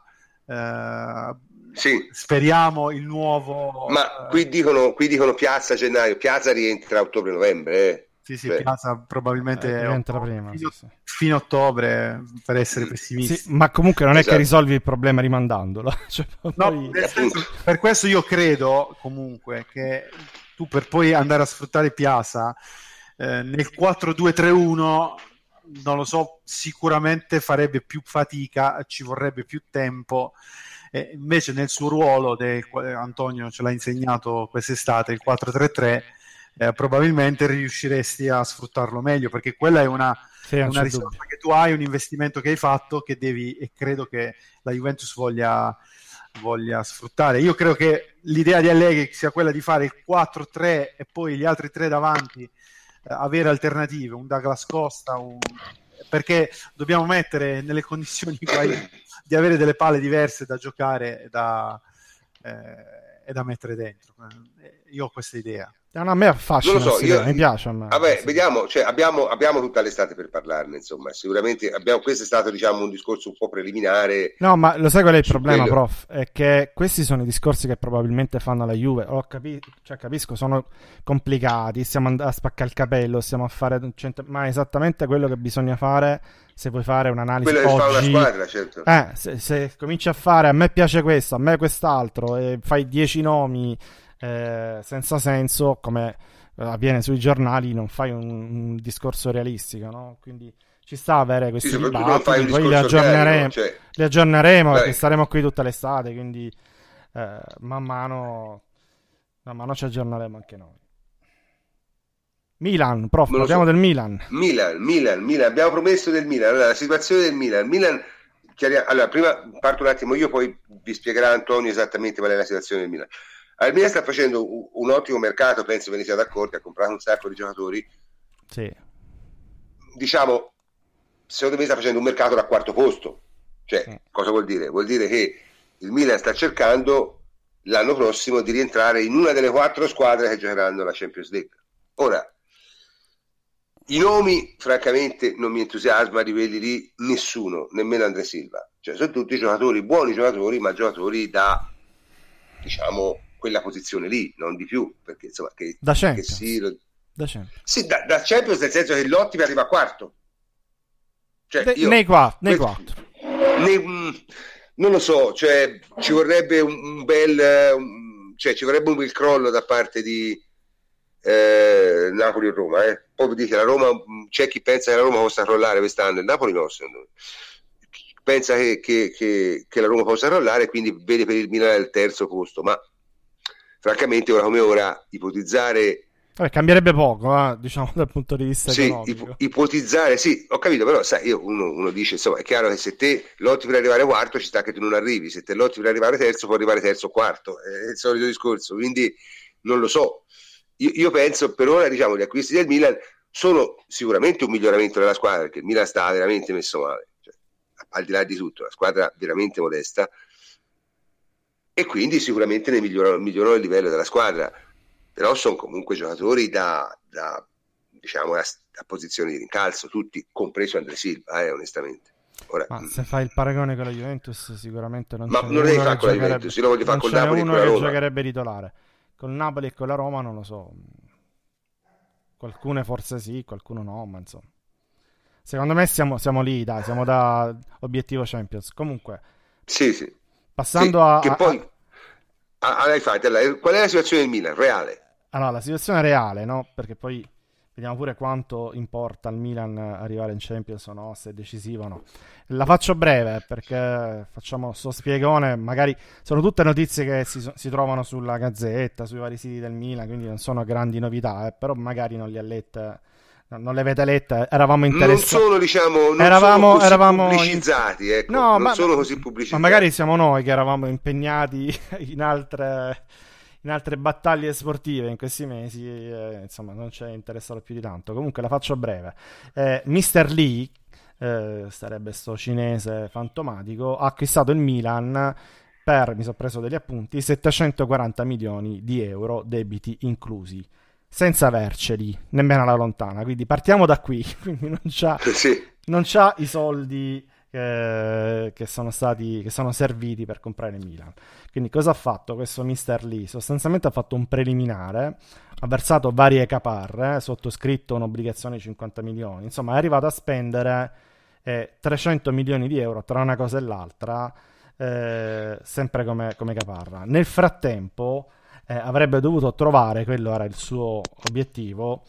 sì, speriamo il nuovo. Ma qui dicono Piazza gennaio, Piazza rientra a ottobre-novembre. Sì, Piazza probabilmente rientra prima, fino a ottobre, per essere pessimisti. Sì, ma comunque non è che risolvi il problema rimandandolo. Cioè, no, per questo io credo comunque che tu, per poi andare a sfruttare Piazza nel 4-2-3-1, non lo so, sicuramente farebbe più fatica, ci vorrebbe più tempo. Invece nel suo ruolo, Antonio ce l'ha insegnato quest'estate, il 4-3-3, probabilmente riusciresti a sfruttarlo meglio, perché quella è una risorsa che tu hai, un investimento che hai fatto, che devi, e credo che la Juventus voglia sfruttare. Io credo che l'idea di Allegri sia quella di fare il 4-3 e poi gli altri 3 davanti, avere alternative, un Douglas Costa, perché dobbiamo mettere nelle condizioni di avere delle palle diverse da giocare e da mettere dentro. Io ho questa idea. A me affascina, non lo so, mi piace. Vabbè, vediamo, cioè, abbiamo tutta l'estate per parlarne, insomma, sicuramente questo è stato, diciamo, un discorso un po' preliminare. No, ma lo sai qual è il problema, prof? È che questi sono i discorsi che probabilmente fanno la Juve. Capisco, sono complicati, stiamo a spaccare il capello, stiamo a fare ma è esattamente quello che bisogna fare se vuoi fare un'analisi quello oggi. Che fa una squadra, certo. Se cominci a fare a me piace questo, a me quest'altro, e fai 10 nomi senza senso, come avviene sui giornali, non fai un discorso realistico, no? Quindi ci sta a avere questi dibattiti, poi li aggiorneremo, perché staremo qui tutta l'estate, quindi man mano ci aggiorneremo anche noi. Milan, prof, parliamo del Milan. Milan, abbiamo promesso del Milan. Allora, la situazione del Milan, allora, prima parto un attimo io, poi vi spiegherà Antonio esattamente qual è la situazione del Milan. Il Milan sta facendo un ottimo mercato, penso ve ne siate accorti, ha comprato un sacco di giocatori. Sì. Diciamo, secondo me sta facendo un mercato da quarto posto. Cioè, cosa vuol dire? Vuol dire che il Milan sta cercando l'anno prossimo di rientrare in una delle 4 squadre che giocheranno la Champions League. Ora, i nomi, francamente, non mi entusiasma di quelli lì nessuno, nemmeno André Silva. Cioè, sono tutti giocatori, buoni giocatori, ma giocatori da, diciamo, quella posizione lì, non di più, perché insomma da Champions. Da Champions, nel senso che l'Ottimo arriva a quarto, cioè, nei quattro non lo so, cioè ci vorrebbe un bel crollo da parte di Napoli o Roma, poi dice la Roma, c'è chi pensa che la Roma possa crollare quest'anno, il Napoli no, secondo me pensa che la Roma possa crollare, quindi vede per il Milan il terzo posto, ma francamente ora come ora ipotizzare cambierebbe poco, diciamo, dal punto di vista economico. Ipotizzare, sì, ho capito, però sai, uno dice, insomma, è chiaro che se te lotti per arrivare quarto ci sta che tu non arrivi, se te lotti per arrivare terzo può arrivare terzo o quarto, è il solito discorso, quindi non lo so. Io penso per ora, diciamo, gli acquisti del Milan sono sicuramente un miglioramento della squadra, perché il Milan sta veramente messo male, cioè, al di là di tutto, la squadra veramente modesta, e quindi sicuramente ne migliorano il livello della squadra, però sono comunque giocatori da diciamo a posizione di rincalzo, tutti, compreso André Silva, onestamente. Ora, ma se fai il paragone con la Juventus sicuramente non devi fare con la Juventus, io lo voglio fare con Napoli e con la Roma. Che giocherebbe titolare col Napoli e con la Roma, non lo so, qualcuno forse sì, qualcuno no, ma insomma secondo me siamo lì, dai, siamo da obiettivo Champions. Comunque sì. Passando poi qual è la situazione del Milan reale? Allora, la situazione reale, no? Perché poi vediamo pure quanto importa al Milan arrivare in Champions o no, se è decisivo o no. La faccio breve perché facciamo sto spiegone, magari sono tutte notizie che si trovano sulla Gazzetta, sui vari siti del Milan, quindi non sono grandi novità, però magari non le avete lette, eravamo interessati. Non sono, diciamo, eravamo pubblicizzati, ecco. No, non sono così pubblicizzati. Ma magari siamo noi che eravamo impegnati in altre battaglie sportive in questi mesi, insomma non ci è interessato più di tanto. Comunque la faccio breve. Mr. Lee, sarebbe sto cinese fantomatico, ha acquistato il Milan per, mi sono preso degli appunti, 740 milioni di euro, debiti inclusi, senza averceli nemmeno alla lontana, quindi partiamo da qui. Quindi non c'ha i soldi che sono serviti per comprare il Milan. Quindi cosa ha fatto questo Mr. Lee? Sostanzialmente ha fatto un preliminare, ha versato varie caparre, sottoscritto un'obbligazione di 50 milioni, insomma è arrivato a spendere 300 milioni di euro tra una cosa e l'altra, sempre come caparra. Nel frattempo avrebbe dovuto trovare, quello era il suo obiettivo,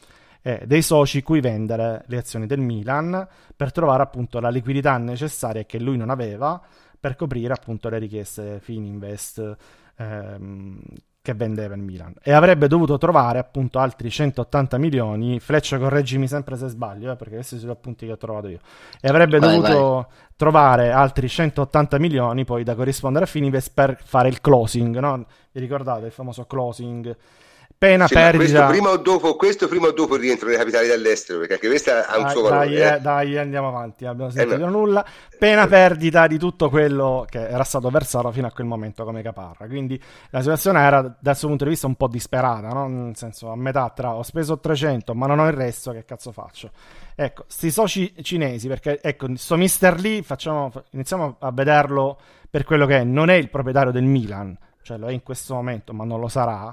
dei soci cui vendere le azioni del Milan per trovare appunto la liquidità necessaria che lui non aveva per coprire appunto le richieste Fininvest che vendeva il Milan, e avrebbe dovuto trovare appunto altri 180 milioni. Fleccia, correggimi sempre se sbaglio, perché questi sono gli appunti che ho trovato io, e avrebbe dovuto trovare altri 180 milioni poi da corrispondere a Fininvest per fare il closing, no? Vi ricordate il famoso closing? Pena perdita. Questo prima o dopo il rientro dei capitali dall'estero, perché anche questa ha un suo valore. Dai, andiamo avanti, abbiamo sentito nulla. Pena perdita di tutto quello che era stato versato fino a quel momento come caparra. Quindi la situazione era, dal suo punto di vista, un po' disperata, no? Nel senso, a metà tra ho speso 300 ma non ho il resto, che cazzo faccio? Ecco, sti soci cinesi, perché ecco, sto Mr. Lee, iniziamo a vederlo per quello che è. Non è il proprietario del Milan, cioè lo è in questo momento, ma non lo sarà.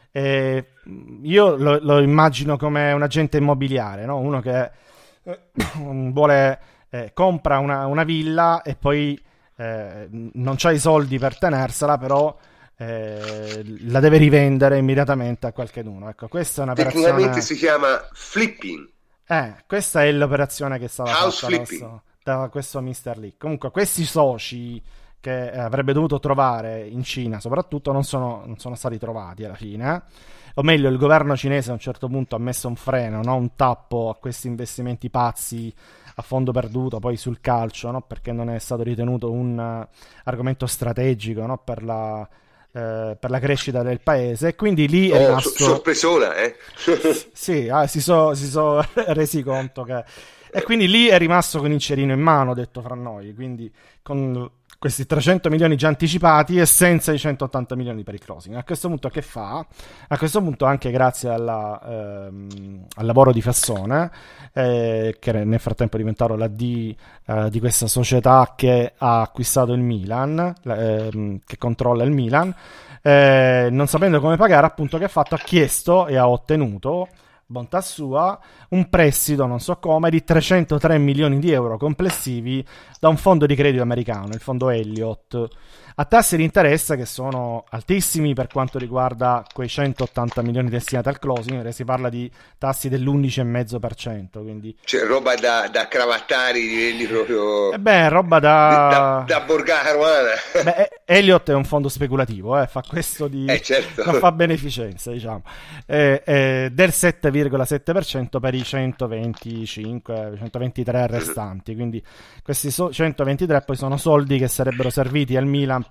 Io lo immagino come un agente immobiliare, no? Uno che vuole compra una villa e poi non c'ha i soldi per tenersela, però la deve rivendere immediatamente a qualcuno. Ecco, questa è un'operazione. Tecnicamente si chiama flipping. Questa è l'operazione che è stata fatta da questo Mr. Lee. Comunque questi soci che avrebbe dovuto trovare in Cina soprattutto non sono stati trovati alla fine, o meglio il governo cinese a un certo punto ha messo un freno, no? Un tappo a questi investimenti pazzi a fondo perduto poi sul calcio, no? Perché non è stato ritenuto un argomento strategico, no? Per la crescita del paese, e quindi lì è rimasto sorpresona, sì, si sono resi conto che, e quindi lì è rimasto con il cerino in mano, detto fra noi, quindi con questi 300 milioni già anticipati e senza i 180 milioni per il closing. A questo punto che fa? A questo punto, anche grazie al lavoro di Fassone, che nel frattempo è diventato la D di questa società che ha acquistato il Milan, che controlla il Milan, non sapendo come pagare, appunto, che ha fatto? Ha chiesto e ha ottenuto, bontà sua, un prestito, non so come, di 303 milioni di euro complessivi da un fondo di credito americano, il fondo Elliott, a tassi di interesse che sono altissimi per quanto riguarda quei 180 milioni destinati al closing, perché si parla di tassi dell'11,5%, quindi cioè roba da cravattari, livelli proprio roba da Borgata Caruana. Elliott è un fondo speculativo, fa questo certo. non fa beneficenza, diciamo, del 7,7% per i 123 restanti, quindi questi 123 poi sono soldi che sarebbero serviti al Milan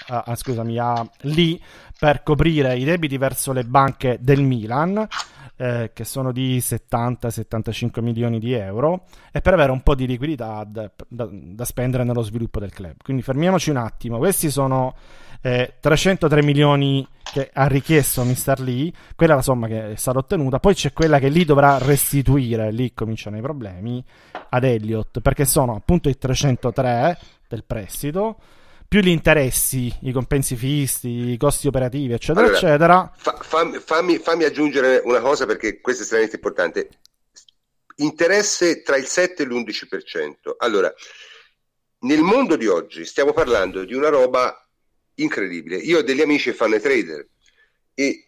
a Lee per coprire i debiti verso le banche del Milan, che sono di 70-75 milioni di euro, e per avere un po' di liquidità da spendere nello sviluppo del club. Quindi fermiamoci un attimo, questi sono 303 milioni che ha richiesto Mr. Lee, quella è la somma che è stata ottenuta, poi c'è quella che Lee dovrà restituire, lì cominciano i problemi, ad Elliott, perché sono appunto i 303 del prestito, più gli interessi, i compensi fissi, i costi operativi, eccetera, eccetera. Fammi aggiungere una cosa, perché questo è estremamente importante. Interesse tra il 7 e l'11%. Allora, nel mondo di oggi stiamo parlando di una roba incredibile. Io ho degli amici che fanno i trader e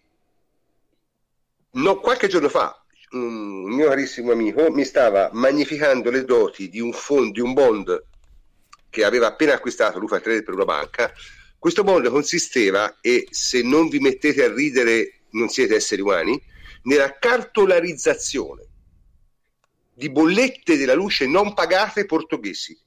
qualche giorno fa un mio carissimo amico mi stava magnificando le doti di un bond che aveva appena acquistato. Lui fa il trader per una banca. Questo bond consisteva, e se non vi mettete a ridere non siete esseri umani, nella cartolarizzazione di bollette della luce non pagate portoghesi,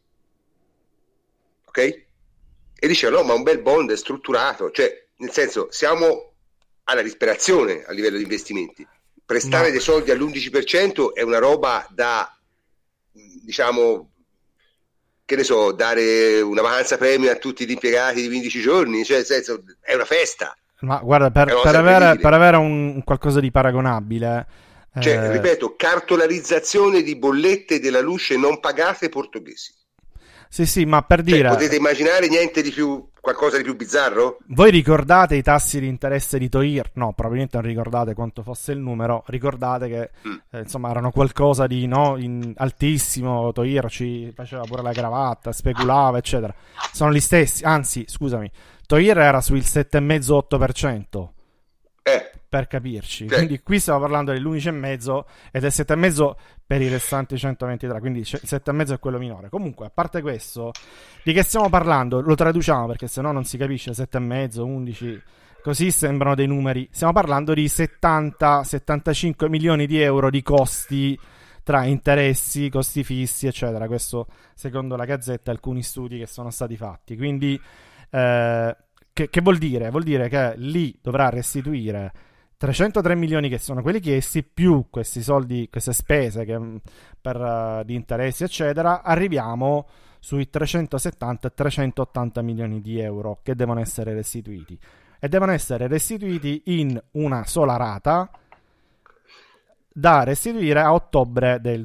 ok? E diceva no, ma un bel bond è strutturato, cioè nel senso siamo alla disperazione a livello di investimenti. Prestare dei soldi all'11% è una roba da, diciamo, che ne so, dare una vacanza premio a tutti gli impiegati di 15 giorni, cioè nel senso è una festa. Ma guarda, per avere un qualcosa di paragonabile, cioè, ripeto, cartolarizzazione di bollette della luce non pagate portoghesi. Sì, ma per dire, potete immaginare niente di più, qualcosa di più bizzarro? Voi ricordate i tassi di interesse di Toir? No, probabilmente non ricordate quanto fosse il numero. Ricordate che insomma erano qualcosa di altissimo. Toir ci faceva pure la cravatta, speculava, eccetera. Sono gli stessi, anzi, scusami, Toir era sul 7,5-8%. per capirci. Sì. Quindi qui stiamo parlando dell'11,5 e del 7,5 per i restanti 123, quindi il 7,5 è quello minore. Comunque, a parte questo, di che stiamo parlando? Lo traduciamo perché sennò non si capisce. 7,5, 11, così sembrano dei numeri. Stiamo parlando di 70-75 milioni di euro di costi tra interessi, costi fissi, eccetera. Questo secondo la Gazzetta e alcuni studi che sono stati fatti. Quindi che vuol dire? Vuol dire che lì dovrà restituire 303 milioni che sono quelli chiesti, più questi soldi, queste spese di interessi, eccetera. Arriviamo sui 370-380 milioni di euro che devono essere restituiti. E devono essere restituiti in una sola rata da restituire a ottobre del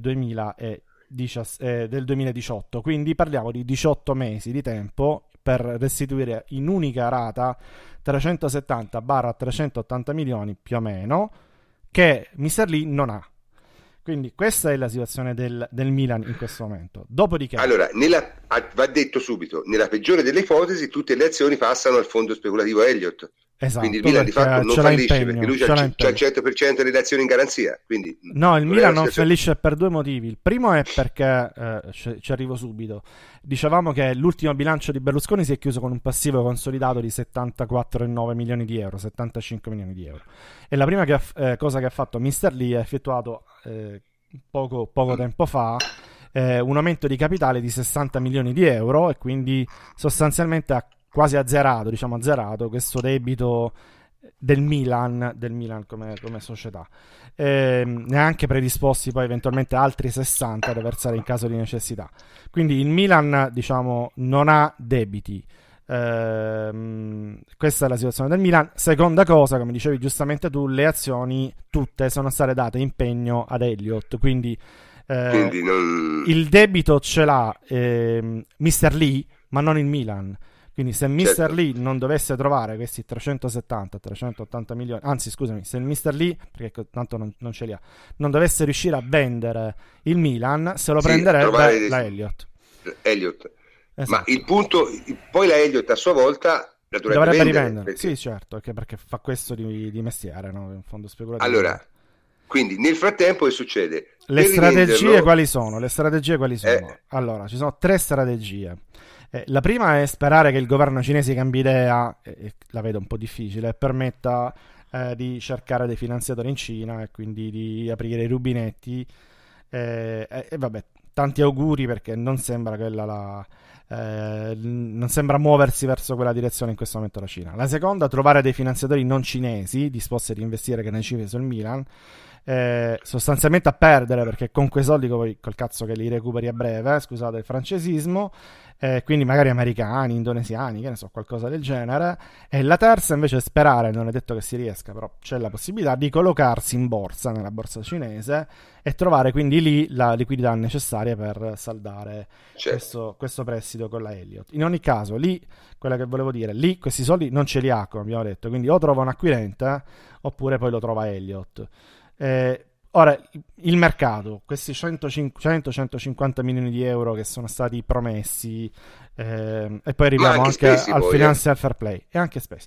2018. Quindi parliamo di 18 mesi di tempo per restituire in unica rata 370-380 milioni più o meno, che Mr. Lee non ha. Quindi questa è la situazione del Milan in questo momento. Dopodiché, allora, va detto subito, nella peggiore delle ipotesi tutte le azioni passano al fondo speculativo Elliott. esatto, Quindi il Milan di fatto non fallisce perché lui c'ha il 100% delle azioni in garanzia. Quindi no, il Milan non fallisce per due motivi. Il primo è perché ci arrivo subito. Dicevamo che l'ultimo bilancio di Berlusconi si è chiuso con un passivo consolidato di 74,9 milioni di euro, 75 milioni di euro. E la prima cosa che ha fatto Mr. Lee ha effettuato poco tempo fa un aumento di capitale di 60 milioni di euro, e quindi sostanzialmente ha quasi azzerato questo debito del Milan come società. Ne ha anche predisposti poi eventualmente altri 60 da versare in caso di necessità. Quindi il Milan, diciamo, non ha debiti. Questa è la situazione del Milan. Seconda cosa, come dicevi giustamente tu, le azioni tutte sono state date impegno ad Elliott, quindi il debito ce l'ha Mr. Lee, ma non il Milan. Quindi se Mr. Lee non dovesse trovare questi 370-380 milioni, anzi scusami, se il Mr. Lee, perché tanto non ce li ha, non dovesse riuscire a vendere il Milan, se lo prenderebbe la Elliott. Esatto. Ma il punto, poi la Elliott a sua volta la dovrebbe rivendere. Perché... Sì, certo, perché fa questo di mestiere, no? Un fondo speculativo. Allora, quindi nel frattempo che succede? Le strategie quali sono? Allora, ci sono 3 strategie. La prima è sperare che il governo cinese cambi idea, la vedo un po' difficile, e permetta di cercare dei finanziatori in Cina e quindi di aprire i rubinetti. E vabbè, tanti auguri, perché non sembra non sembra muoversi verso quella direzione in questo momento la Cina. La seconda, trovare dei finanziatori non cinesi disposti ad investire che ne cifre sul Milan, sostanzialmente a perdere, perché con quei soldi poi col cazzo che li recuperi a breve, scusate il francesismo, quindi magari americani, indonesiani, che ne so, qualcosa del genere. E la terza invece è sperare, non è detto che si riesca, però c'è la possibilità di collocarsi in borsa, nella borsa cinese, e trovare quindi lì la liquidità necessaria per saldare questo prestito con la Elliott. In ogni caso, lì, quella che volevo dire, lì questi soldi non ce li ha, come abbiamo detto, quindi o trova un acquirente oppure poi lo trova Elliott. Ora, il mercato, questi 100-150 milioni di euro che sono stati promessi, e poi arriviamo anche al Financial Fair Play, e anche spesi.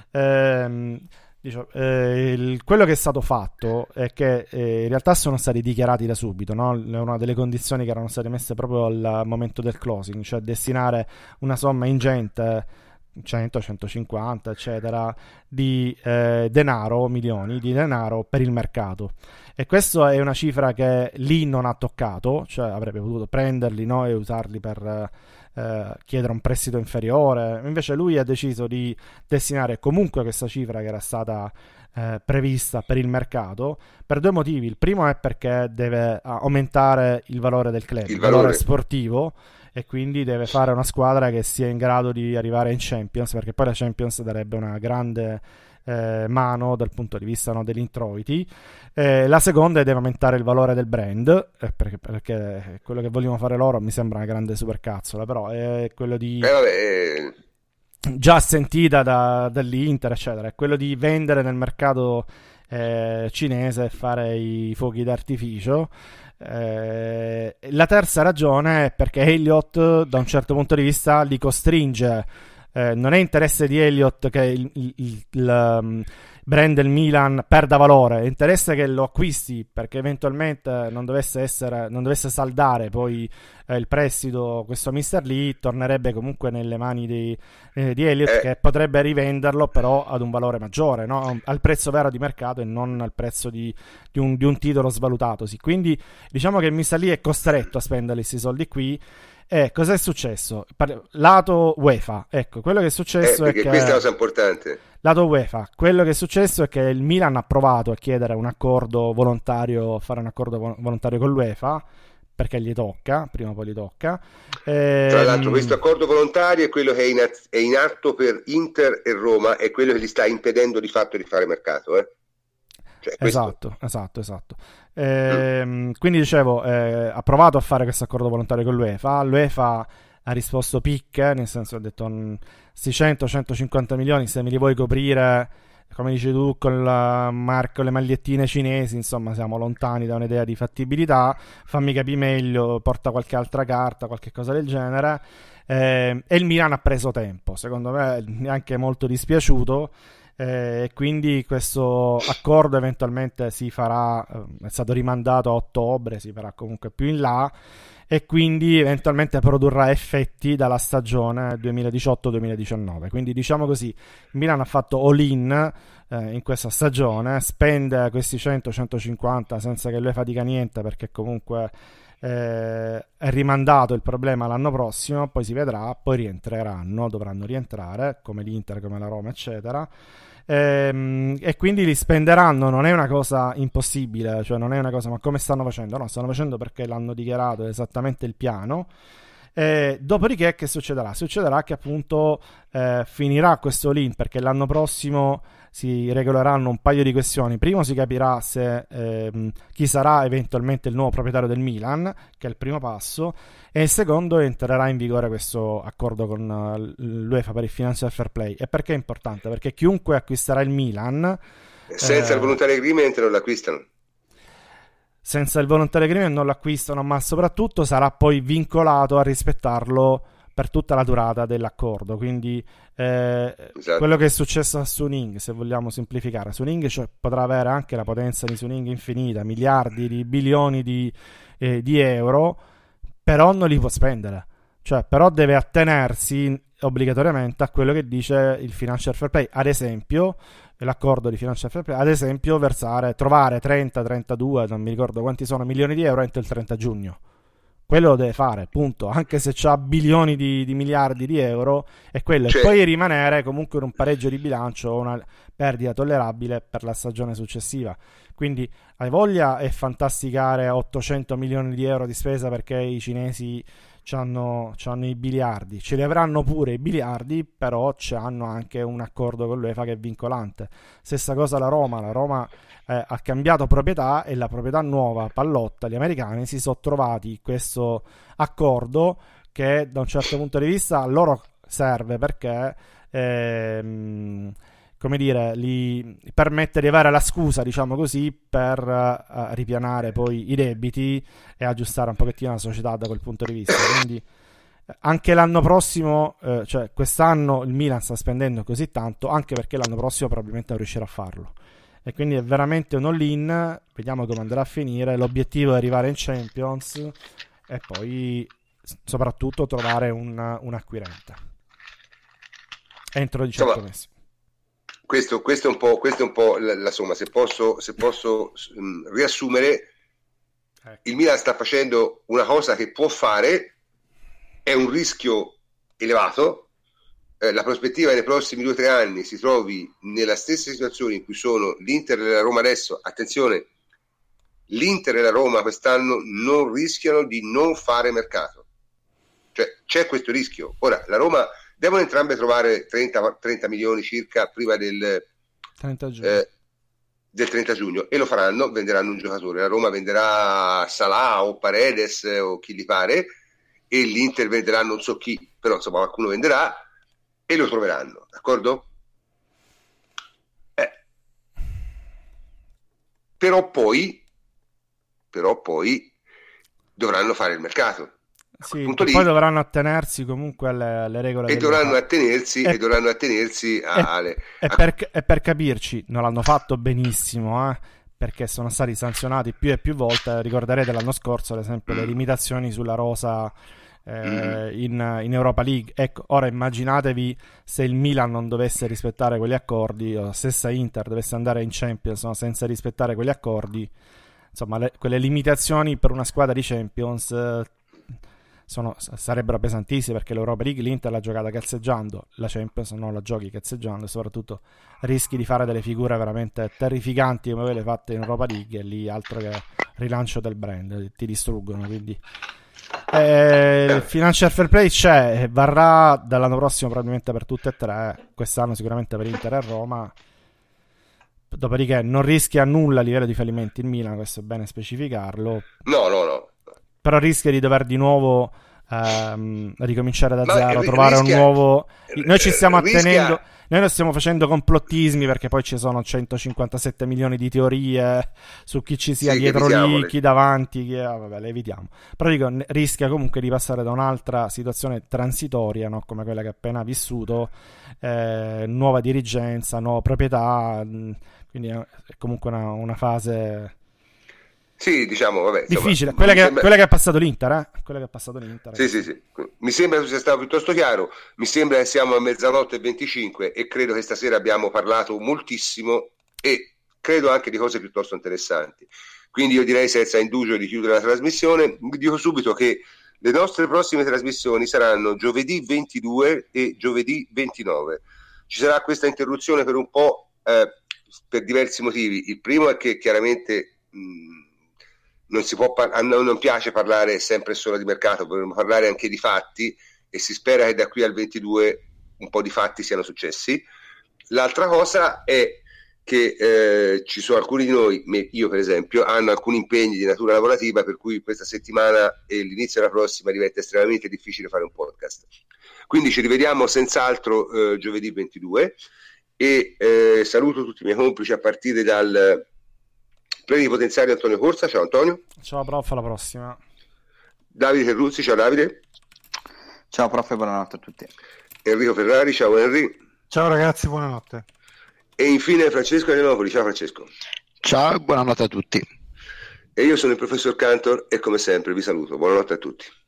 Quello che è stato fatto è che in realtà sono stati dichiarati da subito, no? Una delle condizioni che erano state messe proprio al momento del closing, cioè destinare una somma ingente, 100, 150 eccetera, di denaro, milioni di denaro per il mercato. E questa è una cifra che lì non ha toccato, cioè avrebbe potuto prenderli, no, e usarli per chiedere un prestito inferiore. Invece lui ha deciso di destinare comunque questa cifra che era stata prevista per il mercato, per 2 motivi. Il primo è perché deve aumentare il valore del club, il valore sportivo, e quindi deve fare una squadra che sia in grado di arrivare in Champions, perché poi la Champions darebbe una grande mano dal punto di vista, no, degli introiti. La seconda è deve aumentare il valore del brand, perché quello che vogliono fare loro mi sembra una grande supercazzola, però è quello di già sentita dall'Inter eccetera, è quello di vendere nel mercato cinese e fare i fuochi d'artificio. La terza ragione è perché Elliott da un certo punto di vista li costringe non è interesse di Elliott che il brand del Milan perda valore, è interesse che lo acquisti, perché eventualmente non dovesse saldare poi il prestito, questo Mr. Lee tornerebbe comunque nelle mani di Elliott, che potrebbe rivenderlo però ad un valore maggiore, no? Al prezzo vero di mercato e non al prezzo di un titolo svalutatosi. Quindi diciamo che Mr. Lee è costretto a spendere questi soldi qui. Cosa è successo? Lato UEFA, ecco, quello che è successo è che questa è una cosa importante. Lato UEFA, quello che è successo è che il Milan ha provato a chiedere un accordo volontario, fare un accordo volontario con l'UEFA, perché gli tocca, prima o poi gli tocca. Tra l'altro questo accordo volontario è quello che è in atto per Inter e Roma, è quello che gli sta impedendo di fatto di fare mercato. Cioè, esatto. Quindi dicevo, ha provato a fare questo accordo volontario con l'UEFA ha risposto picche, nel senso ha detto sti 100-150 milioni se me li vuoi coprire, come dici tu, con le magliettine cinesi, insomma siamo lontani da un'idea di fattibilità, fammi capire meglio, porta qualche altra carta, qualche cosa del genere. E il Milan ha preso tempo, secondo me neanche molto dispiaciuto, e quindi questo accordo eventualmente si farà, è stato rimandato a ottobre, si farà comunque più in là, e quindi eventualmente produrrà effetti dalla stagione 2018-2019. Quindi diciamo così, il Milan ha fatto all-in in questa stagione, spende questi 100-150 senza che lui fatica niente, perché comunque è rimandato il problema l'anno prossimo, poi si vedrà, poi dovranno rientrare come l'Inter, come la Roma eccetera, e quindi li spenderanno. Non è una cosa impossibile, cioè non è una cosa, ma come stanno facendo? No, stanno facendo perché l'hanno dichiarato, è esattamente il piano. Dopodiché che succederà? Succederà che appunto finirà questo link, perché l'anno prossimo si regoleranno un paio di questioni. Primo si capirà se chi sarà eventualmente il nuovo proprietario del Milan, che è il primo passo, e il secondo entrerà in vigore questo accordo con l'UEFA per il Financial Fair Play. E perché è importante? Perché chiunque acquisterà il Milan senza il voluntary agreement non l'acquistano. Senza il voluntary agreement non l'acquistano, ma soprattutto sarà poi vincolato a rispettarlo per tutta la durata dell'accordo. Quindi esatto. Quello che è successo a Suning, se vogliamo semplificare, Suning potrà avere anche la potenza di Suning infinita, miliardi di bilioni di euro, però non li può spendere, cioè però deve attenersi obbligatoriamente a quello che dice il Financial Fair Play. Ad esempio l'accordo di Financial Fair Play, ad esempio trovare 30-32, non mi ricordo quanti sono, milioni di euro entro il 30 giugno. Quello lo deve fare, punto, anche se c'ha bilioni di miliardi di euro, è quello. E poi rimanere comunque in un pareggio di bilancio o una perdita tollerabile per la stagione successiva. Quindi hai voglia è fantasticare 800 milioni di euro di spesa perché i cinesi c'hanno i biliardi, ce li avranno pure i biliardi, però c'hanno anche un accordo con l'UEFA che è vincolante. Stessa cosa la Roma ha cambiato proprietà, e la proprietà nuova, Pallotta, gli americani si sono trovati questo accordo che da un certo punto di vista a loro serve, perché come dire, gli permette di avere la scusa, diciamo così, per ripianare poi i debiti e aggiustare un pochettino la società da quel punto di vista. Quindi anche l'anno prossimo, cioè quest'anno il Milan sta spendendo così tanto, anche perché l'anno prossimo probabilmente non riuscirà a farlo, e quindi è veramente un all-in. Vediamo come andrà a finire. L'obiettivo è arrivare in Champions e poi soprattutto trovare un acquirente entro 18 mesi. Questo è un po' la somma. Se posso riassumere, il Milan sta facendo una cosa che può fare, è un rischio elevato. La prospettiva nei prossimi 2 o 3 anni si trovi nella stessa situazione in cui sono l'Inter e la Roma adesso. Attenzione, l'Inter e la Roma quest'anno non rischiano di non fare mercato, cioè c'è questo rischio. Ora la Roma devono entrambe trovare 30 milioni circa prima del 30 giugno, e lo faranno, venderanno un giocatore. La Roma venderà Salah o Paredes o chi gli pare, e l'Inter venderà non so chi, però insomma qualcuno venderà e lo troveranno, d'accordo? Però poi dovranno fare il mercato. Sì, poi dovranno attenersi comunque alle regole e dovranno attenersi e per capirci, non l'hanno fatto benissimo, perché sono stati sanzionati più e più volte. Ricorderete l'anno scorso ad esempio le limitazioni sulla rosa in Europa League. Ecco, ora immaginatevi se il Milan non dovesse rispettare quegli accordi, o la stessa Inter dovesse andare in Champions senza rispettare quegli accordi. Insomma, quelle limitazioni per una squadra di Champions sarebbero pesantissime, perché l'Europa League l'Inter l'ha giocata calzeggiando, la Champions non la giochi calzeggiando, e soprattutto rischi di fare delle figure veramente terrificanti come quelle fatte in Europa League, e lì altro che rilancio del brand, ti distruggono. Quindi il Financial Fair Play c'è e varrà dall'anno prossimo probabilmente per tutte e tre, quest'anno sicuramente per Inter e Roma. Dopodiché non rischia nulla a livello di fallimenti il Milan, questo è bene specificarlo. No. Però rischia di dover di nuovo ricominciare da zero, trovare un nuovo... Noi ci stiamo attenendo, noi non stiamo facendo complottismi, perché poi ci sono 157 milioni di teorie su chi ci sia dietro lì, chi davanti, vabbè, le evitiamo. Però dico, rischia comunque di passare da un'altra situazione transitoria, no? Come quella che ha appena vissuto, nuova dirigenza, nuova proprietà, quindi è comunque una fase... Sì, diciamo, vabbè, difficile, quella che è passato l'Inter, Quella che è passato l'Inter. Sì. Mi sembra che sia stato piuttosto chiaro. Mi sembra che siamo a 00:25 e credo che stasera abbiamo parlato moltissimo e credo anche di cose piuttosto interessanti. Quindi io direi, senza indugio di chiudere la trasmissione, dico subito che le nostre prossime trasmissioni saranno giovedì 22 e giovedì 29. Ci sarà questa interruzione per un po', per diversi motivi. Il primo è che chiaramente non piace parlare sempre solo di mercato, dobbiamo parlare anche di fatti, e si spera che da qui al 22 un po' di fatti siano successi. L'altra cosa è che ci sono alcuni di noi, io per esempio, hanno alcuni impegni di natura lavorativa, per cui questa settimana e l'inizio della prossima diventa estremamente difficile fare un podcast. Quindi ci rivediamo senz'altro giovedì 22 e saluto tutti i miei complici a partire dal plenipotenziario Antonio Corsa. Ciao Antonio. Ciao prof, alla prossima. Davide Terruzzi. Ciao Davide. Ciao prof, buonanotte a tutti. Enrico Ferrari. Ciao Henry. Ciao ragazzi, buonanotte. E infine Francesco Agnelopoli. Ciao Francesco. Ciao, buonanotte a tutti. E io sono il professor Cantor e come sempre vi saluto. Buonanotte a tutti.